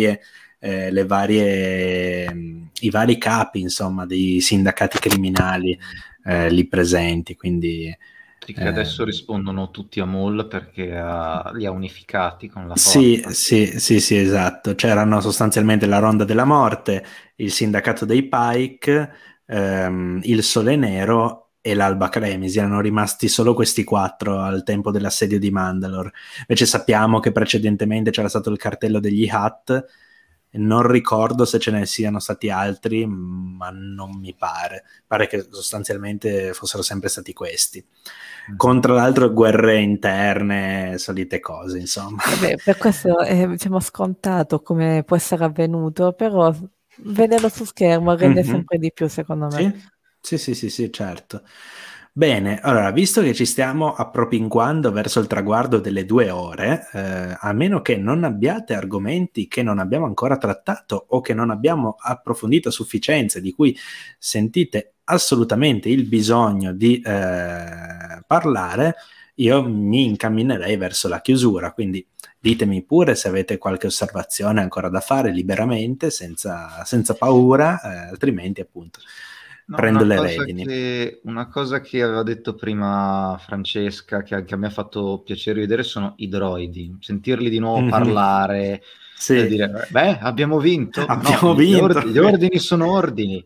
i vari capi, insomma, dei sindacati criminali lì presenti, quindi... Che adesso rispondono tutti a Maul perché li ha unificati con la Sì, forza. sì, esatto. C'erano sostanzialmente la Ronda della Morte, il Sindacato dei Pike, il Sole Nero e l'Alba Cremisi. Erano rimasti solo questi quattro al tempo dell'assedio di Mandalore. Invece sappiamo che precedentemente c'era stato il cartello degli Hutt. Non ricordo se ce ne siano stati altri, ma non mi pare. Pare che sostanzialmente fossero sempre stati questi. Con tra l'altro guerre interne, solite cose, insomma. Vabbè, per questo è diciamo scontato come può essere avvenuto, però vederlo su schermo rende sempre di più, secondo me. Sì, certo. Bene, allora, visto che ci stiamo appropinquando verso il traguardo delle 2 ore, a meno che non abbiate argomenti che non abbiamo ancora trattato o che non abbiamo approfondito a sufficienza, di cui sentite assolutamente il bisogno di parlare, io mi incamminerei verso la chiusura, quindi ditemi pure se avete qualche osservazione ancora da fare liberamente, senza paura, altrimenti appunto... No, prendo le redini. Una cosa che aveva detto prima Francesca, che anche a me ha fatto piacere vedere, sono i droidi. Sentirli di nuovo parlare, sì. Dire, beh, abbiamo vinto. Abbiamo vinto. Gli ordini sono ordini.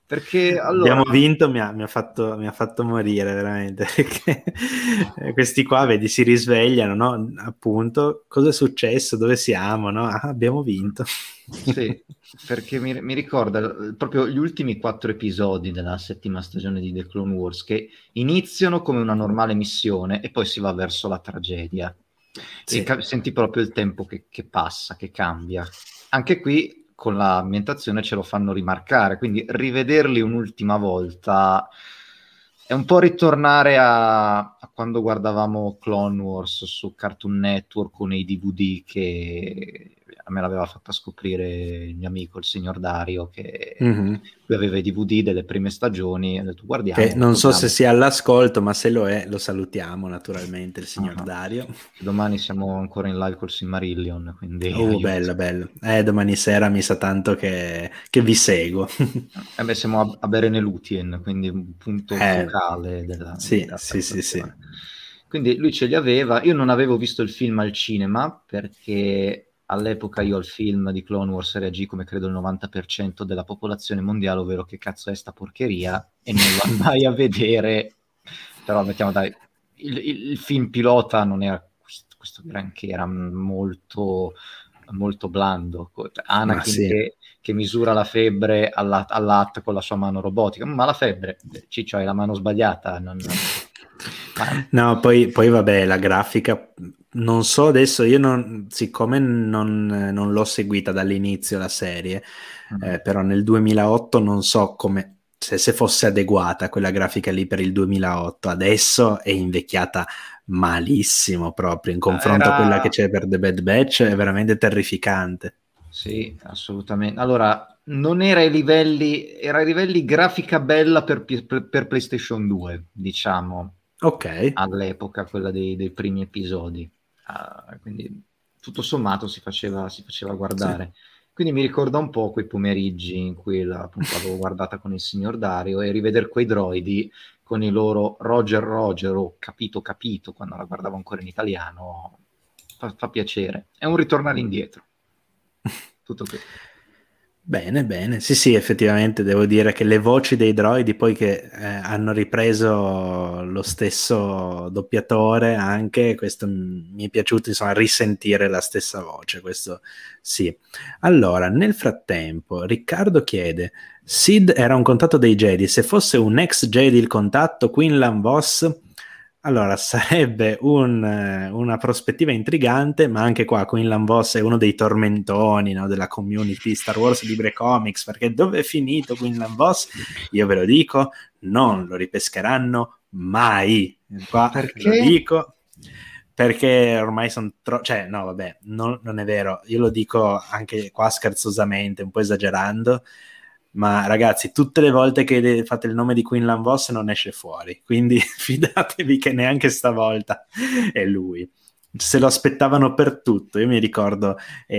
Perché Abbiamo allora... vinto, mi ha fatto morire veramente, perché questi qua, vedi, si risvegliano, no? Appunto, cosa è successo? Dove siamo? No? Ah, abbiamo vinto. Sì, perché mi ricorda proprio gli ultimi 4 episodi della 7ª stagione di The Clone Wars, che iniziano come una normale missione e poi si va verso la tragedia. Sì. E senti proprio il tempo che passa, che cambia. Anche qui con l'ambientazione ce lo fanno rimarcare, quindi rivederli un'ultima volta è un po' ritornare a quando guardavamo Clone Wars su Cartoon Network con i DVD che a me l'aveva fatta scoprire il mio amico, il signor Dario, che lui aveva i DVD delle prime stagioni, e ha detto guardiamo. Che non so se sia all'ascolto, ma se lo è, lo salutiamo naturalmente, il signor Uh-huh. Dario. Domani siamo ancora in live col Silmarillion, quindi... Bello, bello. Domani sera mi sa tanto che vi seguo. Beh, siamo a Berenelutien, quindi un punto focale della sì. Quindi lui ce li aveva. Io non avevo visto il film al cinema perché all'epoca io al film di Clone Wars reagì come credo il 90% della popolazione mondiale, ovvero che cazzo è sta porcheria, e non lo andai a vedere. Però mettiamo dai, il film pilota non era questo granché, era molto molto blando. Anakin che misura la febbre all'at con la sua mano robotica, ma la febbre, Ciccio, hai la mano sbagliata. No, poi vabbè, la grafica, non so adesso, io siccome non l'ho seguita dall'inizio la serie, però nel 2008 non so come, se fosse adeguata quella grafica lì per il 2008, adesso è invecchiata malissimo proprio, in confronto a quella che c'è per The Bad Batch, è veramente terrificante. Sì, assolutamente. Allora, non era ai livelli, era ai livelli grafica bella per PlayStation 2, diciamo. Ok. All'epoca, quella dei primi episodi. Quindi tutto sommato si faceva guardare. Sì. Quindi mi ricorda un po' quei pomeriggi in cui appunto l'avevo guardata con il signor Dario, e rivedere quei droidi con i loro Roger o capito, quando la guardavo ancora in italiano, fa piacere. È un ritorno all'indietro. Tutto qui. Bene, sì, effettivamente devo dire che le voci dei droidi poi che hanno ripreso lo stesso doppiatore, anche questo mi è piaciuto, insomma, risentire la stessa voce, questo sì. Allora, nel frattempo Riccardo chiede: Sid era un contatto dei Jedi, se fosse un ex Jedi il contatto, Quinlan Vos? Allora, sarebbe una prospettiva intrigante, ma anche qua Quinlan Vos è uno dei tormentoni, no, della community Star Wars Libre Comics, perché dove è finito Quinlan Vos? Io ve lo dico, non lo ripescheranno mai. Qua perché? Lo dico perché ormai sono cioè no vabbè, non è vero, io lo dico anche qua scherzosamente, un po' esagerando, ma ragazzi, tutte le volte che fate il nome di Quinlan Vos non esce fuori, quindi fidatevi che neanche stavolta è lui. Se lo aspettavano per tutto. Io mi ricordo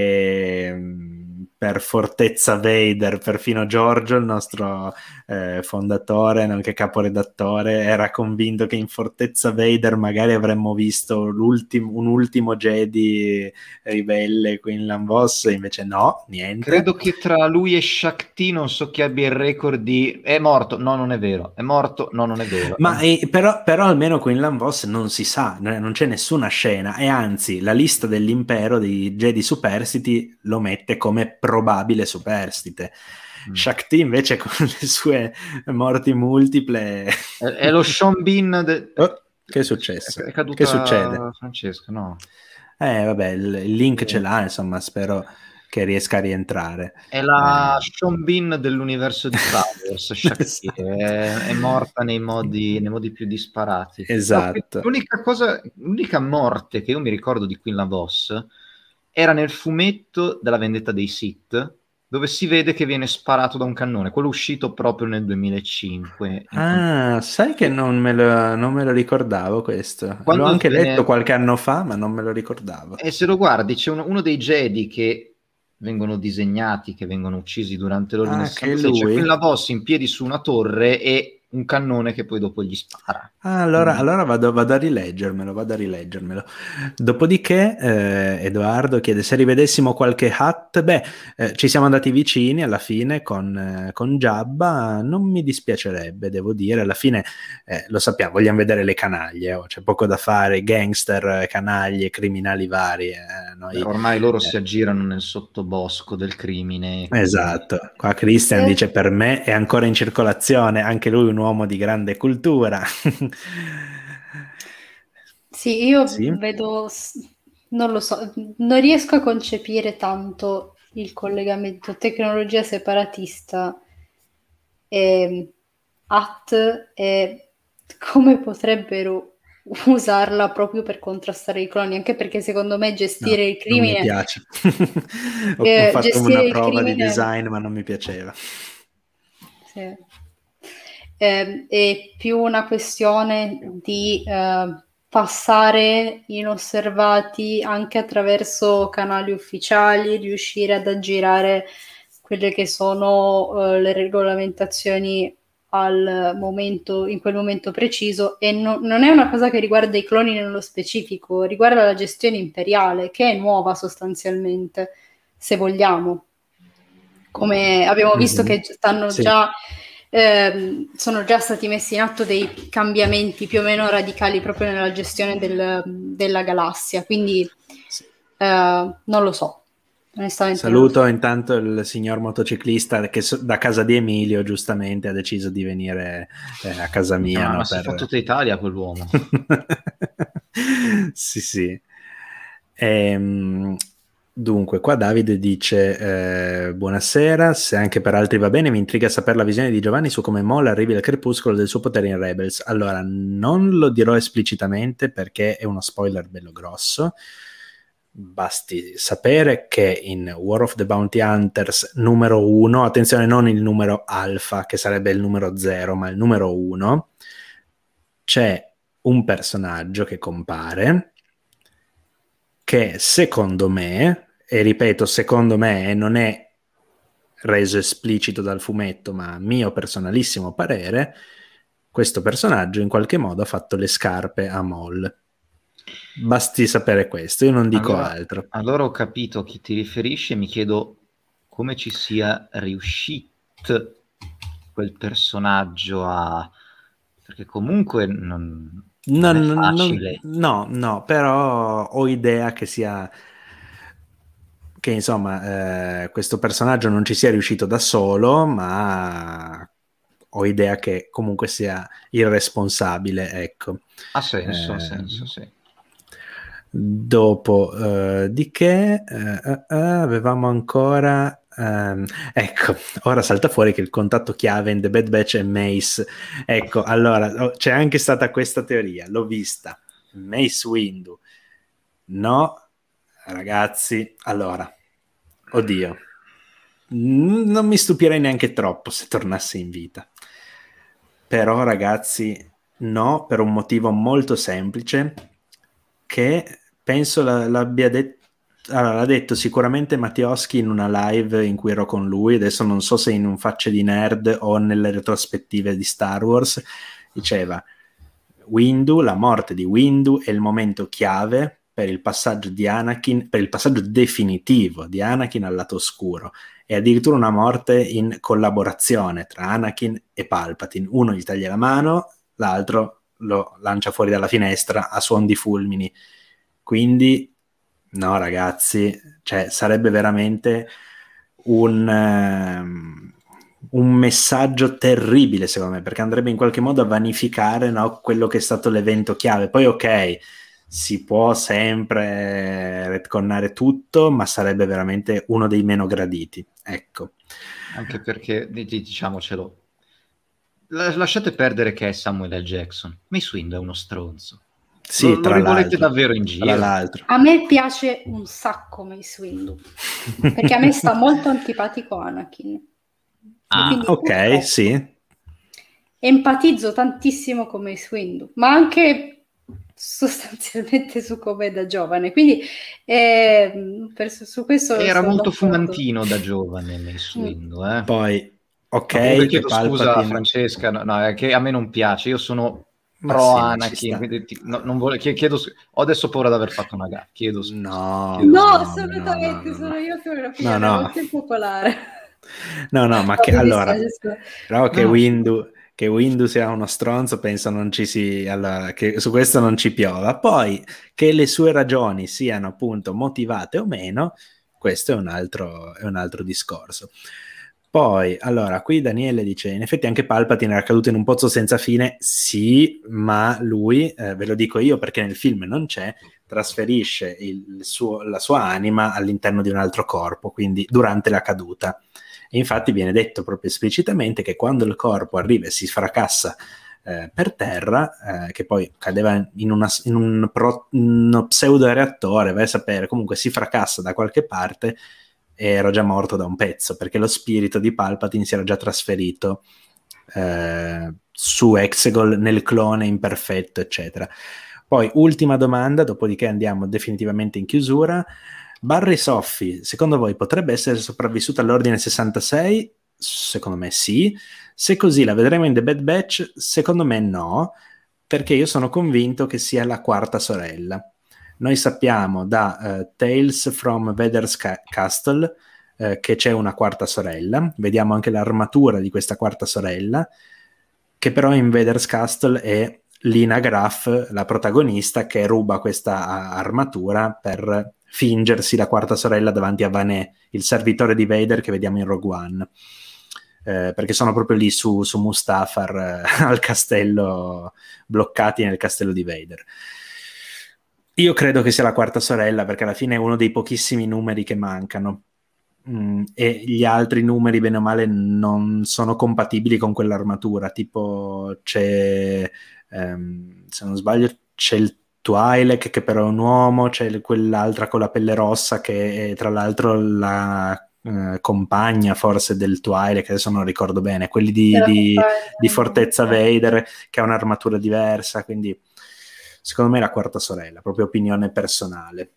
per Fortezza Vader, perfino Giorgio, il nostro fondatore, nonché caporedattore, era convinto che in Fortezza Vader magari avremmo visto un ultimo Jedi ribelle, Quinlan Vos, invece no, niente. Credo che tra lui e Shakti non so chi abbia il record di è morto, no non è vero, è morto, no non è vero. Ma però almeno Quinlan Vos non si sa, non c'è nessuna scena, e anzi la lista dell'impero dei Jedi superstiti lo mette come probabile superstite. Shakti invece con le sue morti multiple è lo Sean Bean che è successo? È caduta. Che succede? Francesco, no? Vabbè, il link ce l'ha, insomma, spero che riesca a rientrare. È la Sean Bean dell'universo di Star Wars. Shakti è morta nei modi più disparati. Esatto. No, l'unica morte che io mi ricordo di Quinlan Vos era nel fumetto della vendetta dei Sith, dove si vede che viene sparato da un cannone, quello uscito proprio nel 2005. Sai che non me lo ricordavo questo. L'ho anche letto qualche anno fa, ma non me lo ricordavo. E se lo guardi, c'è uno dei Jedi che vengono disegnati, che vengono uccisi durante l'ordine 66, c'è Quinlan Vos in piedi su una torre e un cannone che poi dopo gli spara. Allora vado a rileggermelo. Dopodiché Edoardo chiede se rivedessimo qualche hat. Ci siamo andati vicini alla fine con Giabba, non mi dispiacerebbe, devo dire. Alla fine lo sappiamo, vogliamo vedere le canaglie, c'è poco da fare, gangster, canaglie, criminali vari. Noi, ormai loro si aggirano nel sottobosco del crimine. Esatto, qua Christian dice per me è ancora in circolazione, anche lui un uomo di grande cultura. Sì, io Sì? vedo, non lo so, non riesco a concepire tanto il collegamento tecnologia separatista e AT e come potrebbero usarla proprio per contrastare i cloni, anche perché secondo me gestire il Non mi crimine, piace. Ho fatto gestire una il prova di crimine, design, ma non mi piaceva. sì. È più una questione di passare inosservati anche attraverso canali ufficiali, riuscire ad aggirare quelle che sono le regolamentazioni al momento, in quel momento preciso, e non è una cosa che riguarda i cloni nello specifico, riguarda la gestione imperiale, che è nuova sostanzialmente, se vogliamo. Come abbiamo visto che stanno Sì. già sono già stati messi in atto dei cambiamenti più o meno radicali proprio nella gestione della galassia, quindi non lo so, onestamente. Saluto intanto il signor motociclista che da casa di Emilio giustamente ha deciso di venire a casa mia. Ma si è fatto tutta Italia quell'uomo. Sì. Dunque, qua Davide dice buonasera, se anche per altri va bene, mi intriga sapere la visione di Giovanni su come Maul arrivi al crepuscolo del suo potere in Rebels. Allora, non lo dirò esplicitamente perché è uno spoiler bello grosso. Basti sapere che in War of the Bounty Hunters numero 1, attenzione, non il numero alfa che sarebbe il numero 0, ma il numero 1, c'è un personaggio che compare che secondo me, e ripeto secondo me, non è reso esplicito dal fumetto, ma a mio personalissimo parere, questo personaggio in qualche modo ha fatto le scarpe a Maul. Basti sapere questo, io non dico altro. Allora ho capito a chi ti riferisci e mi chiedo come ci sia riuscito quel personaggio a... perché comunque non è facile. No, però ho idea che sia... che insomma questo personaggio non ci sia riuscito da solo, ma ho idea che comunque sia il responsabile, ecco. Ha senso, sì. Dopo di che avevamo ancora ecco, ora salta fuori che il contatto chiave in The Bad Batch è Mace. Ecco, allora c'è anche stata questa teoria, l'ho vista. Mace Windu. No, ragazzi, allora, oddio, non mi stupirei neanche troppo se tornasse in vita. Però, ragazzi, no, per un motivo molto semplice, che penso l'abbia detto. Allora, l'ha detto sicuramente Mattioschi in una live in cui ero con lui, adesso non so se in un Facce di Nerd o nelle retrospettive di Star Wars, diceva Windu, la morte di Windu è il momento chiave per il passaggio di Anakin, per il passaggio definitivo di Anakin al lato oscuro, e addirittura una morte in collaborazione tra Anakin e Palpatine, uno gli taglia la mano, l'altro lo lancia fuori dalla finestra a suon di fulmini. Quindi no, ragazzi, cioè sarebbe veramente un messaggio terribile, secondo me, perché andrebbe in qualche modo a vanificare, no, quello che è stato l'evento chiave. Poi ok, si può sempre retconnare tutto, ma sarebbe veramente uno dei meno graditi, ecco. Anche perché, diciamocelo, lasciate perdere che è Samuel L. Jackson. Mace Windu è uno stronzo. Sì, lo rivolete davvero in giro? Tra l'altro. A me piace un sacco Mace Windu, perché a me sta molto antipatico Anakin. Ok, sì. Empatizzo tantissimo con Mace Windu, ma anche sostanzialmente su come è da giovane, quindi su questo era molto fumantino da giovane Mace Windu, Poi ok, Comunque che chiedo scusa Palpatine... Francesca, no, è che a me non piace, io sono Ma pro sì, ma ci Anakin, sta. quindi non chiedo ho adesso paura di aver fatto una gaffe, chiedo scusa. No, No, no, assolutamente, no, no, sono io che ho una no, figlia no, molto impopolare. no, ma No, che mi allora, dispiace, scusa. però No, che Windu sia uno stronzo, penso non ci si, allora, che su questo non ci piova. Poi che le sue ragioni siano appunto motivate o meno, questo è un altro discorso. Poi, allora, qui Daniele dice, in effetti anche Palpatine era caduto in un pozzo senza fine, sì, ma lui, ve lo dico io perché nel film non c'è, trasferisce la sua anima all'interno di un altro corpo, quindi durante la caduta. E infatti viene detto proprio esplicitamente che quando il corpo arriva e si fracassa per terra, che poi cadeva in uno pseudo-reattore, vai a sapere, comunque si fracassa da qualche parte, e era già morto da un pezzo, perché lo spirito di Palpatine si era già trasferito su Exegol nel clone imperfetto, eccetera. Poi, ultima domanda, dopodiché andiamo definitivamente in chiusura. Barry Soffi, secondo voi potrebbe essere sopravvissuta all'Ordine 66? Secondo me sì. Se così la vedremo in The Bad Batch? Secondo me no, perché io sono convinto che sia la quarta sorella. Noi sappiamo da Tales from Vader's Castle che c'è una quarta sorella, vediamo anche l'armatura di questa quarta sorella, che però in Vader's Castle è Lina Graff, la protagonista, che ruba questa armatura per fingersi la quarta sorella davanti a Vané, il servitore di Vader che vediamo in Rogue One. Perché sono proprio lì su Mustafar al castello, bloccati nel castello di Vader. Io credo che sia la quarta sorella, perché alla fine è uno dei pochissimi numeri che mancano. E gli altri numeri, bene o male, non sono compatibili con quell'armatura. Tipo c'è, se non sbaglio, c'è il Twi'lek che però è un uomo, c'è quell'altra con la pelle rossa che è tra l'altro la compagna forse del Twi'lek, adesso non ricordo bene, quelli di Fortezza Vader, che ha un'armatura diversa, quindi secondo me è la quarta sorella, proprio opinione personale.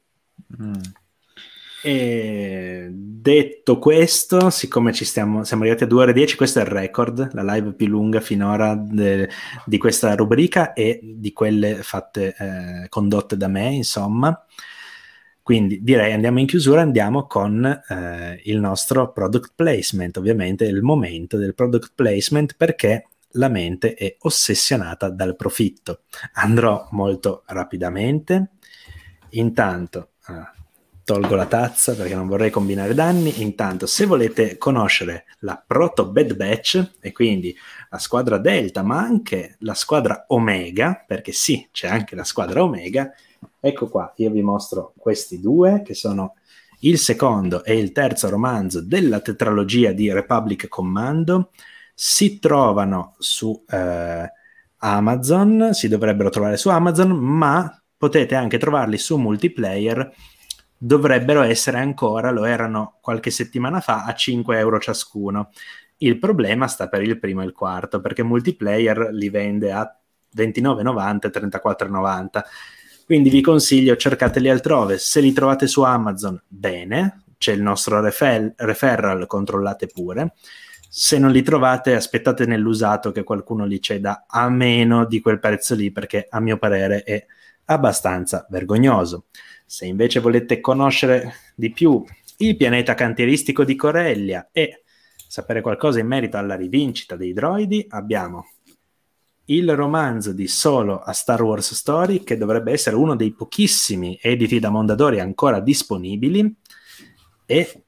E detto questo, siccome siamo arrivati a 2 ore e 10, questo è il record, la live più lunga finora di questa rubrica e di quelle fatte condotte da me, insomma. Quindi direi andiamo in chiusura, andiamo con il nostro product placement. Ovviamente è il momento del product placement, perché la mente è ossessionata dal profitto. Andrò molto rapidamente. Intanto tolgo la tazza perché non vorrei combinare danni. Intanto, se volete conoscere la Proto Bad Batch e quindi la squadra Delta, ma anche la squadra Omega, perché sì, c'è anche la squadra Omega, ecco qua, io vi mostro questi due che sono il secondo e il terzo romanzo della tetralogia di Republic Commando. Si trovano su Amazon, si dovrebbero trovare su Amazon, ma potete anche trovarli su Multiplayer. Dovrebbero essere ancora, lo erano qualche settimana fa, a 5 euro ciascuno. Il problema sta per il primo e il quarto, perché Multiplayer li vende a 29,90 e 34,90. Quindi vi consiglio, cercateli altrove. Se li trovate su Amazon, bene, c'è il nostro referral, controllate pure. Se non li trovate, aspettate nell'usato che qualcuno li ceda a meno di quel prezzo lì, perché a mio parere è abbastanza vergognoso. Se invece volete conoscere di più il pianeta cantieristico di Corellia e sapere qualcosa in merito alla rivincita dei droidi, abbiamo il romanzo di Solo a Star Wars Story, che dovrebbe essere uno dei pochissimi editi da Mondadori ancora disponibili, e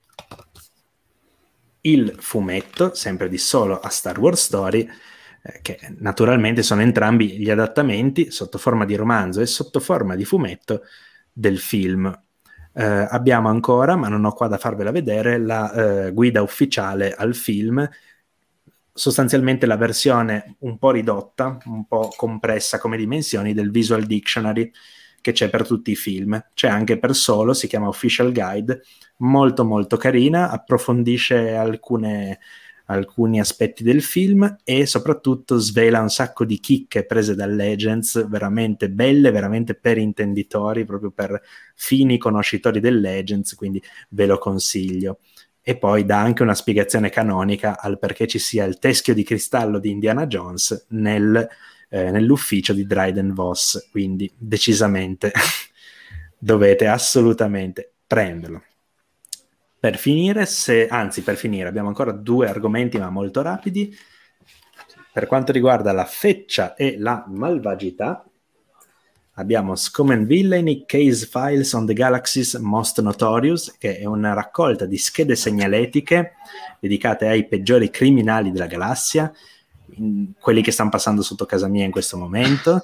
il fumetto, sempre di Solo a Star Wars Story, che naturalmente sono entrambi gli adattamenti sotto forma di romanzo e sotto forma di fumetto del film. Abbiamo ancora, ma non ho qua da farvela vedere, la guida ufficiale al film, sostanzialmente la versione un po' ridotta, un po' compressa come dimensioni del Visual Dictionary che c'è per tutti i film. C'è anche per Solo, si chiama Official Guide, molto molto carina, approfondisce alcuni aspetti del film e soprattutto svela un sacco di chicche prese da Legends, veramente belle, veramente per intenditori, proprio per fini conoscitori del Legends, quindi ve lo consiglio. e poi dà anche una spiegazione canonica al perché ci sia il teschio di cristallo di Indiana Jones nell'ufficio di Dryden Voss, quindi decisamente dovete assolutamente prenderlo. Per finire, abbiamo ancora 2 argomenti ma molto rapidi. Per quanto riguarda la feccia e la malvagità, abbiamo Scum and Villainy, Case Files on the Galaxy's Most Notorious, che è una raccolta di schede segnaletiche dedicate ai peggiori criminali della galassia, quelli che stanno passando sotto casa mia in questo momento.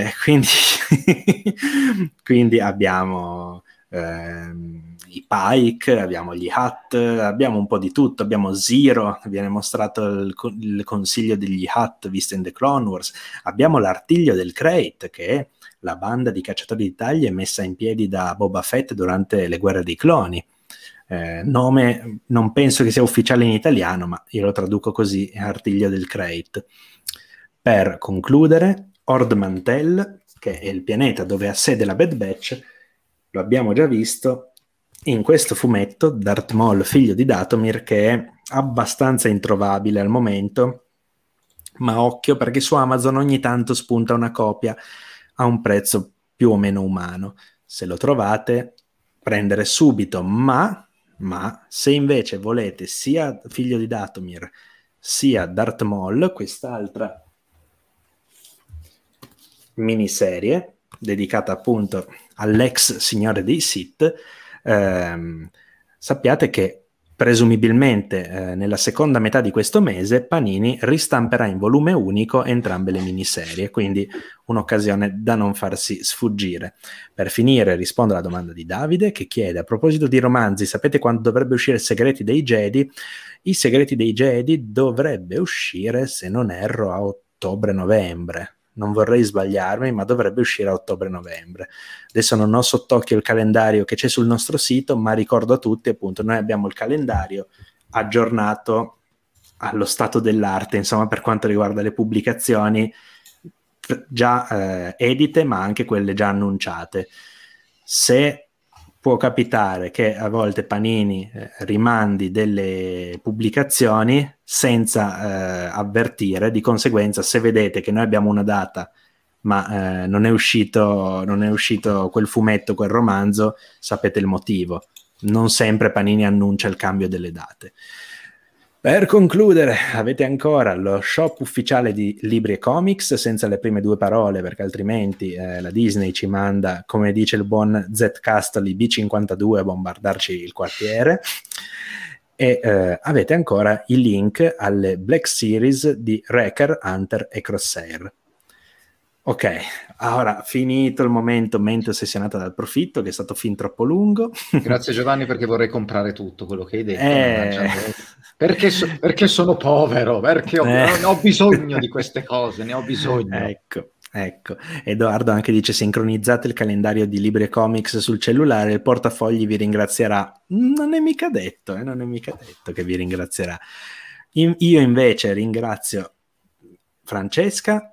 Quindi abbiamo i Pike, abbiamo gli Hutt, abbiamo un po' di tutto, abbiamo Zero, viene mostrato il consiglio degli Hutt visto in The Clone Wars, abbiamo l'artiglio del Krayt, che è la banda di cacciatori di taglie messa in piedi da Boba Fett durante le guerre dei cloni. Nome non penso che sia ufficiale in italiano, ma io lo traduco così, artiglio del Krayt. Per concludere, Ord Mantell, che è il pianeta dove ha sede la Bad Batch, lo abbiamo già visto in questo fumetto, Darth Maul, figlio di Dathomir, che è abbastanza introvabile al momento, ma occhio perché su Amazon ogni tanto spunta una copia a un prezzo più o meno umano. Se lo trovate, prendere subito, ma se invece volete sia figlio di Dathomir sia Darth Maul, quest'altra miniserie dedicata appunto all'ex signore dei Sith, sappiate che presumibilmente nella seconda metà di questo mese Panini ristamperà in volume unico entrambe le miniserie, quindi un'occasione da non farsi sfuggire. Per finire rispondo alla domanda di Davide, che chiede: a proposito di romanzi, sapete quando dovrebbe uscire Segreti dei Jedi? I Segreti dei Jedi dovrebbe uscire, se non erro, a ottobre-novembre. Non vorrei sbagliarmi, ma dovrebbe uscire a ottobre-novembre. Adesso non ho sott'occhio il calendario che c'è sul nostro sito, ma ricordo a tutti, appunto, noi abbiamo il calendario aggiornato allo stato dell'arte, insomma, per quanto riguarda le pubblicazioni già edite, ma anche quelle già annunciate. Se può capitare che a volte Panini rimandi delle pubblicazioni senza avvertire, di conseguenza se vedete che noi abbiamo una data ma non è uscito quel fumetto, quel romanzo, sapete il motivo. Non sempre Panini annuncia il cambio delle date. Per concludere, avete ancora lo shop ufficiale di libri e comics, senza le prime 2 parole, perché altrimenti la Disney ci manda, come dice il buon Z Castle, B-52 a bombardarci il quartiere. E avete ancora i link alle Black Series di Wrecker, Hunter e Crosshair. Ok, ora finito il momento mente ossessionata dal profitto, che è stato fin troppo lungo. Grazie Giovanni, perché vorrei comprare tutto quello che hai detto. Perché sono povero, perché ho bisogno di queste cose, ne ho bisogno. Ecco. Edoardo anche dice: sincronizzate il calendario di libri e comics sul cellulare, il portafogli vi ringrazierà. Non è mica detto che vi ringrazierà. Io invece ringrazio Francesca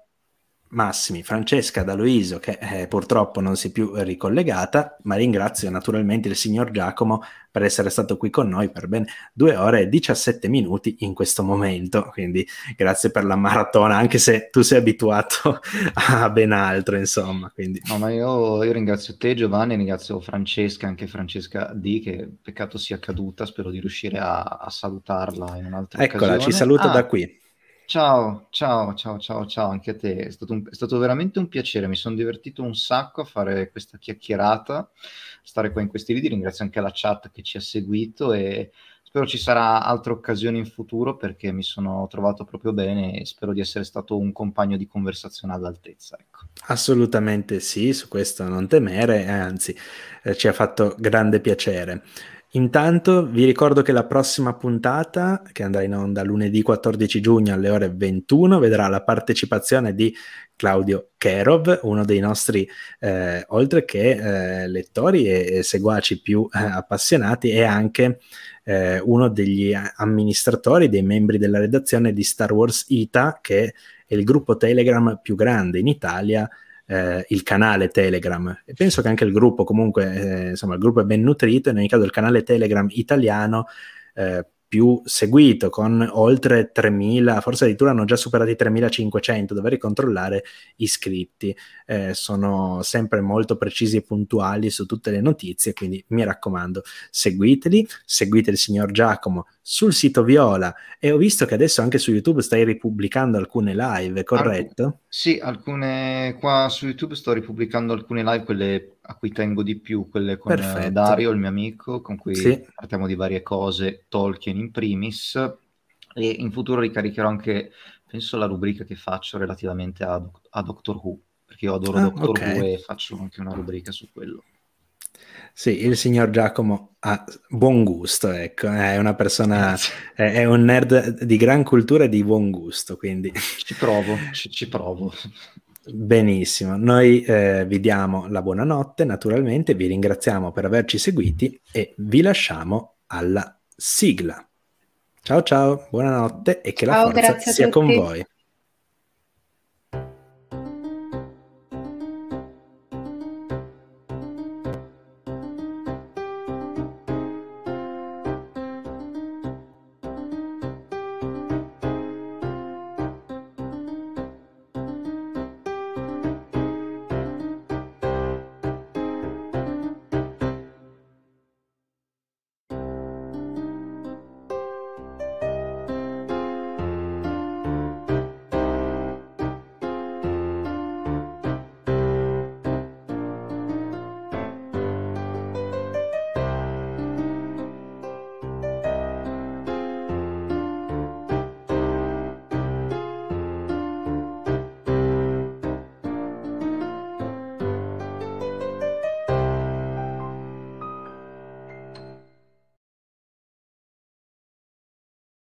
da Luiso, che purtroppo non si è più ricollegata, ma ringrazio naturalmente il signor Giacomo per essere stato qui con noi per ben 2 ore e 17 minuti in questo momento, quindi grazie per la maratona, anche se tu sei abituato a ben altro, insomma. Quindi. No, ma io ringrazio te Giovanni, ringrazio Francesca, anche Francesca D, che peccato sia caduta, spero di riuscire a salutarla in un'altra occasione. Eccola, ci saluta da qui. Ciao, anche a te, è stato veramente un piacere, mi sono divertito un sacco a fare questa chiacchierata, stare qua in questi lidi, ringrazio anche la chat che ci ha seguito e spero ci sarà altre occasioni in futuro, perché mi sono trovato proprio bene e spero di essere stato un compagno di conversazione all'altezza. Ecco. Assolutamente sì, su questo non temere, anzi ci ha fatto grande piacere. Intanto vi ricordo che la prossima puntata, che andrà in onda lunedì 14 giugno alle ore 21, vedrà la partecipazione di Claudio Kerov, uno dei nostri, oltre che lettori e seguaci più appassionati, e anche uno degli amministratori, dei membri della redazione di Star Wars Ita, che è il gruppo Telegram più grande in Italia, il canale Telegram, e penso che anche il gruppo comunque insomma il gruppo è ben nutrito. In ogni caso il canale Telegram italiano più seguito, con oltre 3.000, forse addirittura hanno già superato i 3.500, dover ricontrollare iscritti. Sono sempre molto precisi e puntuali su tutte le notizie, quindi mi raccomando, seguiteli, seguite il signor Giacomo sul sito Viola, e ho visto che adesso anche su YouTube stai ripubblicando alcune live, corretto? Sì, alcune qua su YouTube sto ripubblicando alcune live, quelle a cui tengo di più, quelle con Perfetto. Dario, il mio amico, con cui Sì. parliamo di varie cose, Tolkien in primis, e in futuro ricaricherò anche, penso, la rubrica che faccio relativamente a Doctor Who, perché io adoro Doctor ok. Who e faccio anche una rubrica su quello. Sì, il signor Giacomo ha buon gusto, ecco, è una persona, è un nerd di gran cultura e di buon gusto, quindi... Ci provo, ci provo. Benissimo, noi vi diamo la buonanotte, naturalmente, vi ringraziamo per averci seguiti e vi lasciamo alla sigla. Ciao ciao, buonanotte e che la Ciao, forza grazie a sia con tutti. voi.